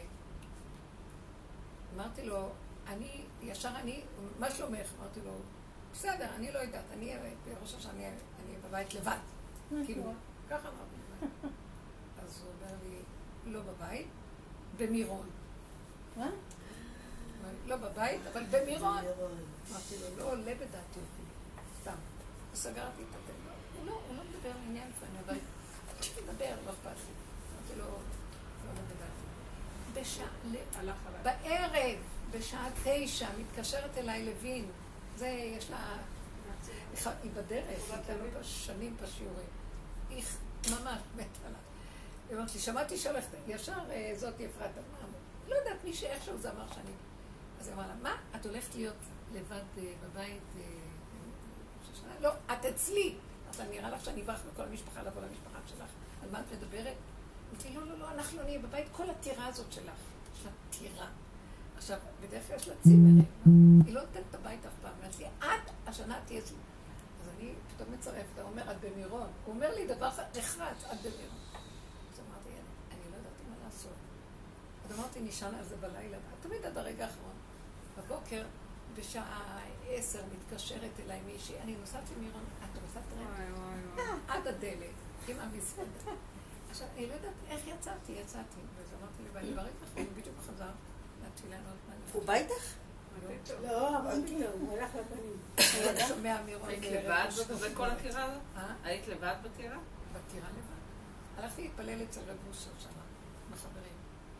Speaker 3: אמרתי לו, אני, מה שלומך? אמרתי לו, בסדר, אני לא יודעת, אני בראש השנה, אני בבית לבד. כאילו, ככה אמרתי לבד. אז הוא אומר לי, לא בבית, במירון.
Speaker 8: מה?
Speaker 3: לא בבית, אבל במירון. אמרתי לו, לא עולה בדעתי אותי. סתם. סגרתי את הטבע. הוא לא מדבר עניין לפני, אבל תדבר, לא אכפת לי. אמרתי לו, לא בדעתי. בערב, בשעה 9, מתקשרת אליי לוין. זה, יש לה... היא בדרך, היא איתנו שנים בשיעורים. היא ממש מתה עליו. היא אומרת לי, שמעתי שהולכת, ישר זאת יפרת, לא יודעת מי שאיכשהו זה אמר שאני... אז היא אמרה לה, מה? את הולכת להיות לבד בבית? לא, את אצלי. אבל נראה לך שאני אברח מכל המשפחה לבוא למשפחה שלך. על מה את מדברת? אמרתי, לא, אנחנו לא נהיה בבית, כל הטירה הזאת שלך. יש לה טירה. עכשיו, בדרך כלל יש לה צימרים. היא לא נותנת את הבית אף פעם. אמרתי, את השנה תהיה זו. אז אני פתאום מצרפת, הוא אומר, את במירון. הוא אומר לי דבר נחרץ, את במירון. אז אמרתי, אני לא יודעת מה לעשות. אז אמרתי, נשאל על זה בלילה. תמיד עד הרגע האחרון. בבוקר, בשעה 10 מתקשרת אליי מישהי, אני נוסעת למירון, את נוסעת רגע? עד הדלת, עם המזוודה. עכשיו, אני לא יודעת איך יצאתי. ואז אמרתי לי, ואני ברגע האחרון, בדיוק חזר להתפילה עוד מעט.
Speaker 1: הוא בא איתך?
Speaker 4: לא, אבל הוא הלך לבנים.
Speaker 3: הוא שומע מירון.
Speaker 5: היית לבד בזה כל הטירה הזאת? היית לבד בטירה?
Speaker 3: בטירה לבד. הלכתי להתפלל אצל רבושה שם, מחברים.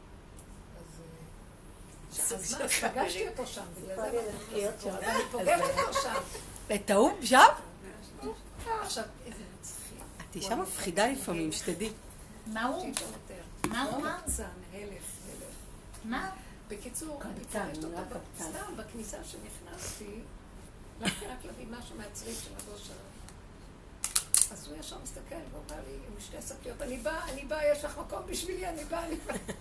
Speaker 3: אז מה, פגשתי אותו שם, בגלל זה אני פוגשת אותו שם.
Speaker 1: את ההוא שם?
Speaker 3: עכשיו, איזה מצחיק.
Speaker 1: את אישה מפחידה לפעמים, שתדעי.
Speaker 8: מה הוא? מה הוא?
Speaker 3: קבצן, הלך.
Speaker 8: מה?
Speaker 3: בקיצור, אני פגשת אותו סתם, בכניסה שנכנסתי, הלכתי רק להביא משהו מהצריף של הבושר. אז הוא ישר מסתכל ואומר לי, עם שתי שקיות, אני באה, יש לך מקום בשבילי, אני באה.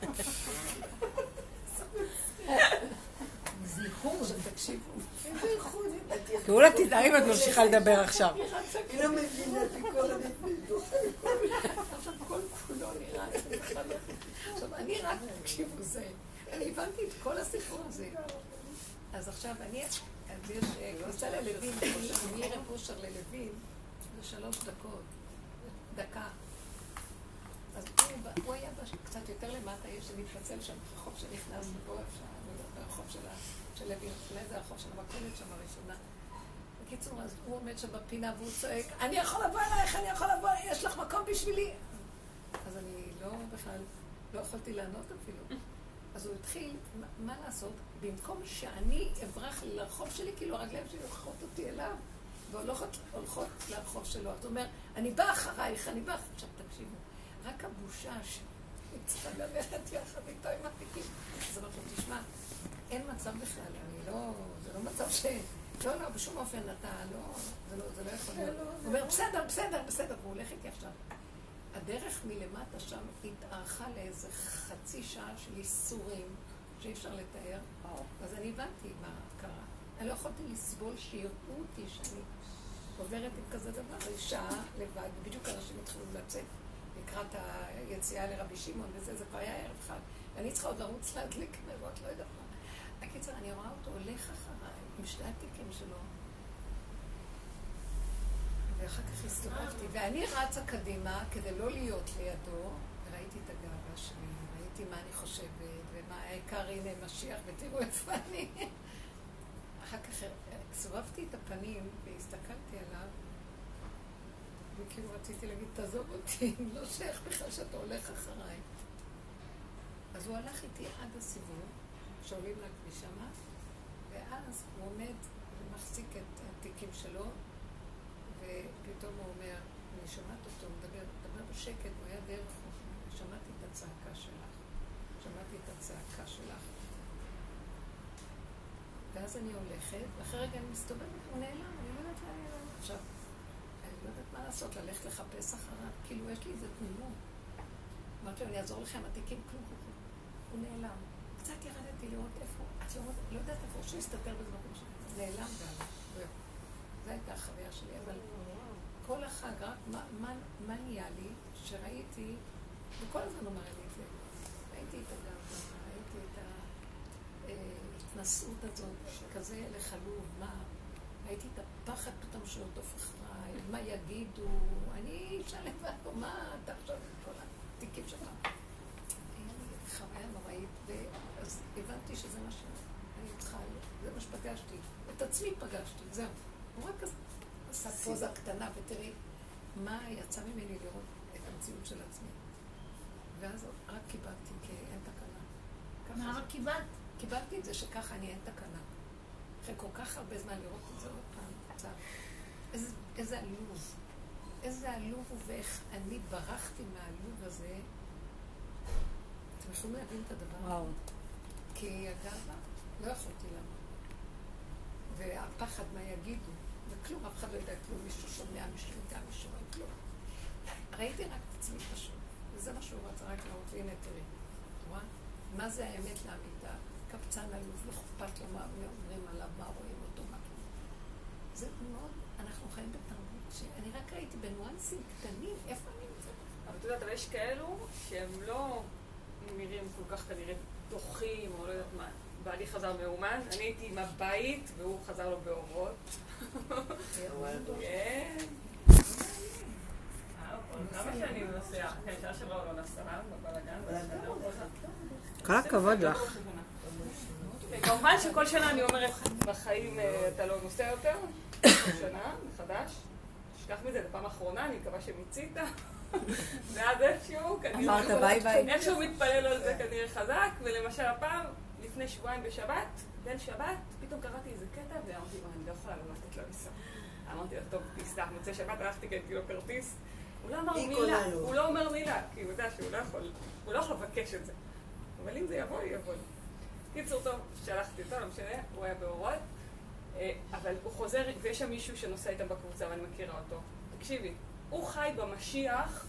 Speaker 8: זה איחוד.
Speaker 3: תקשיבו. איזה איחוד.
Speaker 1: תראו לה תדעי אם את ממשיכה לדבר עכשיו.
Speaker 3: היא לא מבינה את כל הנפלדות. עכשיו כל כולו נראה. עכשיו אני רק, תקשיבו זה. אני הבנתי את כל הסיפור הזה. אז עכשיו אני, יש כניסה ללווין, כמו שאני רב אושר ללוין, זה 3 דקות, דקה. אז הוא היה קצת יותר למטה, יש שמתפצל שם ברחוב שנכנס לבוא אפשר, ברחוב של לוין, אולי זה הרחוב של המכולת שם הראשונה. בקיצור, אז הוא עומד שם בפינה והוא צועק, אני יכול לבוא אלייך, אני יכול לבוא, יש לך מקום בשבילי. אז אני בכלל לא יכולתי לענות אפילו. אז הוא התחיל, מה לעשות? במקום שאני אברח לרחוב שלי, כאילו הרגליים שלי הולכות אותי אליו, והולכות לרחוב שלו. אז הוא אומר, אני בא אחרייך, אני בא אחרייך. עכשיו תקשיבו, רק הבושה שאני צריכה ללכת יחד איתו עם התיקים. אז אמרתי, תשמע, אין מצב בכלל, זה לא מצב לא, בשום אופן אתה זה לא יכול להיות. הוא אומר, בסדר, והוא הולך איתי עכשיו. הדרך מלמטה שם התארכה לאיזה חצי שעה של איסורים שאי אפשר לתאר. אז אני הבנתי מה קרה. אני לא יכולתי לסבול שיראו אותי שאני עוברת עם כזה דבר, שעה לבד, ובדיוק אנשים התחילו לצאת לקראת היציאה לרבי שמעון וזה, זה כבר היה ערב חג. ואני צריכה עוד לרוץ להדליק נרות, לא יודעת מה. בקיצור, אני רואה אותו הולך אחריי עם 2 התיקים שלו. ואחר כך הסתובבתי, ואני רצה קדימה כדי לא להיות לידו, וראיתי את הגאווה שלי, ראיתי מה אני חושבת, ומה העיקר, הנה משיח, ותראו איפה אני. אחר כך סובבתי את הפנים והסתכלתי עליו, וכאילו רציתי להגיד, תעזוב אותי, לא שייך בכלל שאתה הולך אחריי. אז הוא הלך איתי עד הסיבוב, שעולים לכביש שמה, ואז הוא עומד ומחזיק את התיקים שלו, ופתאום הוא אומר, אני שומעת אותו, מדבר בשקט, הוא היה דרך, שמעתי את הצעקה שלך. ואז אני הולכת, ואחרי רגע אני מסתובבת, הוא נעלם, אני לא יודעת לאן נעלם. עכשיו, אני לא יודעת מה לעשות, ללכת לחפש אחריו, כאילו יש לי איזה תמימות. אמרתי לו, אני אעזור לכם, התיקים כלום. הוא נעלם. קצת ירדתי לראות איפה, את לא יודעת איפה, שהוא הסתתר בזה מקום שלי. נעלם גם. זו הייתה החוויה שלי, אבל כל החג, רק מה נהיה לי, שראיתי, וכל הזמן אומר לי את זה, ראיתי את הגאווה, ראיתי את ההתנסות הזאת, כזה לחלוב, ראיתי את הפחד פתאום שעוטוף אחריי, מה יגידו, אני אשאל לבד, מה אתה עכשיו את כל התיקים שלך. חוויה נוראית, ואז הבנתי שזה מה שאני צריכה, זה מה שפגשתי, את עצמי פגשתי, זהו. הוא רק עשה פוזה קטנה, ותראי מה יצא ממני לראות את המציאות של עצמי. ואז רק קיבלתי, כי אין תקנה.
Speaker 8: מה רק קיבלת?
Speaker 3: קיבלתי את זה שככה אני אין תקנה. אחרי כל כך הרבה זמן לראות את זה עוד פעם, קצת. איזה עלוב הוא ואיך אני ברחתי מהעלוב הזה. אתם יכולים להבין את הדבר הזה? כי הגאווה לא יכולתי לעמוד. והפחד מה יגידו, וכלום, אף אחד לא יודע כלום, מישהו שומע, מישהו יודע, מישהו לא כלום. ראיתי רק את עצמי פשוט, וזה מה שהוא רצה רק לראות, והנה תראי, רואה? מה זה האמת לאמיתה? קבצן עלוב, לא אכפת לו מה אומרים עליו, מה רואים אותו, מה כלום. זה מאוד, אנחנו חיים בתרבות שאני רק ראיתי בנואנסים קטנים, איפה אני נמצאת?
Speaker 7: אבל אתה יודעת, אבל יש כאלו שהם לא נראים כל כך כנראה דוחים, או לא יודעת מה. בעלי חזר מאומן, אני הייתי עם הבית, והוא חזר לו באורות. כן. כמה שאני נוסע, כן, שעה שברה הוא לא נסע, בבלגן.
Speaker 1: כל הכבוד לך.
Speaker 7: כמובן שכל שנה אני אומרת, בחיים אתה לא נוסע יותר, כל שנה, מחדש. תשכח מזה, לפעם האחרונה, אני מקווה שמיצית. ואז איכשהו,
Speaker 1: אמרת ביי ביי.
Speaker 7: איכשהו מתפלל על זה כנראה חזק, ולמשל הפעם, לפני שבועיים בשבת, בין שבת, פתאום קראתי איזה קטע, ואמרתי, אני לא יכולה לא לתת לו לנסוע. אמרתי לו, טוב, תסלח, מוצא שבת, הלכתי קראתי לו כרטיס. הוא לא אמר מילה, הוא לא אומר מילה, כי הוא יודע שהוא לא יכול לבקש את זה. אבל אם זה יבוא, יבוא. קיצור טוב, שלחתי אותו, לא משנה, הוא היה באורות, אבל הוא חוזר, ויש שם מישהו שנוסע איתם בקבוצה, ואני מכירה אותו. תקשיבי, הוא חי במשיח,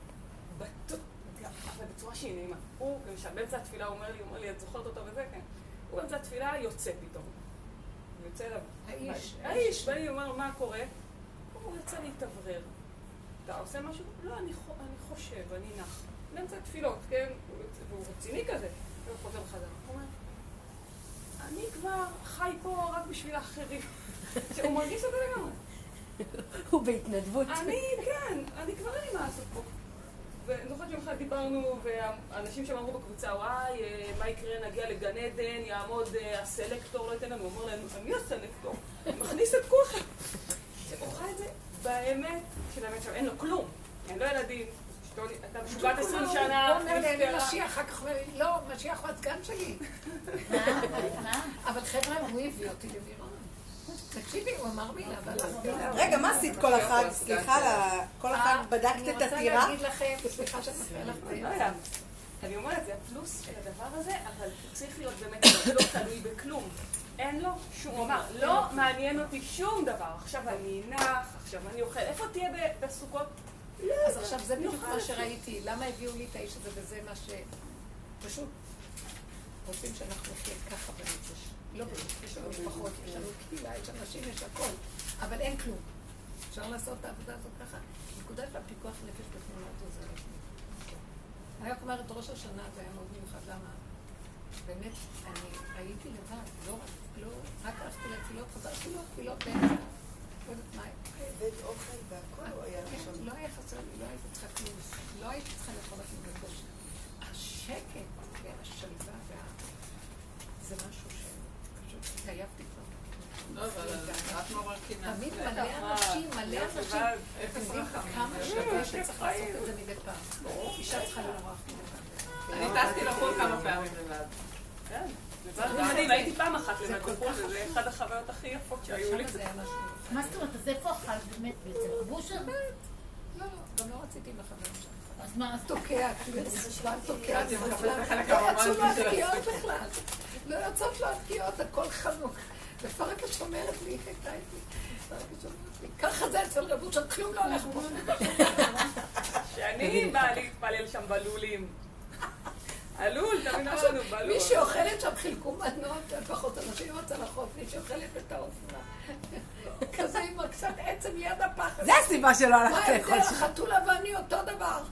Speaker 7: אבל בצורה שהיא נעימה. הוא, למשל, באמצע התפילה, הוא אומר לי, את זוכרת אותו וזה, כן. הוא באמצע התפילה יוצא פתאום. הוא יוצא אליו. האיש, ואני אומר לו, מה קורה? הוא יוצא להתאוורר. אתה עושה משהו? לא, אני חושב, אני נח. באמצע התפילות, כן? והוא רציני כזה. והוא חוזר בחזרה. הוא אומר, אני כבר חי פה רק בשביל האחרים. הוא מרגיש את זה לגמרי.
Speaker 6: הוא בהתנדבות.
Speaker 7: כן, אני כבר אין לי מה לעשות פה. ואני זוכרת שיום אחד דיברנו, והאנשים שם אמרו בקבוצה, וואי, מה יקרה, נגיע לגן עדן, יעמוד הסלקטור, לא ייתן לנו, הוא אומר לנו, אני הסלקטור, מכניס את כולכם. הוא חי את זה באמת, שבאמת שם אין לו כלום, אין לו ילדים, אתה משוגעת 20 שנה,
Speaker 3: הוא אומר לי, אני משיח, אחר כך אומר לי, לא, משיח הוא הסגן שלי. אבל חבר'ה, הוא הביא אותי למירון. תקשיבי, הוא אמר מילה, אבל...
Speaker 1: רגע, מה עשית כל החג? סליחה, כל החג בדקת את הטירה?
Speaker 3: אני רוצה להגיד לכם, סליחה שאני מפריעה לך ביד.
Speaker 7: אני אומרת, זה הפלוס של הדבר הזה, אבל צריך להיות באמת לא תלוי בכלום. אין לו שום, הוא אמר, לא מעניין אותי שום דבר. עכשיו אני אנח, עכשיו אני אוכל. איפה תהיה בסוכות?
Speaker 3: אז עכשיו זה בדיוק מה שראיתי. למה הביאו לי את האיש הזה וזה מה ש... פשוט רוצים שאנחנו נחיה ככה בנפש. לא בנפש, יש לנו משפחות, יש לנו קהילה, יש אנשים, יש הכל. אבל אין כלום. אפשר לעשות את העבודה הזאת ככה. נקודה של הפיקוח נפש בתמונת עוזרת. אני רק אומרת, ראש השנה זה היה מאוד מיוחד. למה? באמת, אני הייתי לבד, לא, רק הלכתי לתפילות, חזרתי לו תפילות באמצע. לא יודעת מה.
Speaker 1: הבאת אוכל והכל הוא היה שם.
Speaker 3: לא היה חסר לי, לא הייתי צריכה כלום. לא הייתי צריכה לאכול אפילו בקושי. השקט והשלווה זה משהו שפשוט התעייבתי כבר.
Speaker 5: לא, אבל את נורא קינה.
Speaker 3: תמיד מלא אנשים, תמיד כמה שווה שצריך לעשות את זה מדי פעם. אישה צריכה לרוח מדי
Speaker 5: אני טסתי לחול כמה פעמים לבד.
Speaker 7: כן, לבד. הייתי פעם אחת לבד בחול, וזה אחד החוויות הכי יפות שהיו לי.
Speaker 8: מה זאת אומרת, אז איפה אכלת באמת בעצם? בושה?
Speaker 3: לא, גם לא רציתי עם החברים שם.
Speaker 8: אז מה?
Speaker 3: אז תוקע, תוקע, לא יצאו לו התקיעות בכלל. לא יוצאות לו התקיעות, הכל חנוק. ופרקה שומרת לי, הייתה איתי. פרקה שומרת לי. ככה זה אצל רבושות, כלום לא הולך פה.
Speaker 7: שאני באה להתפלל שם בלולים. הלול, תמיד אמרנו בלול.
Speaker 3: מי שאוכלת שם חילקו מתנות, פחות אנשים הצלחות, מי שאוכלת את האופנה. כזה עם קצת עצם יד הפח.
Speaker 1: זה הסיבה שלא הלכת לאכול.
Speaker 3: מה ההבדל? החתולה ואני אותו דבר.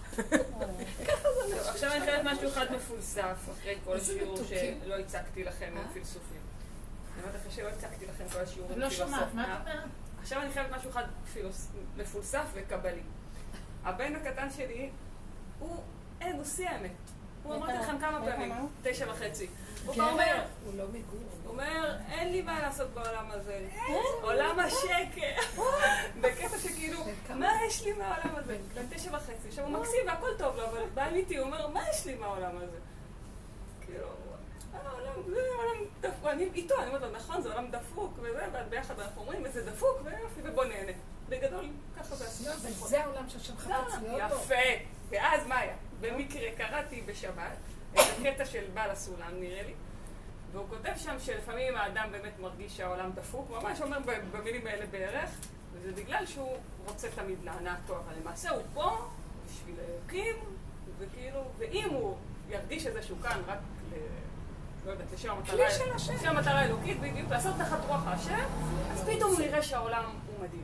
Speaker 3: ככה זה משהו.
Speaker 7: עכשיו אני חייבת משהו אחד מפולסף, אחרי כל השיעור שלא הצגתי לכם עם פילסופים. אני אומרת אחרי שלא הצגתי לכם כל השיעורים
Speaker 8: לא שומעת, מה אתה אומר?
Speaker 7: עכשיו אני חייבת משהו אחד מפולסף וקבלי. הבן הקטן שלי, הוא שיא האמת. הוא אמרתי לכם כמה פעמים, 9.5. הוא אומר,
Speaker 3: הוא לא מגור.
Speaker 7: הוא אומר, אין לי מה לעשות בעולם הזה. עולם השקר. בקטע שכאילו, מה יש לי מהעולם הזה? בן 9.5. עכשיו הוא מקסים והכל טוב לו, אבל באמיתי הוא אומר, מה יש לי מהעולם הזה? כאילו, זה עולם דפוק. אני איתו, אני אומרת לו, נכון, זה עולם דפוק, וזה, ואז ביחד אנחנו אומרים, וזה דפוק, ויופי, ובוא נהנה. בגדול, ככה זה עשייה.
Speaker 3: זה העולם שהשם חפץ להיות בו.
Speaker 7: יפה. ואז מה היה? במקרה קראתי בשבת את הקטע של בעל הסולם, נראה לי, והוא כותב שם שלפעמים האדם באמת מרגיש שהעולם דפוק, ממש אומר במילים האלה בערך, וזה בגלל שהוא רוצה תמיד להנאתו, אבל למעשה הוא פה בשביל אלוקים, וכאילו, ואם הוא ירגיש את זה שהוא כאן רק לא יודעת, לשם המטרה אלוקית, בדיוק, לעשות תחת רוח השם, אז פתאום הוא יראה שהעולם הוא מדהים.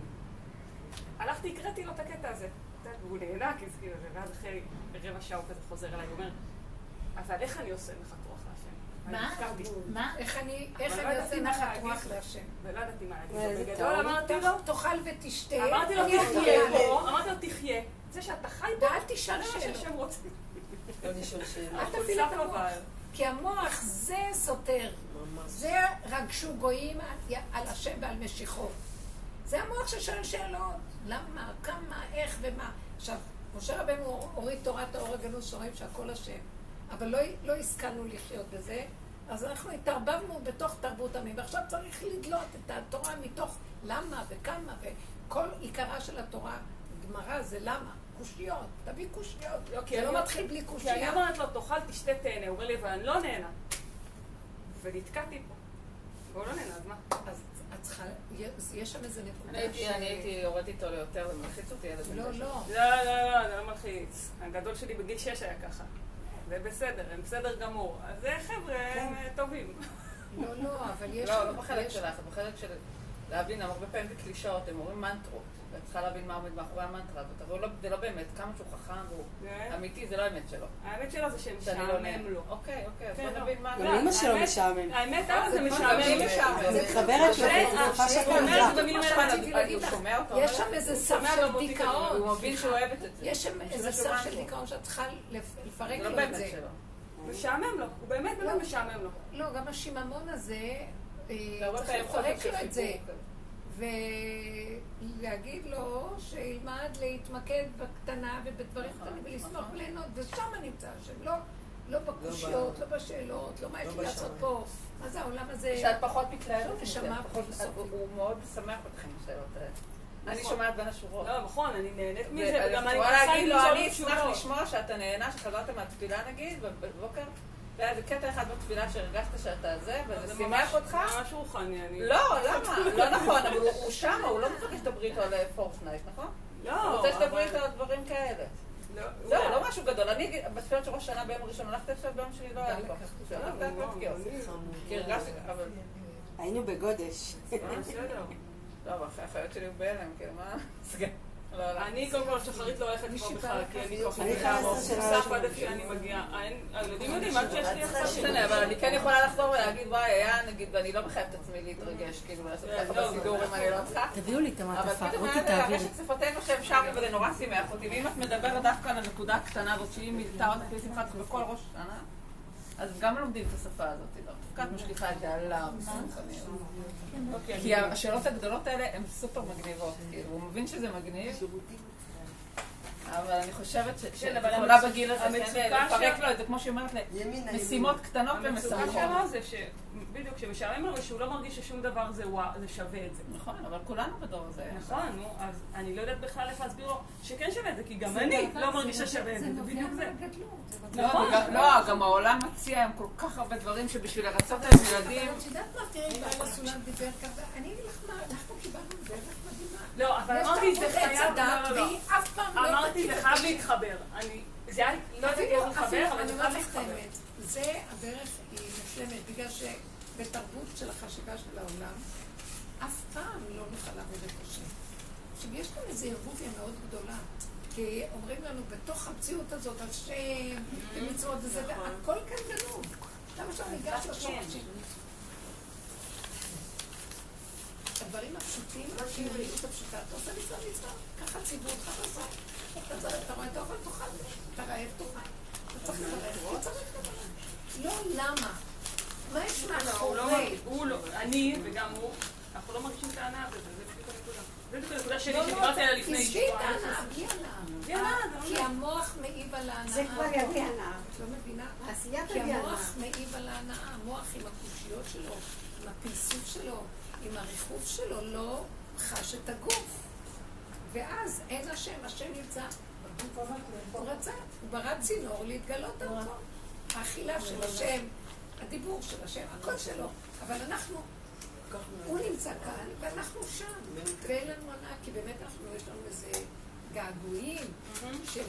Speaker 7: הלכתי, הקראתי לו את הקטע הזה. והוא נהנה, כי זה כאילו, ואז אחרי רבע שעה הוא כזה חוזר אליי, הוא אומר, אבל איך אני עושה נחת רוח להשם?
Speaker 3: מה? איך אני עושה נחת רוח להשם?
Speaker 7: ולא ידעתי מה להגיד. בגדול אמרתי לו,
Speaker 3: תאכל ותשתה.
Speaker 7: אמרתי לו, תחיה פה, אמרתי לו, תחיה. זה שאתה חי פה,
Speaker 3: ואל תשאל שאלות.
Speaker 7: שהשם רוצה.
Speaker 2: לא נשאל שאלות.
Speaker 3: אל תפיל את המוח. כי המוח זה סותר. זה רגשו גויים על השם ועל משיכו. זה המוח ששואל שאלות. למה, כמה, איך ומה. עכשיו, משה רבנו הוריד תורת האור הגנוז שרואים שהכל השם. אבל לא השכלנו לחיות בזה, אז אנחנו התערבבנו בתוך תרבות עמים, ועכשיו צריך לדלות את התורה מתוך למה וכמה, וכל עיקרה של התורה, גמרא זה למה. קושיות, תביא קושיות. זה לא מתחיל בלי קושיה.
Speaker 7: כי אני אומרת לו, תאכל, תשתה, תהנה. הוא אומר לי, אבל אני לא נהנה. ונתקעתי פה. והוא לא נהנה, אז מה?
Speaker 3: אז את צריכה, יש שם איזה נקודה
Speaker 5: אני הייתי יורדת איתו ליותר ומלחיץ אותי ילד.
Speaker 3: לא, לא.
Speaker 7: לא, זה לא מלחיץ. הגדול שלי בגיל 6 היה ככה. זה בסדר, הם בסדר גמור. אז זה חבר'ה, הם טובים.
Speaker 3: לא, אבל יש...
Speaker 5: לא בחלק שלך, בחלק של... להבין, הרבה פעמים בקלישאות, הם אומרים מנטרות, ואת צריכה להבין מה עומד מאחורי המנטרה הזאת, אבל זה לא באמת, כמה שהוא חכם והוא אמיתי, זה לא האמת שלו.
Speaker 7: האמת שלו זה שמשעמם לו.
Speaker 5: אוקיי, אז בוא נבין מה...
Speaker 2: גם אמא שלו משעמם.
Speaker 7: האמת זה משעמם.
Speaker 2: זה מתחברת לזה שאתה יודע.
Speaker 5: הוא שומע אותו.
Speaker 3: יש שם איזה סף של דיכאון.
Speaker 5: הוא מבין שהוא אוהבת את זה.
Speaker 3: יש שם איזה סף של דיכאון שאת צריכה לפרק לו את זה.
Speaker 7: משעמם לו, הוא באמת משעמם לו.
Speaker 3: לא, גם השיממון הזה, צריך לפרק לו את זה. ולהגיד לו שילמד להתמקד בקטנה ובדברים קטנים ולשמוח וליהנות, ושם נמצא השם, לא בקושיות, לא בשאלות, לא מה יש לי לעשות פה, מה זה העולם הזה?
Speaker 5: שאת פחות מתלהבת
Speaker 3: מזה,
Speaker 5: הוא מאוד שמח אתכם בשאלות האלה. אני שומעת בין השורות.
Speaker 7: לא, נכון, אני נהנית מזה, וגם אני
Speaker 5: יכולה להגיד לו, אני אשמח לשמוע שאתה נהנה, שחזרת מהתפילה נגיד, בבוקר, והיה איזה קטע אחד בתפילה שהרגשת שאתה זה, וזה שימח אותך.
Speaker 7: זה ממש רוחני, אני...
Speaker 5: לא, למה? לא נכון, אבל הוא שם, הוא לא מבקש שתדברי איתו על פורטנייט, נכון?
Speaker 7: לא,
Speaker 5: הוא רוצה שתדברי איתו על דברים כאלה. זהו, לא משהו גדול. אני בתפילות של ראש שנה ביום ראשון, הלכתי עכשיו ביום שלי, לא היה לי כוח. כי הרגשתי, אבל...
Speaker 2: היינו בגודש.
Speaker 7: בסדר.
Speaker 5: טוב, החיות שלי הוא בהלם, כאילו, מה? סגן.
Speaker 7: אני קודם כל שחרית לא הולכת כבר בכלל, כי אני כוח
Speaker 2: אני 15 שנה
Speaker 7: סף עד איפה שאני מגיעה. הילדים יודעים, עד שיש לי עכשיו.
Speaker 5: אבל אני כן יכולה לחזור ולהגיד, וואי, היה, נגיד, ואני לא מחייבת את עצמי להתרגש, כאילו, לעשות ככה בסידור אם אני לא צריכה.
Speaker 6: תביאו לי את המעטפה,
Speaker 5: אבל
Speaker 6: רותי
Speaker 5: פתאום היה
Speaker 6: תעבירי.
Speaker 5: לרגש את שפתנו שהם שרו, וזה נורא שימח אותי. ואם את מדברת דווקא על הנקודה הקטנה הזאת, שהיא מילתה אותך לשמחת בכל ראש שנה, אז גם לומדים את השפה הזאת, לא? דווקא את משליחה את זה עליו. כי השאלות הגדולות האלה הן סופר מגניבות, כאילו, הוא מבין שזה מגניב, אבל אני חושבת שיכולה בגיל הזה, לפרק לו את זה, כמו שאומרת, משימות קטנות ומשמחות.
Speaker 7: המצוקה שלו זה בדיוק, כשמשעמם לו שהוא לא מרגיש ששום דבר זה שווה את זה.
Speaker 5: נכון, אבל כולנו בדור הזה.
Speaker 7: נכון, נו, אז אני לא יודעת בכלל איך להסביר לו שכן שווה את זה, כי גם אני לא מרגישה שווה את זה, זה בדיוק זה.
Speaker 5: לא, גם העולם מציע היום כל כך הרבה דברים שבשביל לרצות את הילדים...
Speaker 3: את יודעת מה, תראי, בעל הסולם דיבר ככה, אני אגיד לך מה, אנחנו קיבלנו את זה, איך מדהימה.
Speaker 7: לא, אבל אמרתי, זה חייב,
Speaker 3: והיא אף פעם לא...
Speaker 7: אמרתי, זה חייב להתחבר. זה היה, לא יודעת איך לחבר, אבל זה חייב להתחבר.
Speaker 3: זה הדרך היא משלמת, בגלל שבתרבות של החשיבה של העולם, אף פעם לא נוכל לעבוד את השם. עכשיו, יש כאן איזו ערבוביה מאוד גדולה, כי אומרים לנו, בתוך המציאות הזאת, השם, ומצוות וזה, והכל כאן גנוב. למה שאני ניגש לשורשים? הדברים הפשוטים, הקיומיות הפשוטה, אתה עושה מצווה, ככה ציוו אותך לעשות. אתה רואה את האוכל, תאכל, אתה רעב, תאכל. אתה צריך לברך, צריך לברך. לא, למה? מה יש מאחורי?
Speaker 7: אני וגם הוא, אנחנו לא מרגישים את ההנאה בזה, זה בדיוק הנקודה. זה בדיוק הנקודה שלי, שדיברתי עליה לפני
Speaker 3: שבוע. תזכי את ההנאה, בלי הנאה. כי המוח מעיב על ההנאה.
Speaker 4: זה כבר יביא הנאה.
Speaker 3: את לא מבינה?
Speaker 4: עשיית
Speaker 3: כי
Speaker 4: יביא הנאה.
Speaker 3: המוח מעיב על ההנאה. המוח עם הקושיות שלו, עם הפלסוף שלו, עם הריחוף שלו, לא חש את הגוף. ואז אין השם, השם נמצא. הוא רצה, הוא ברא צינור להתגלות דרכו. האכילה של השם, הדיבור של השם, הכל שלו. אבל אנחנו, הוא נמצא כאן ואנחנו שם. ואין לנו הנאה, כי באמת יש לנו איזה געגועים של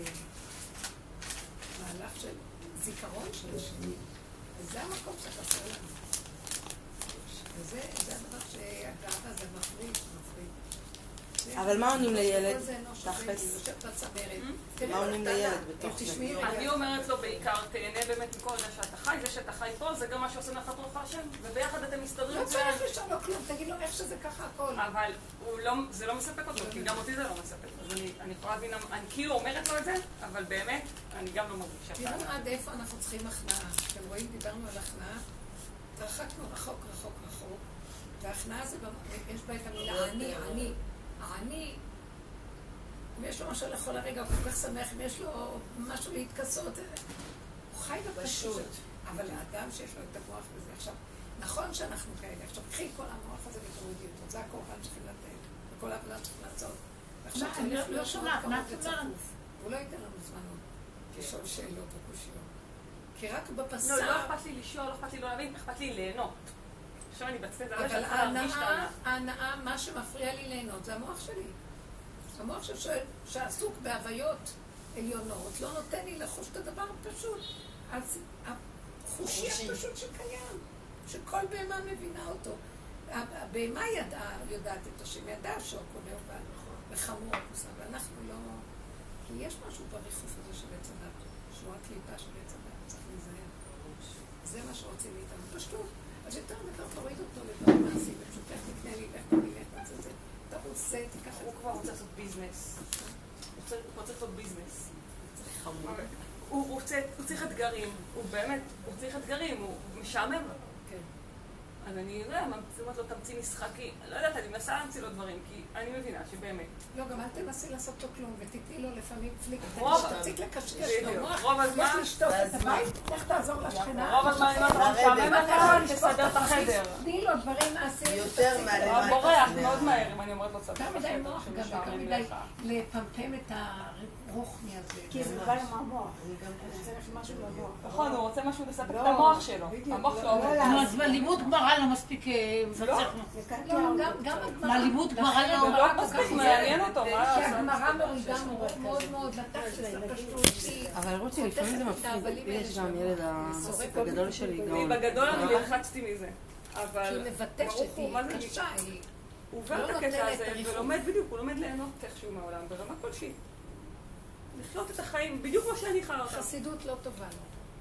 Speaker 3: מהלך של זיכרון של השני. וזה המקום שחסר לנו. וזה הדבר שהגאווה זה מפריד.
Speaker 2: אבל מה עונים לילד? תכלס. מה עונים לילד בתוך זה?
Speaker 7: אני אומרת לו בעיקר, תהנה באמת מכל זה שאתה חי, זה שאתה חי פה, זה גם מה שעושה נחת רוח השם, וביחד אתם מסתדרים.
Speaker 3: לא צריך לשאול לו כלום, תגיד לו איך שזה ככה הכל.
Speaker 7: אבל זה לא מספק אותו, כי גם אותי זה לא מספק. אז אני יכולה להבין, אני כאילו אומרת לו את זה, אבל באמת, אני גם לא מרגישה.
Speaker 3: תראו עד איפה אנחנו צריכים הכנעה. אתם רואים, דיברנו על הכנעה, התרחקנו רחוק, רחוק, רחוק, וההכנעה זה, יש בה את המילה אני. העני, אם יש לו משהו לאכול הרגע, הוא כל כך שמח, אם יש לו משהו להתכסות, הוא חי בפשוט. אבל האדם שיש לו את המוח וזה עכשיו, נכון שאנחנו כאלה, עכשיו קחי כל המוח הזה ותורידי אותו, זה הקורבן שצריכים לתת, וכל העבודה צריכים לעשות. ועכשיו צריך להיות מאוד קרוב וצפוף. הוא לא ייתן לנו זמן עוד לשאול שאלות וקושיות. כי רק בפסה...
Speaker 7: לא אכפת לי לשאול, לא אכפת לי לא להבין, אכפת לי ליהנות. עכשיו אני בצפת,
Speaker 3: אבל ההנאה, מה שמפריע לי ליהנות, זה המוח שלי. המוח שעסוק בהוויות עליונות, לא נותן לי לחוש את הדבר הפשוט. אז החושי הפשוט שקיים, שכל בהמה מבינה אותו. הבהמה יודעת את השם, ידעה שוקולה וחמור, ואנחנו לא... כי יש משהו בריחוף הזה של עץ הדת, שהוא הקליפה של עץ הדת, צריך להיזהר. זה מה שרוצים מאיתנו, פשוט. אז יותר תוריד אותו לדברים מעשיים, ופשוט איך תקנה לי, איך תקנה לי, איך תעשה זה. אתה רוצה, תיקח את זה.
Speaker 7: הוא כבר רוצה לעשות ביזנס. הוא רוצה לעשות ביזנס. הוא צריך אתגרים, הוא באמת, הוא צריך אתגרים, הוא משעמם לו. אז אני לא יודעת, אומרת לו תמציא משחקי, לא יודעת, אני מנסה להמציא לו דברים, כי אני מבינה שבאמת.
Speaker 3: לא, גם אל תנסי לעשות לו כלום, ותתני לו לפעמים פליק, תפסיק לקשקש לו.
Speaker 7: רוב הזמן,
Speaker 3: לך לשתות את הבית, לך תעזור לשכנה.
Speaker 7: רוב הזמן אני לא משעמם לך, תסדר את החדר.
Speaker 3: תני לו דברים מעשיים.
Speaker 1: יותר מהלמטה.
Speaker 7: הוא בורח מאוד מהר, אם אני אומרת לו סדר.
Speaker 3: יותר מדי מוח, גם מדי לפמפם את הרוחני הזה.
Speaker 4: כי זה בא עם המוח. צריך משהו למוח.
Speaker 7: נכון, הוא רוצה משהו לספק את המוח שלו. המוח שלו עובד.
Speaker 8: אז בלימוד גמרא לא מספיק מפצח. מה לימוד גמרא לא...
Speaker 7: לא מספיק מעניין אותו, מה לעשות?
Speaker 3: שהגמרא מורידה מאוד מאוד לתכלס הפשוט.
Speaker 6: אבל רוצי, לפעמים זה מפחיד. יש גם ילד הגדול שלי גאון.
Speaker 7: בגדול אני לחצתי מזה. אבל...
Speaker 3: כי היא מבטשת, היא קשה,
Speaker 7: הוא עובר את הקטע הזה ולומד בדיוק, הוא לומד ליהנות איכשהו מהעולם ברמה כלשהי. לחיות את החיים בדיוק כמו שאני חיה אותם.
Speaker 3: חסידות לא טובה לו.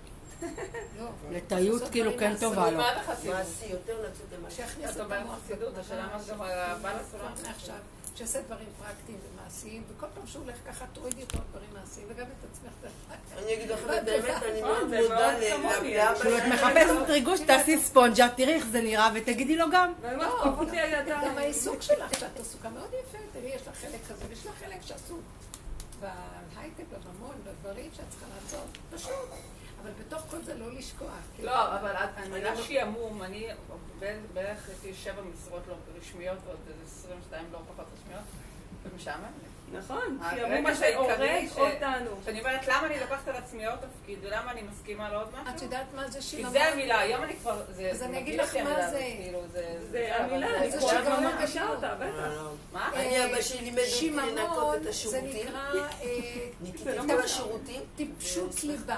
Speaker 6: לטעיות כאילו כן טובה לו.
Speaker 7: מה זה חסידות?
Speaker 1: מעשי, יותר לצאת למשהו.
Speaker 3: שיכניס את המוח
Speaker 7: חסידות, השאלה מה גם הבעל הסולם.
Speaker 3: עכשיו, שעושה דברים פרקטיים ומעשיים, וכל פעם שהוא הולך ככה, תורידי אותו דברים מעשיים, וגם את עצמך.
Speaker 1: אני אגיד לך, באמת, אני מאוד מודה לאבא
Speaker 6: כשאת מחפשת ריגוש, תעשי ספונג'ה, תראי איך זה נראה, ותגידי לו גם.
Speaker 3: גם העיסוק שלך, שאת עסוקה מאוד יפה, תראי, יש לך חלק כזה, ויש לך חלק שעסוק בהייטק, בממון, בדברים שאת צריכה לעשות, פשוט. אבל בתוך כל זה לא לשכוח.
Speaker 5: לא, אבל המילה שיעמום, אני בערך יש לי 7 משרות לא רשמיות, ועוד 22 לא פחות רשמיות, ומשעמם לי.
Speaker 7: נכון, שיעמום מה שהורג אותנו.
Speaker 5: שאני אומרת, למה אני לוקחת על עצמי עוד תפקיד, ולמה אני מסכימה לעוד משהו?
Speaker 3: את יודעת מה זה שיעמום?
Speaker 5: כי זה המילה, היום אני כבר...
Speaker 3: אז אני אגיד לך מה זה.
Speaker 7: זה המילה, אני כבר לא מרגישה אותה, בטח.
Speaker 5: מה?
Speaker 1: אני אבא שלי לימד אותי לנקות את
Speaker 3: זה
Speaker 1: השירותים.
Speaker 3: נקרא...
Speaker 1: ניקיתי את השירותים.
Speaker 3: טיפשות ליבה.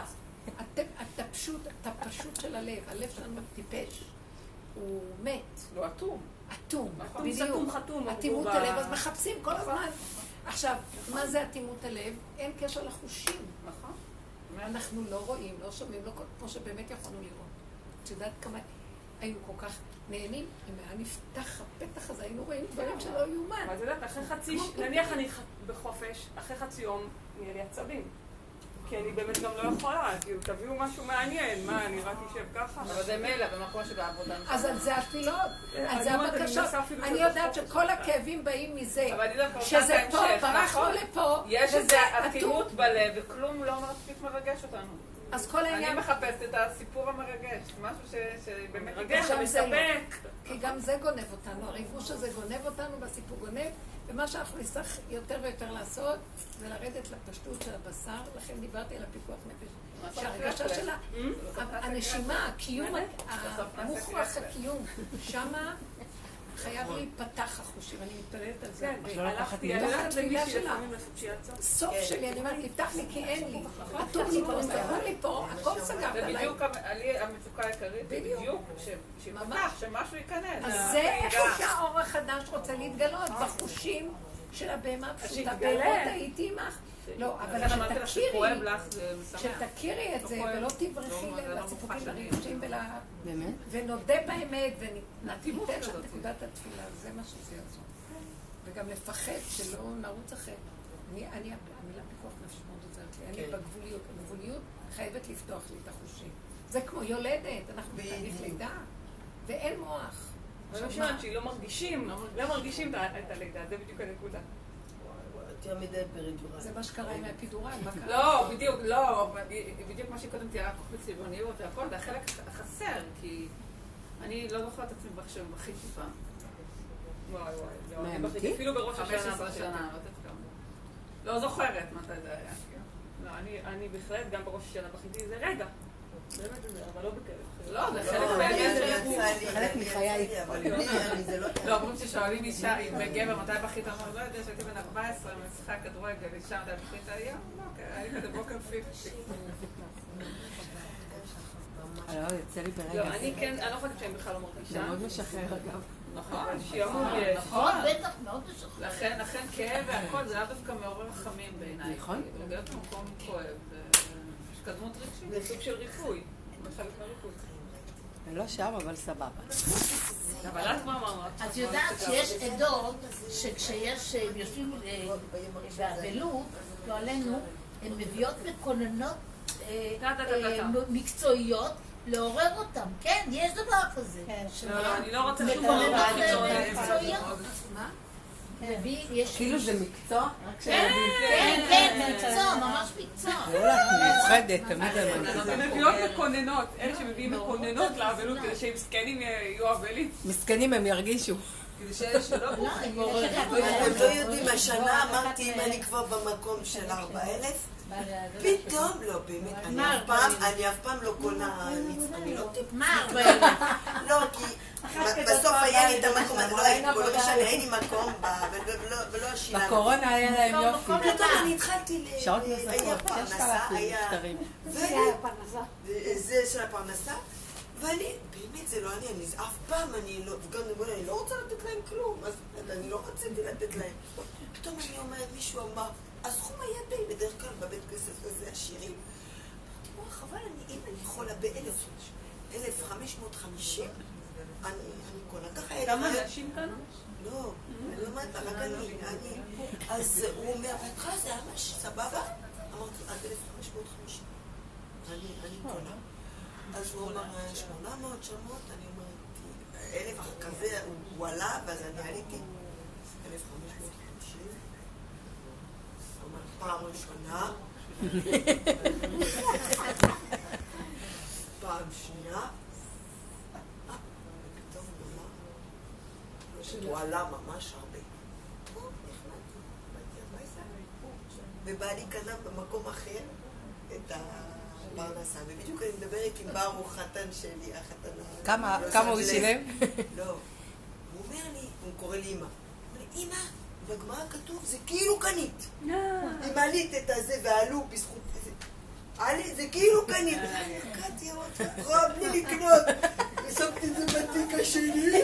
Speaker 3: הטפשות של הלב, הלב שלנו טיפש, הוא מת.
Speaker 5: לא אטום.
Speaker 3: אטום,
Speaker 7: בדיוק. אטום חתום.
Speaker 3: אטימות הלב, אז מחפשים כל הזמן. עכשיו, מה זה אטימות הלב? אין קשר לחושים.
Speaker 5: נכון.
Speaker 3: אנחנו לא רואים, לא שומעים, לא כמו שבאמת יכולנו לראות. את יודעת כמה היינו כל כך נהנים, אם היה נפתח הפתח הזה, היינו רואים דברים שלא יאומן.
Speaker 7: אבל את יודעת, אחרי חצי, נניח אני בחופש, אחרי חצי יום נהיה לי עצבים. כי אני באמת גם לא יכולה, כאילו, תביאו משהו מעניין, מה, אני רק אשב ככה?
Speaker 5: אבל זה מילא, במקום שבעבודה...
Speaker 3: אז על זה התפילות, על זה הבקשות. אני יודעת שכל הכאבים באים מזה, שזה פה, ברחנו לפה,
Speaker 5: יש איזו אטימות בלב, וכלום לא מספיק מרגש אותנו.
Speaker 3: אז כל העניין...
Speaker 5: אני מחפשת את הסיפור המרגש, משהו שבאמת...
Speaker 7: מרגש, מספק.
Speaker 3: כי גם זה גונב אותנו, הריגוש הזה גונב אותנו, והסיפור גונב, ומה שאנחנו נצטרך יותר ויותר לעשות, זה לרדת לפשטות של הבשר, לכן דיברתי על הפיקוח נפש. שהרגשה שלה, הנשימה, הקיום, המוכרח הקיום, שמה חייב להיפתח החושים, אני מתפללת על זה.
Speaker 7: הלכתי למישהי לפעמים לפשיאצה.
Speaker 3: סוף שלי, אני אומרת, תפתח לי כי אין לי. אטום לי פה, סגרו לי פה, הכל סגרת עליי.
Speaker 5: זה בדיוק המצוקה העיקרית, בדיוק, שיפתח, שמשהו ייכנס.
Speaker 3: אז זה איך שהאור החדש רוצה להתגלות, בחושים של הבהמה פשוטה. בהמות הייתי עמך. לא, אבל שתכירי את זה ולא תברחי לציפוקים הרגשים ונודה באמת ונתיתן לך נקודת התפילה, זה מה שזה יעזור. וגם לפחד שלא נרוץ אחרי. המילה פיקוח נפש מאוד עוזרת לי, אני בגבוליות. הגבוליות חייבת לפתוח לי את החושים. זה כמו יולדת, אנחנו בתהליך לידה ואין מוח.
Speaker 7: אני חושבת שהיא לא מרגישים את הלידה, זה בדיוק הנקודה.
Speaker 1: יותר מדי פרידורל.
Speaker 3: זה מה שקרה עם האפידורל, מה קרה?
Speaker 5: לא, בדיוק, לא. בדיוק מה שקודם תיארה כוח בצבעוניות והכל, זה החלק החסר, כי אני לא זוכרת את עצמי בכיתי פעם.
Speaker 7: וואי, לא. אני בכיתי אפילו בראש השנה.
Speaker 5: 15 שנה, לא זוכרת מתי זה היה.
Speaker 7: לא, אני בהחלט גם בראש השנה בכיתי, זה רגע. באמת זה, אבל לא בקרב.
Speaker 5: לא, זה
Speaker 6: חלק מחיי.
Speaker 5: לא, אומרים ששואלים אישה, אם בגבר, מתי בכית? אמרו, לא יודע, שהייתי בן 14, משחק כדורגל, אישה, מתי בכית? היום? לא, היה לי כזה בוקר 50.
Speaker 6: לא, יוצא לי ברגע.
Speaker 7: לא, אני כן, אני לא חושבת שאני בכלל לא מרגישה.
Speaker 6: זה מאוד משחרר אגב.
Speaker 5: נכון,
Speaker 8: נכון, בטח, מאוד משחרר.
Speaker 5: לכן כאב והכל, זה היה דווקא מעורר רחמים בעיניי.
Speaker 6: נכון.
Speaker 5: להיות במקום כואב, יש קדמות רגשית, זה סוג של ריפוי.
Speaker 6: אני לא שם, אבל סבבה.
Speaker 5: אבל את מה אמרת?
Speaker 8: את יודעת שיש עדות שכשיש יושבים באבלות, לא עלינו, הן מביאות מקוננות מקצועיות לעורר אותם. כן, יש דבר כזה.
Speaker 5: לא, אני לא רוצה שום
Speaker 8: מקוננות מקצועיות.
Speaker 6: כאילו זה מקצוע?
Speaker 8: כן, מקצוע, ממש מקצוע.
Speaker 6: מיוחדת, תמיד
Speaker 5: הן מביאות מקוננות, אלה שמביאים מקוננות לאבלות כדי שהם זקנים יהיו אבלים.
Speaker 6: מסכנים הם ירגישו.
Speaker 5: כדי שאלה שלא בוחרים.
Speaker 1: אתם לא יודעים, השנה אמרתי אם אני כבר במקום של 4,000, פתאום, לא באמת, אני אף פעם לא קונה, אני לא טיפ.
Speaker 8: מה 4,000?
Speaker 1: לא, כי בסוף היה לי את המקום, לא משנה, אין לי מקום, ולא השילה.
Speaker 6: בקורונה היה להם יופי.
Speaker 1: פתאום אני התחלתי, היה פרנסה, זה של הפרנסה, ואני, באמת זה לא אני אף פעם אני לא רוצה לתת להם כלום, אז אני לא רציתי לתת להם. פתאום אני אומרת, מישהו אמר, הסכום היה די בדרך כלל בבית כסף הזה השירים. אמרתי, חבל, אם אני יכולה ב-1,550, אני קונה ככה.
Speaker 5: כמה אנשים כאן?
Speaker 1: לא, אני לא אומרת, רק אני. אז הוא אומר, בהתחלה זה היה ממש סבבה? אמרתי, עד 1,550. אני קונה. אז הוא אמר 800, 900, אני אומרת, 1,000 כזה, הוא עלה, ואז אני עליתי 1,550. פעם ראשונה, פעם שנייה, ופתאום הוא עלה ממש הרבה. נכנעתי, באתי הביתה, ובעלי קנה במקום אחר את הפרנסה, ובדיוק אני מדברת עם ברוך, חתן שלי, החתן...
Speaker 6: כמה הוא שילם?
Speaker 1: לא, הוא אומר לי, הוא קורא לי אמא, הוא אומר לי, אמא, בגמרא כתוב, זה כאילו קנית. אם עלית את הזה ועלו בזכות זה. זה כאילו קנית. קטי אמרת, רב לי לקנות. ושמתי את זה בתיק השני.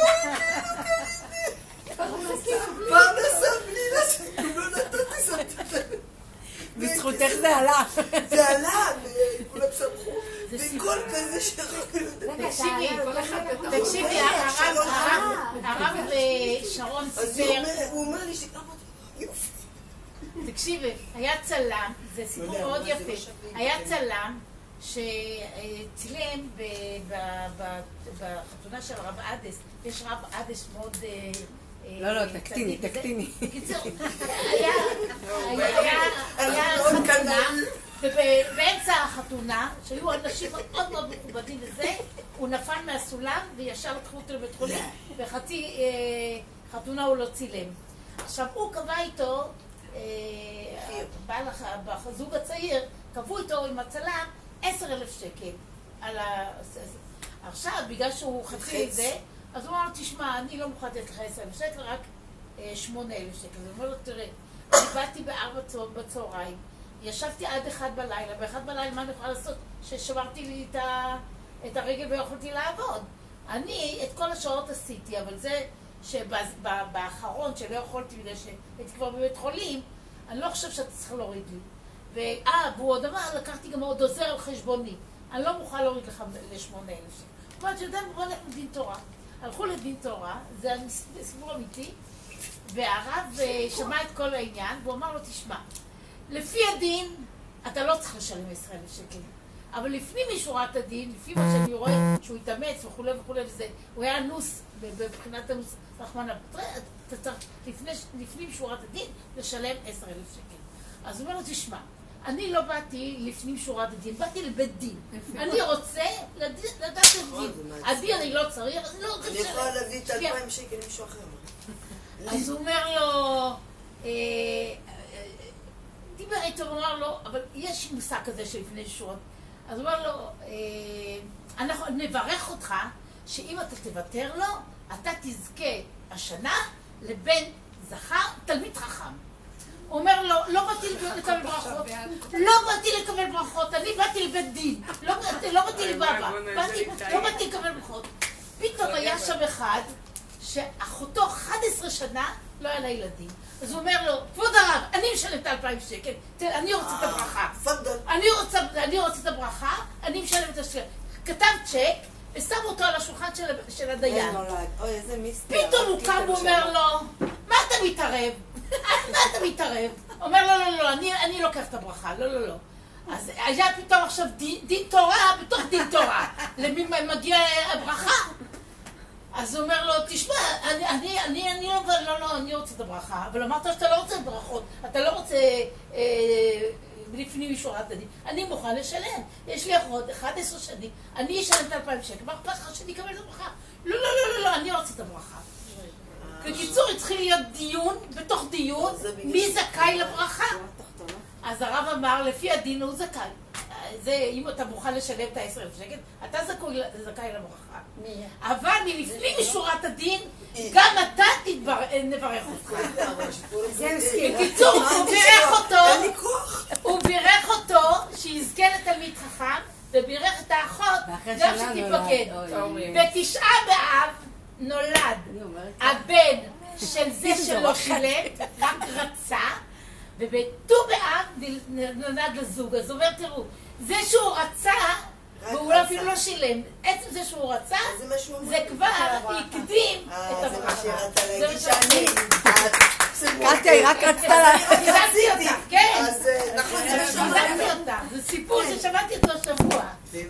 Speaker 1: פרנסה בלי לעשות. לא נתתי, שמתי את זה.
Speaker 6: בזכותך זה עלה.
Speaker 1: זה עלה, וכולם שמחו. וכל כזה שרק...
Speaker 8: תקשיבי, הרב שרון סיפר...
Speaker 1: הוא אומר לי שכמה... יופי.
Speaker 8: תקשיבי, היה צלם, זה סיפור מאוד יפה, היה צלם שצילם בחתונה של רב אדס, יש רב אדס מאוד...
Speaker 6: לא, תקטיני.
Speaker 8: בקיצור, היה חתונה, ובאמצע החתונה, שהיו אנשים מאוד מאוד מכובדים וזה, הוא נפל מהסולם וישר לקחו אותו לבית חולים, וחצי חתונה הוא לא צילם. עכשיו, הוא קבע איתו, בזוג הצעיר, קבעו איתו עם הצלם 10,000 שקל. עכשיו, בגלל שהוא חצי את זה, אז הוא אמר לו, תשמע, אני לא מוכן לתת לך 10,000 שקל, רק 8,000 שקל. אז הוא אומר לו, תראה, אני באתי ב4 בצהריים, ישבתי עד 1 בלילה, ב1 בלילה מה אני יכולה לעשות? ששברתי לי את הרגל ויכולתי לעבוד. אני את כל השעות עשיתי, אבל זה שבאחרון שלא יכולתי בגלל שהייתי כבר בבית חולים, אני לא חושב שאתה צריך להוריד לי. והוא עוד אמר, לקחתי גם עוד עוזר על חשבוני. אני לא מוכן להוריד לך ל8,000 שקל. אבל שיודע, בוא נלך לדין תורה. הלכו לדין תורה, זה סיפור אמיתי, והרב שמע את כל העניין, והוא אמר לו, תשמע, לפי הדין, אתה לא צריך לשלם 10,000 שקל. אבל לפנים משורת הדין, לפי מה שאני רואה שהוא התאמץ וכו' וכו' וזה, הוא היה אנוס, בבחינת אנוס רחמנא, אתה צריך לפנים משורת הדין לשלם 10,000 שקל. אז הוא אומר לו, תשמע, אני לא באתי לפנים שורת הדין, באתי לבית דין. אני רוצה לדעת את דין. הדין אני לא צריך, אז אני לא רוצה
Speaker 1: לשלם. אני יכולה להביא את 2,000 שקל למישהו אחר.
Speaker 8: אז הוא אומר לו, דיבר איתו, הוא אמר לו, אבל יש מושג כזה שלפני שורת. אז הוא אומר לו, אנחנו נברך אותך שאם אתה תוותר לו, אתה תזכה השנה לבן זכר, תלמיד חכם. הוא אומר לו, לא באתי לקבל ברכות, לא באתי לקבל ברכות, אני באתי לבית דין, לא באתי לבבא, לא באתי לקבל ברכות. פתאום היה שם אחד שאחותו 11 שנה לא היה לה ילדים. אז הוא אומר לו, כבוד הרב, אני משלם את 2,000 שקל, אני רוצה את הברכה. אני רוצה את הברכה, אני משלם את השקל. כתב צ'ק, ושם אותו על השולחן של הדיין. פתאום הוא קם ואומר לו, מה אתה מתערב? מה אתה מתערב? אומר לו, לא, אני לוקח את הברכה, לא. אז היה פתאום עכשיו דין תורה בתוך דין תורה. למי מגיע הברכה? אז הוא אומר לו, תשמע, אני רוצה את הברכה, אבל אמרת שאתה לא רוצה ברכות, אתה לא רוצה לפנים משורת הדין. אני מוכן לשלם, יש לי אחות 11 שנים, אני אשלם את 2,000 שקל, מה אכפת לך שאני אקבל את הברכה? לא, אני רוצה את הברכה. בקיצור, התחיל להיות דיון, בתוך דיון, מי זכאי לברכה? אז הרב אמר, לפי הדין הוא זכאי. זה, אם אתה מוכן לשלם את ה10,000 שקל, אתה זכאי לברכה. אבל מלפנים משורת הדין, גם אתה נברך אותך. בקיצור, הוא בירך אותו שיזכה לתלמיד חכם, ובירך את האחות גם שתתפקד. ב9 באב נולד הבן של זה שלא שילם, רק רצה, ובט"ו באב נולד לזוג. אז הוא אומר, תראו, זה שהוא רצה, והוא אפילו לא שילם, עצם זה שהוא רצה, זה כבר הקדים את הברכה. זה מה שאני...
Speaker 1: קטיה, היא רק רצתה לה...
Speaker 8: חיזקתי אותך, כן.
Speaker 1: אז נכון,
Speaker 8: זה סיפור ששמעתי אותו שבוע.